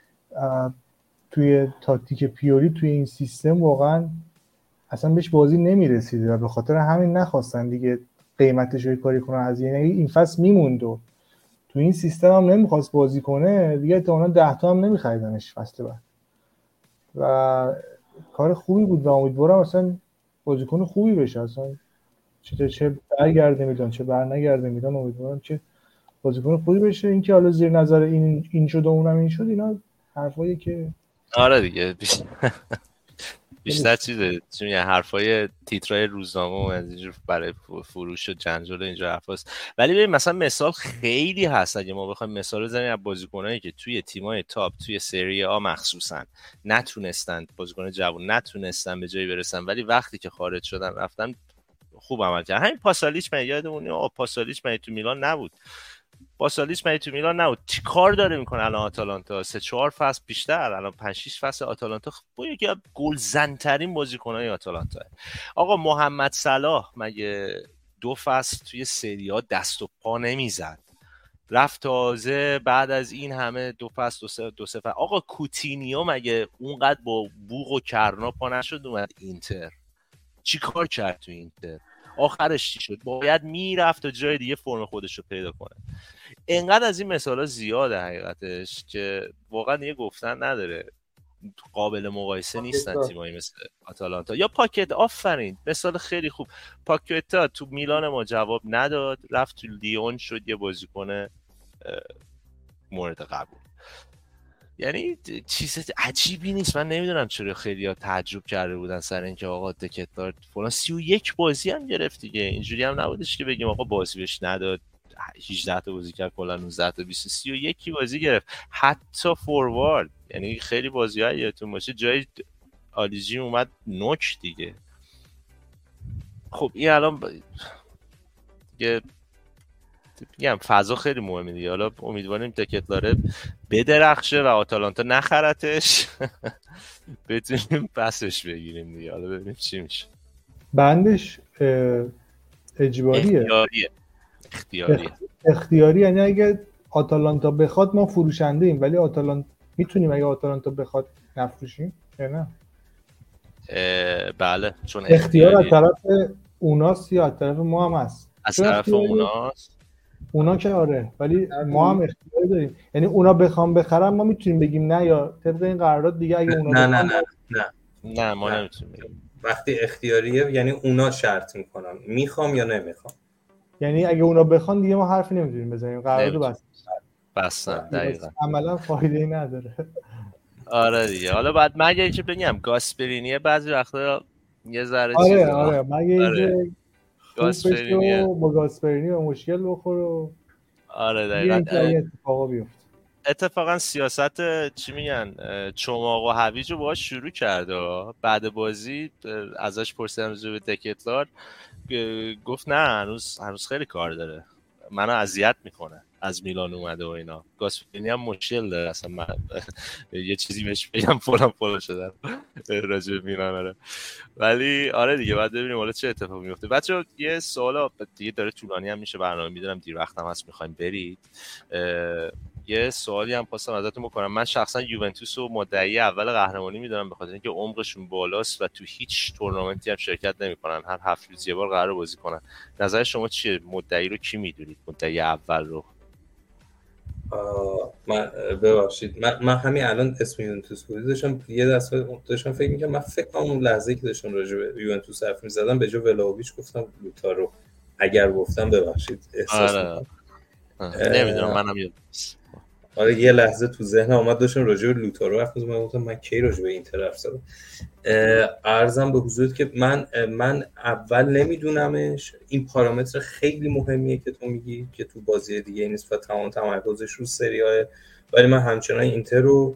توی تاکتیک پیولی توی این سیستم واقعا اصلا بهش بازی نمیرسیده و به خاطر همین نخواستن دیگه قیمتش رو کاری کنن. از این فصل میموند و تو این سیستم هم نمیخواست بازی کنه دیگه، احتمالاً 10 تا هم نمیخریدنش فصل بعد. و کار خوبی بود و امیدوارم اصلا بازیکن خوبی بشه، اصلا چه برگرده میدان چه بر نگرده میدان، امیدوارم که بازیکن خوبی بشه. این که حالا زیر نظر این شد و اونم این شد، اینا حرفایی که آره دیگه بیشتر چیزه، چون یه حرفای تیترای روزنامه و از اینجور برای فروش و جنجال اینجا حرفاست. ولی ببین مثلا مثال خیلی هست، اگه ما بخوایم مثال بزنیم از بازیکنایی که توی تیمای تاپ توی سری آ مخصوصا نتونستن، بازیکن جوان نتونستن به جایی برسن، ولی وقتی که خارج شدن رفتن خوب عمل کرد. همین پاسالیچ من یادمونه پاسالیچ من تو میلان نبود. چی کار داره میکنه الان آتالانتا؟ 3-4 فصل بیشتر، الان 5-6 فصل آتالانتا با یکی از گلزن‌ترین بازیکن‌های آتالانتا. آقا محمد صلاح مگه 2 فصل توی سری آ دست و پا نمیزد؟ رفت تازه بعد از این همه 2 فصل 2 3 فصل. آقا کوتینیو مگه اونقدر با بوق و کرنا پا نشد اومد اینتر؟ چی کار کرد تو اینتر؟ آخرش چی شد؟ باید میرفت تا جای دیگه فرم خودش رو پیدا کنه. اینقدر از این مثالا زیاده حقیقتش که واقعا دیگه گفتن نداره. قابل مقایسه نیستن تیمایی مثل آتالانتا یا پاکت. آفرین، مثال خیلی خوب. پاکتا تو میلان ما جواب نداد، رفت تو لیون شد یه بازیکن مورد قبول. یعنی چیز عجیبی نیست. من نمیدونم چرا خیلی‌ها تعجب کرده بودن سر اینکه آقا دکتلار فلان 31 بازی هم گرفت دیگه. اینجوری هم نبودش که بگیم آقا بازی بهش نداد، 18 تا بازی کرد، کلا 19 تا 20 31 بازی گرفت، حتی فوروارد. یعنی خیلی بازی‌ها یادتون باشه جای آلیجی اومد نوک دیگه. خب این الان دیگه میگم فضا خیلی مهمه دیگه. حالا امیدواریم دکتلاره بدرخشه و آتالانتا نخرتش بتونیم پسش بگیریم دیگه. حالا ببینیم چی میشه. بندش اجباریه؟ اختیاری. یعنی اگه آتالانتا بخواد ما فروشنده ایم، ولی آتالانتا میتونیم اگه آتالانتا بخواد نفروشیم یا نه؟ بله، چون اختیار از طرف اوناست یا از طرف ما هم هست؟ از طرف اوناست. اونا که آره، ولی ما هم اختیار داریم. یعنی اونا بخوام بخرن ما میتونیم بگیم نه، یا طبق این قرارداد دیگه اگه اونا نه ما نمیتونیم بگیم. وقتی اختیاریه یعنی اونا شرط میکنن میخوام یا نمیخوام. یعنی اگه اونا بخوان دیگه ما حرفی نمیتونیم بزنیم، قرارداد بستن. دقیقاً عملا فایده‌ای نداره. آره دیگه. حالا بعد مگه چه بگم گاسپرینیه بعضی وقتا یه ذره آره مگه گاسپرینیه با گاسپرینی و مشکل بخوره. آره دقیقاً. اتفاقا سیاست چی میگن چماق و هویج رو باهاش شروع کرده. بعد بازی ازش پرسیدم راجع به دکتلار، گفت نه هنوز خیلی کار داره، منو اذیت میکنه، از میلان اومده و اینا. گاسپرینی هم مشکل داره اصلا. من یه چیزی بهش بگم فلان شدن راجع به میلان. آره ولی آره دیگه بعد ببینیم حالا چه اتفاقی میفته. بچه‌ها یه سوال دیگه داره طولانی هم میشه برنامه، میدونم دیر وقتم هست میخوایم برید. یه سوالی هم خواستم ازتون بکنم. من شخصا یوونتوس رو مدعی اول قهرمانی میدونم به خاطر اینکه عمقشون بالاست و تو هیچ تورنمنتی هم شرکت نمیکنن، هر 7 روز یه بار قراره بازی کنن. نظر شما چیه؟ مدعی رو کی میدونید؟ مدعی اول رو؟ من ببخشید من همین الان اسم یوونتوس بود داشتم یه داشتم فکر می‌کردم. من فکر کنم اون لحظه که داشتم راجع به یوونتوس حرف می‌زدم به جای ولاویچ گفتم لوتارو. اگر گفتم ببخشید احساس نمیدونم. منم یادم آره یه لحظه تو ذهنم اومد داشتم راجع به لوتارو حرف می‌زدم، گفتم من کی راجع به اینتر حرف زدم. عرضم به حضورت که من اول نمیدونمش. این پارامتر خیلی مهمیه که تو میگی که تو بازی دیگه نیست و تمام تمرکزش رو سری‌های، ولی من همچنان اینتر رو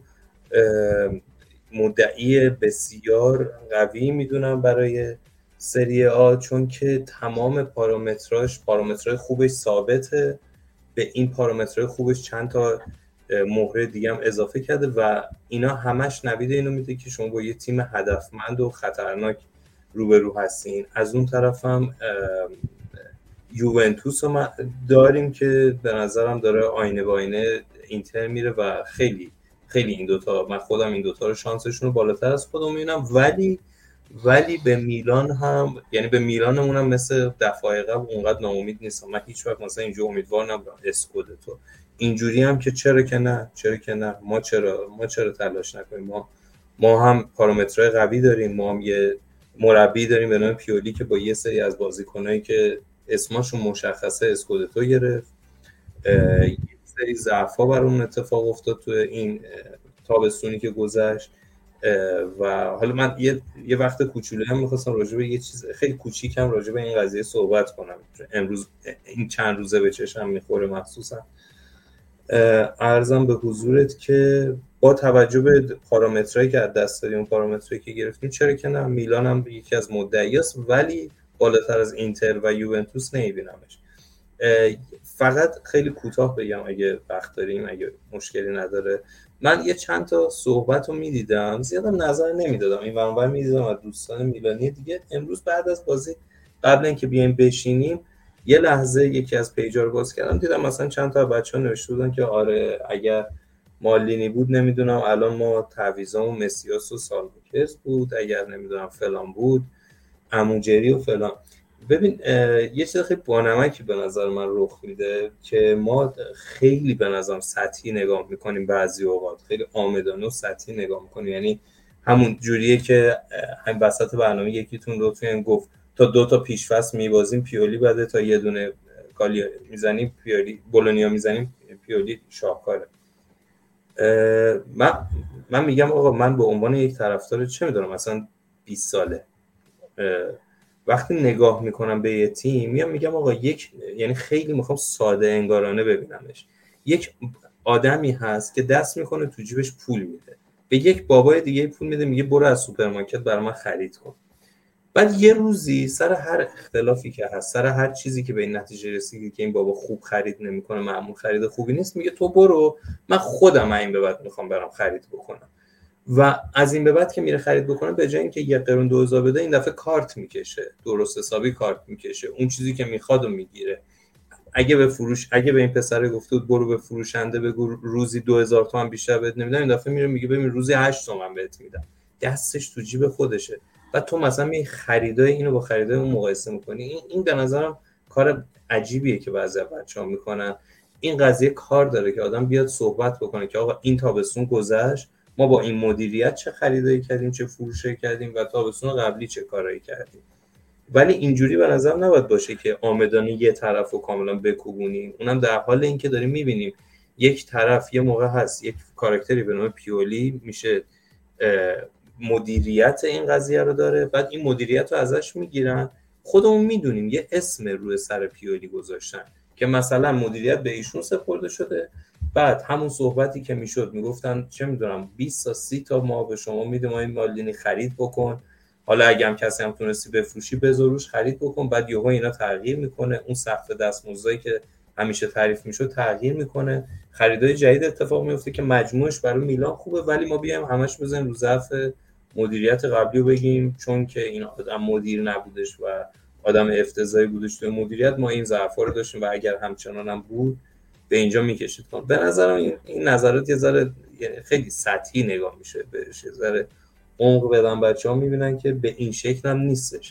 مدعی بسیار قوی میدونم برای سری آ، چون که تمام پارامترهای خوبش ثابته، به این پارامترهای خوبش چند تا مهره دیگه هم اضافه کرده و اینا همش نوید اینو میده که شما با یه تیم هدفمند و خطرناک روبرو هستین. از اون طرف هم یوونتوس رو داریم که به نظرم داره آینه با آینه اینتر میره و خیلی خیلی این دوتا، من خودم این دوتا رو شانسشون رو بالاتر از خودم میبینم. ولی به میلان هم، یعنی به میلانمون هم مثل دفعه قبل اونقدر ناامید نیستم. من هیچ وقت مثلا اینجا امیدوار نبودم اسکودتو اینجوری هم که چرا که نه ما چرا تلاش نکنیم. ما هم پارامترهای قوی داریم، ما هم یه مربی داریم به نام پیولی که با یه سری از بازیکنایی که اسمشون مشخصه اسکودتو گرفت. یه سری ضعف‌ها برامون اتفاق افتاد تو این تابستونی که گذشت و حالا من یه وقت کوچولو هم می‌خواستم راجع به یه چیز خیلی کوچیکم راجع به این قضیه صحبت کنم. امروز این چند روزه به چشم می‌خوره مخصوصا. عرضم به حضورت که با توجه به پارامترهایی که از دست دادیم، پارامترهایی که گرفتیم، چرا که نه میلان هم یکی از مدعیاست، ولی بالاتر از اینتر و یوونتوس نمیبینمش. فقط خیلی کوتاه بگم اگه وقت داریم، اگه مشکلی نداره، من یه چند تا صحبت رو میدیدم، زیادم نظر نمیدادم، این ورانور میدیدم از دوستان میلانی دیگه. امروز بعد از بازی قبل اینکه بیایم بشینیم یه لحظه یکی از پیجا رو باز کردم، دیدم مثلا چند تا بچه‌ها نوشته بودن که آره اگر مالینی بود نمیدونم الان ما تعویضامون مسیاس و سالموکس بود، اگر نمیدونم فلان بود اموجری و فلان. ببین یه چیز خیلی بانمکی به نظر من رخ میده که ما خیلی به نظرم سطحی نگاه میکنیم، بعضی اوقات خیلی عامدانه و سطحی نگاه میکنیم. یعنی همون جوریه که همین وسط برنامه یکیتون لطفاً گفت تا 2 تا پیش‌فصل میبازیم پیولی بده، تا یه دونه کالی میزنیم پیولی بولونیا میزنیم پیولی شاهکاره. من میگم آقا من به عنوان یک طرفدار چه میدونم مثلا 20 ساله وقتی نگاه میکنم به یه تیم میگم آقا یعنی خیلی میخوام ساده انگارانه ببینمش، یک آدمی هست که دست میکنه تو جیبش پول میده به یک بابای دیگه پول میده، میگه برو از سوپرمارکت برای من خرید کن. بعد یه روزی سر هر اختلافی که هست، سر هر چیزی که به این نتیجه رسیدی که این بابا خوب خرید نمیکنه، معمول خرید خوبی نیست، میگه تو برو من خودم این به بعد میخوام برام خرید بکنم. و از این به بعد که میره خرید بکنه به جای اینکه 1 قرون 2000 بده این دفعه کارت میکشه، درست حسابی کارت میکشه، اون چیزی که میخواد رو میگیره. اگه به این پسره گفته بود برو به فروشنده بگو روزی 2000 تومان بیشتر بهت نمیدم، این دفعه میره میگه ببین روزی 8 تومان بهت میدم، دستش تو جیب خودشه. و تو مثلا می خریدای اینو با خریدای اون مقایسه میکنی. این به نظرم کار عجیبیه که بعضی بچه‌ها میکنن. این قضیه کار داره که آدم بیاد صحبت بکنه که آقا این تابستون گذشت ما با این مدیریت چه خریدایی کردیم، چه فروشی کردیم و تابستون قبلی چه کارایی کردیم. ولی اینجوری به نظر نباید باشه که عامدانه یه طرفو کاملا بکوبونیم. اونم در حال اینکه داریم میبینیم یک طرف یه موقع هست یک کاراکتری به نام پیولی میشه مدیریت این قضیه رو داره، بعد این مدیریت رو ازش میگیرن. خودمون میدونیم یه اسم روی سر پیولی گذاشتن که مثلا مدیریت به ایشون سپرده شده، بعد همون صحبتی که میشد میگفتن چه میدونم 20 تا 30 تا ما به شما میدیم این مالینی خرید بکن، حالا اگه هم کسی هم تونستی بفروشی بذاروش خرید بکن. بعد یهو اینا تغییر میکنه، اون سقف دستمزدی که همیشه تعریف میشد تغییر میکنه، خریدای جدید اتفاق میفته که مجموعش برای میلان خوبه، ولی ما بیایم همش بزنیم رو ضعف مدیریت قبلی رو بگیم چون که این آدم مدیر نبودش و آدم افتضاحی بودش توی مدیریت ما این ضعفا رو داشتیم و اگر همچنان هم بود به اینجا میکشید. به نظرم این نظرات یه ذره خیلی سطحی نگاه میشه بهش، یه ذره عمق بدن بچه‌ها میبینن که به این شکل هم نیستش،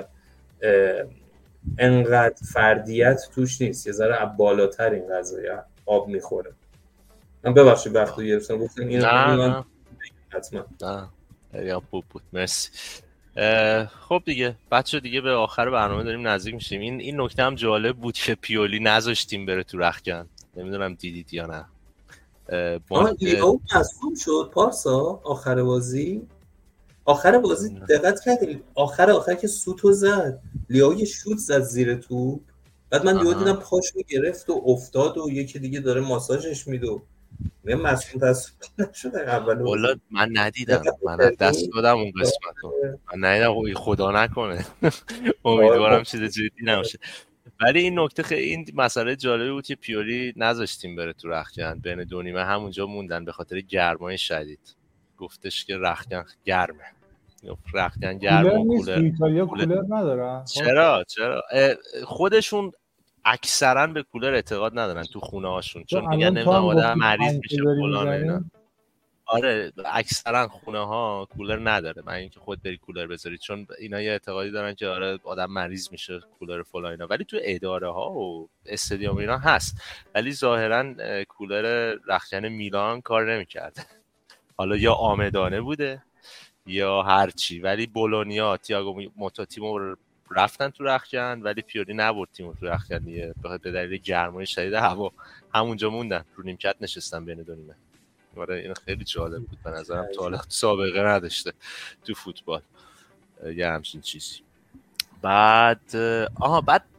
انقدر فردیت توش نیست، یه ذره بالاتر این قضیه آب میخوره. من ببخشید وقت رو گرفتم گفتم اینو من حتما یا بود مرسی. خب دیگه بچه دیگه به آخر برنامه داریم نزدیک میشیم. این نکته هم جالب بود که پیولی نذاشتیم بره تو رختکن، نمیدونم دیدید یا نه. لیاو مصدوم شد پارسا آخر بازی دقت کردید آخر که سوتو زد لیاو یه شوت زد زیر توپ، بعد من دیدم پاشو گرفت و افتاد و یکی دیگه داره ماساژش میده. من مسئول شده اول والله من ندیدم، من دست دادم اون قسمتو، من ندیدم، خدا نکنه امیدوارم چیز جدی نباشه. ولی این نکته خیلی این مسئله جالبی بود که پیولی نذاشتیم بره تو رختکن، بین دو نیمه همونجا موندن به خاطر گرمای شدید. گفتش که رختکن گرمه، رختکن گرمه و کولر نداره. چرا خودشون اکثرا به کولر اعتقاد ندارن تو خونه هاشون، چون میگن نمیدونم آدم مریض میشه فلان اینا. آره اکثرا خونه ها کولر نداره، من اینکه خود بری کولر بذاری، چون اینا یه اعتقادی دارن که آره آدم مریض میشه کولر فلان اینا. ولی تو اداره ها و استادیوم اینا هست، ولی ظاهرا کولر رختکن میلان کار نمیکرده، حالا یا آمدانه بوده یا هرچی. ولی بولونیا تییاگو موتا تیمو رفتن تو رختکن ولی پیولی نبرد تیمو تو رختکن دیگه، به دلیل گرمای شدید هوا همونجا موندن، رو نیمکت نشستن بین دو نیمه. آره این خیلی جالب بود به نظرم، تا حالا سابقه نداشته تو فوتبال یه همچین چیزی. بعد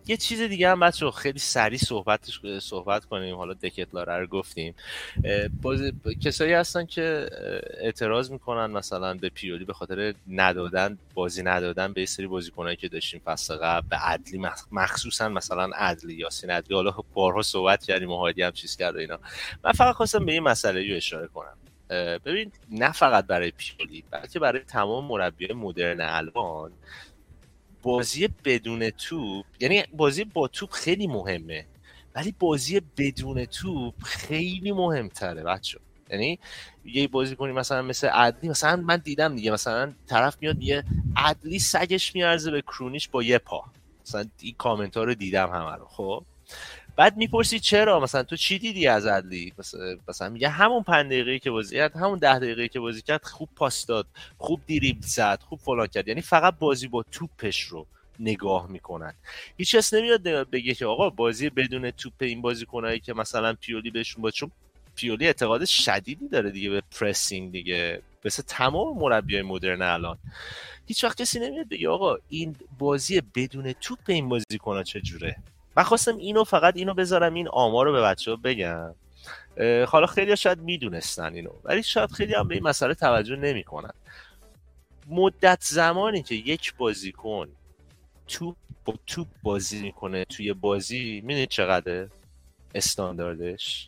یه چیز دیگه هم بچه‌ها خیلی سریع صحبت کنیم. حالا دکتلاره رو گفتیم، کسایی هستن که اعتراض میکنن مثلا به پیولی به خاطر بازی ندادن به سری بازیکنایی که داشتیم فصل قبل، به عدلی مخصوصا مثلا عدلی، یاسین عدلی. حالا بارها صحبت کردیم و هادی هم چیز کرد و اینا. من فقط خواستم به این مسئله رو اشاره کنم. ببین نه فقط برای پیولی بلکه برای تمام مربیای مدرن الان، بازی بدون توپ، یعنی بازی با توپ خیلی مهمه ولی بازی بدون توپ خیلی مهمتره بچه. یعنی یه بازی کنی مثلا مثل عدلی، مثلا من دیدم دیگه مثلا طرف میاد یه عدلی سگش میارزه به کرونیش با یه پا، مثلا این کامنت ها رو دیدم همه رو. خب بعد میپرسی چرا، مثلا تو چی دیدی از عدلی؟ مثلا میگه همون 5 دقیقه‌ای که بازی کرد، همون 10 دقیقه‌ای که بازی کرد، خوب پاس داد، خوب دریبل زد، خوب فلان کرد. یعنی فقط بازی با توپش رو نگاه میکنن. هیچ کس نمیاد بگه که آقا بازی بدون توپ این بازیکنایی که مثلا پیولی بهشون بود، چون پیولی اعتقاد شدیدی داره دیگه به پرسینگ دیگه، مثل تمام مربیای مدرن الان. هیچ وقت کسی نمیاد بگه آقا این بازی بدون توپ این بازیکن‌ها چجوره. من خواستم اینو بذارم، این آمار رو به بچه‌ها بگم. حالا خیلی‌ها شاید میدونستن اینو ولی شاید خیلی هم به این مسئله توجه نمی‌کنن. مدت زمانی که یک بازیکن با توپ بازی میکنه توی بازی، میدونید چقدره استانداردش؟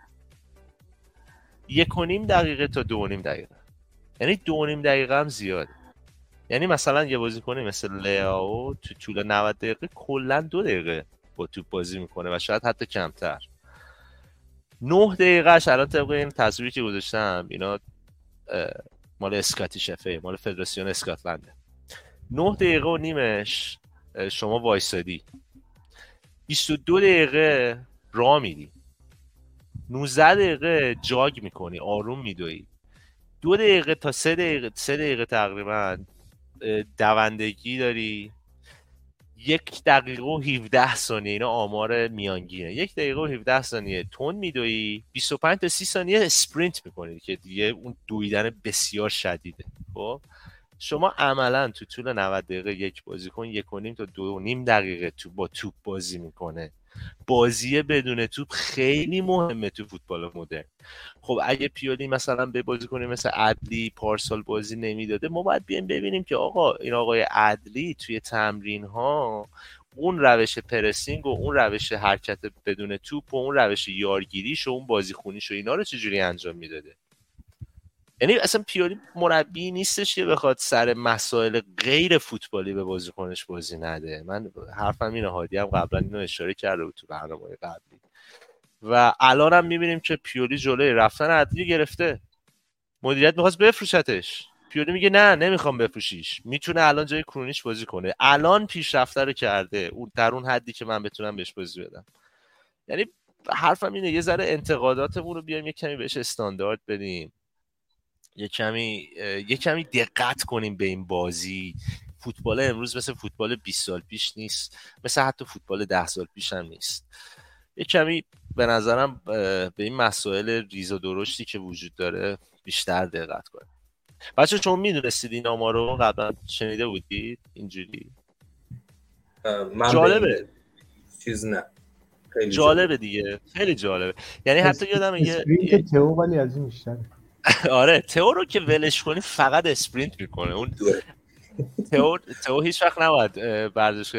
1.5 دقیقه تا 2.5 دقیقه. یعنی 2.5 دقیقه هم زیاده. یعنی مثلا یه بازیکنی مثل لیاو تو طول 90 دقیقه کلا 2 دقیقه با توپ بازی میکنه و شاید حتی کمتر. 9 دقیقهش الان طبق این تصویری که گذاشتم، اینا مال اسکاتیش افه، مال فدراسیون اسکاتلنده. 9 دقیقه و نیمش شما وایسادی، 22 دقیقه راه میری، 19 دقیقه جاگ میکنی، آروم میدوی، 2 دقیقه تا 3 دقیقه تقریبا دوندگی داری، 1 دقیقه و 17 ثانیه، اینا آمار میانگینه، 1 دقیقه و 17 ثانیه تون میدوی، 25 تا 30 ثانیه اسپرینت میکنی که دیگه اون دویدن بسیار شدیده. خب شما عملا تو طول 90 دقیقه یک بازیکن 1.5 تا 2.5 دقیقه با توپ بازی میکنه. بازی بدون توپ خیلی مهمه تو فوتبال مدرن. خب اگه پیولی مثلا به بازیکنی مثل عدلی پارسال بازی نمیداده، ما باید بیایم ببینیم که آقا این آقای عدلی توی تمرین ها اون روش پرسینگ و اون روش حرکت بدون توپ و اون روش یارگیریش و اون بازیخونیش و اینا رو چجوری انجام میداده. یعنی اصلا پیولی مربی نیستش که بخواد سر مسائل غیر فوتبالی به بازیکنش بازی نده. من حرفم اینه، هادی هم قبلا اینو اشاره کرده بود تو برنامه قبلی و الان هم میبینیم که پیولی جلوی رفتن عدلی گرفته. مدیریت میخواست بفروشتش، پیولی میگه نه نمیخوام بفروشیش، میتونه الان جای کرونیش بازی کنه. الان پیشرفته رو کرده اون در اون حدی که من بتونم بهش بازی بدم. یعنی حرفم اینه یه ذره انتقاداتمون رو بیایم یه کمی بهش استاندارد بدیم، یه کمی دقت کنیم به این بازی. فوتبال امروز مثل فوتبال 20 سال پیش نیست، مثل حتی فوتبال 10 سال پیش هم نیست. یه کمی به نظرم به این مسائل ریز و درشتی که وجود داره بیشتر دقت کنیم. بچه شما میدونستید این آمار رو قبلا شنیده بودید اینجوری؟ من جالبه. چیز نه. جالبه دیگه، خیلی جالبه. یعنی حتی یادم یه تئو ولی از این بیشتره. آره تئو رو که ولش کنی فقط اسپرینت میکنه. اون تئو هیچ وقت نباید ورزشگاه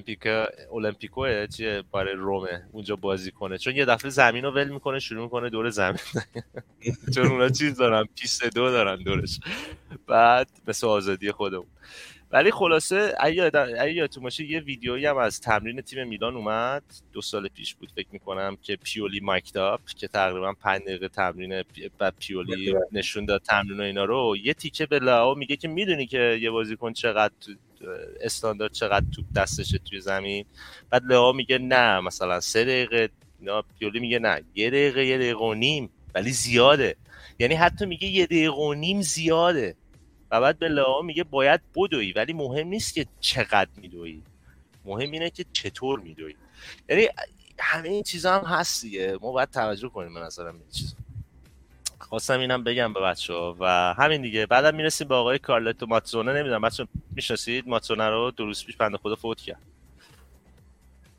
المپیکو چیه برای رومه اونجا بازی کنه، چون یه دفعه زمین رو ول میکنه شروع میکنه دور زمین چون اونا چیز دارن، پیست 2 دارن دورش، بعد مثل آزادی خودمون. ولی خلاصه اگه یادتون باشه یه ویدیویی هم از تمرین تیم میلان اومد 2 سال پیش بود فکر میکنم که پیولی مایکتاپ که تقریبا 5 دقیقه تمرین بعد پیولی نشون داد تمرین و اینا رو. یه تیکه به لاو میگه که میدونی که یه بازیکن چقدر استاندارد چقدر توپ دستشه توی زمین، بعد لاو میگه نه مثلا 3 دقیقه، پیولی میگه نه 1 دقیقه 1 دقیقه و نیم ولی زیاده. یعنی حتی میگه 1 دقیقه و نیم زیاده و بعد به لاو میگه باید بدوی ولی مهم نیست که چقدر میدوی، مهم اینه که چطور میدوی. یعنی همه این چیزا هم هست دیگه، ما باید توجه کنیم به نظرم این چیزا. خواستم اینم بگم به بچه‌ها و همین دیگه. بعدم میرسیم به آقای کارلتو ماتزونه. نمیدونم بچه‌ها میشناسید ماتزونه رو؟ 2 روز پیش بنده خدا فوت کرد.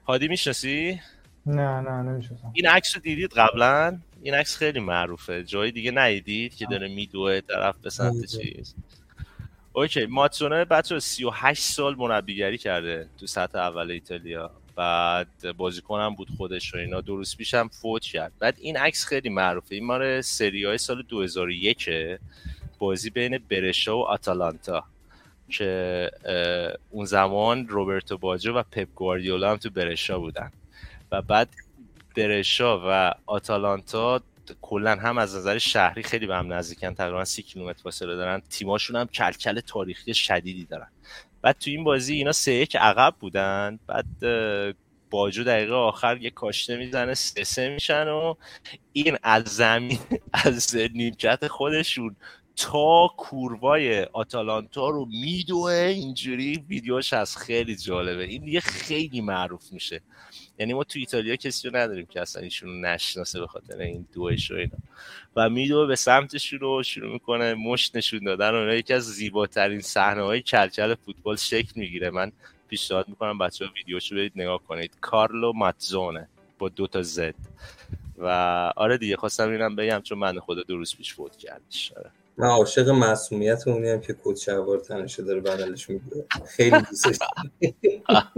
هادی میشناسی؟ نه نمیشناسم. این عکس رو دیدید قبلا؟ این عکس خیلی معروفه، جای دیگه ندیدید که داره میدوه طرف به سمت چیز؟ اوکی. ماتسونه بچه 38 سال مربیگری کرده تو سطح اول ایتالیا، بعد بازیکنم بود خودش و اینا. 2 روز پیشم فوت کرد. بعد این عکس خیلی معروفه، این مال سری های سال 2001 بازی بین برشا و آتالانتا که اون زمان روبرتو باجو و پپ گواردیولا هم تو برشا بودن و بعد برشا و آتالانتا کلا هم از نظر شهری خیلی به هم نزدیکن، تقریبا 30 کیلومتر فاصله دارن، تیماشون هم کلکل تاریخی شدیدی دارن. بعد تو این بازی اینا 3-1 عقب بودن، بعد باجو دقیقه آخر یه کاشته میزنه 3-3 میشن و این از زمین از نیمکت خودشون تا کوروای آتالانتا رو میدوه اینجوری. ویدیوش هست خیلی جالبه، این دیگه خیلی معروف میشه. یعنی ما تو ایتالیا کسی رو نداریم که اصلا ایشونو نشناسه به خاطر این دوئش و اینا. و میدوه به سمتشون رو شروع میکنه مشت نشون دادن و یکی از زیباترین صحنه‌های کلکل فوتبال شکل میگیره. من پیشنهاد میکنم بچه‌ها ویدیوشو برید نگاه کنید. کارلو ماتزونه با 2 تا زد. و آره دیگه خواستم اینم بگم چون من خدا 2 روز پیش فوت کردش. آره. من عاشق معصومیت اونی هم که کت شلوار تنشه داره بدلش میگیره، خیلی دوستش دارم.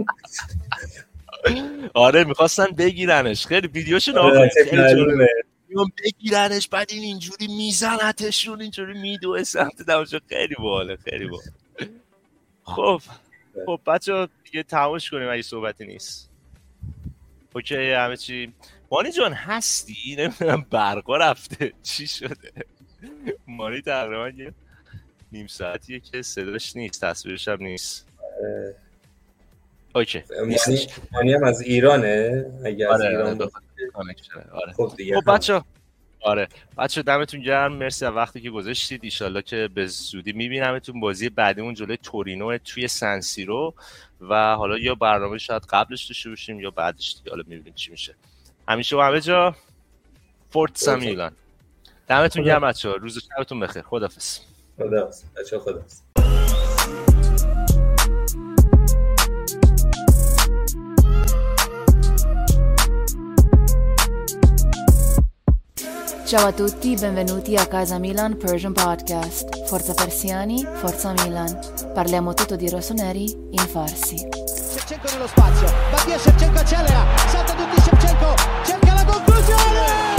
آره میخواستن بگیرنش، خیلی ویدیوشو نگاه کنید، بگیرنش بعد این اینجوری میزنتشون اینجوری میدوه سمت دمشو. خیلی باحاله، خیلی باحال. خب بچه‌ها دیگه تمومش کنیم اگه صحبتی نیست. اوکی همه چی. مانی جان هستی؟ نمیدونم برقا رفته چی شده. مانی تقریبا یه نیم ساعتیه که صداش نیست، تصویرش هم نیست. اوکی. مانی هم از ایرانه؟ اگه از ایران آره. خب بچه‌ها بچه دمتون گرم، مرسی از وقتی که گذاشتید. ایشالله که به زودی میبینمتون بازی بعدیمون جلوی تورینو توی سن سیرو و حالا یا برنامه شاید قبلش داشته باشیم یا بعدش دیگه، حالا میبینیم چی میشه. همیشه و همه جا فورتزا میلان. دمتون گرم بچه‌ها، روز و شبتون بخیر. خداحافظ. خداحافظ بچه‌ها، خداحافظ. Ciao a tutti, benvenuti a Casa Milan Persian Podcast. Forza Persiani, Forza Milan. Parliamo tutto di rossoneri in farsi. Shevchenko nello spazio, Mattia Shevchenko accelera, salta tutti Shevchenko, cerca la conclusione!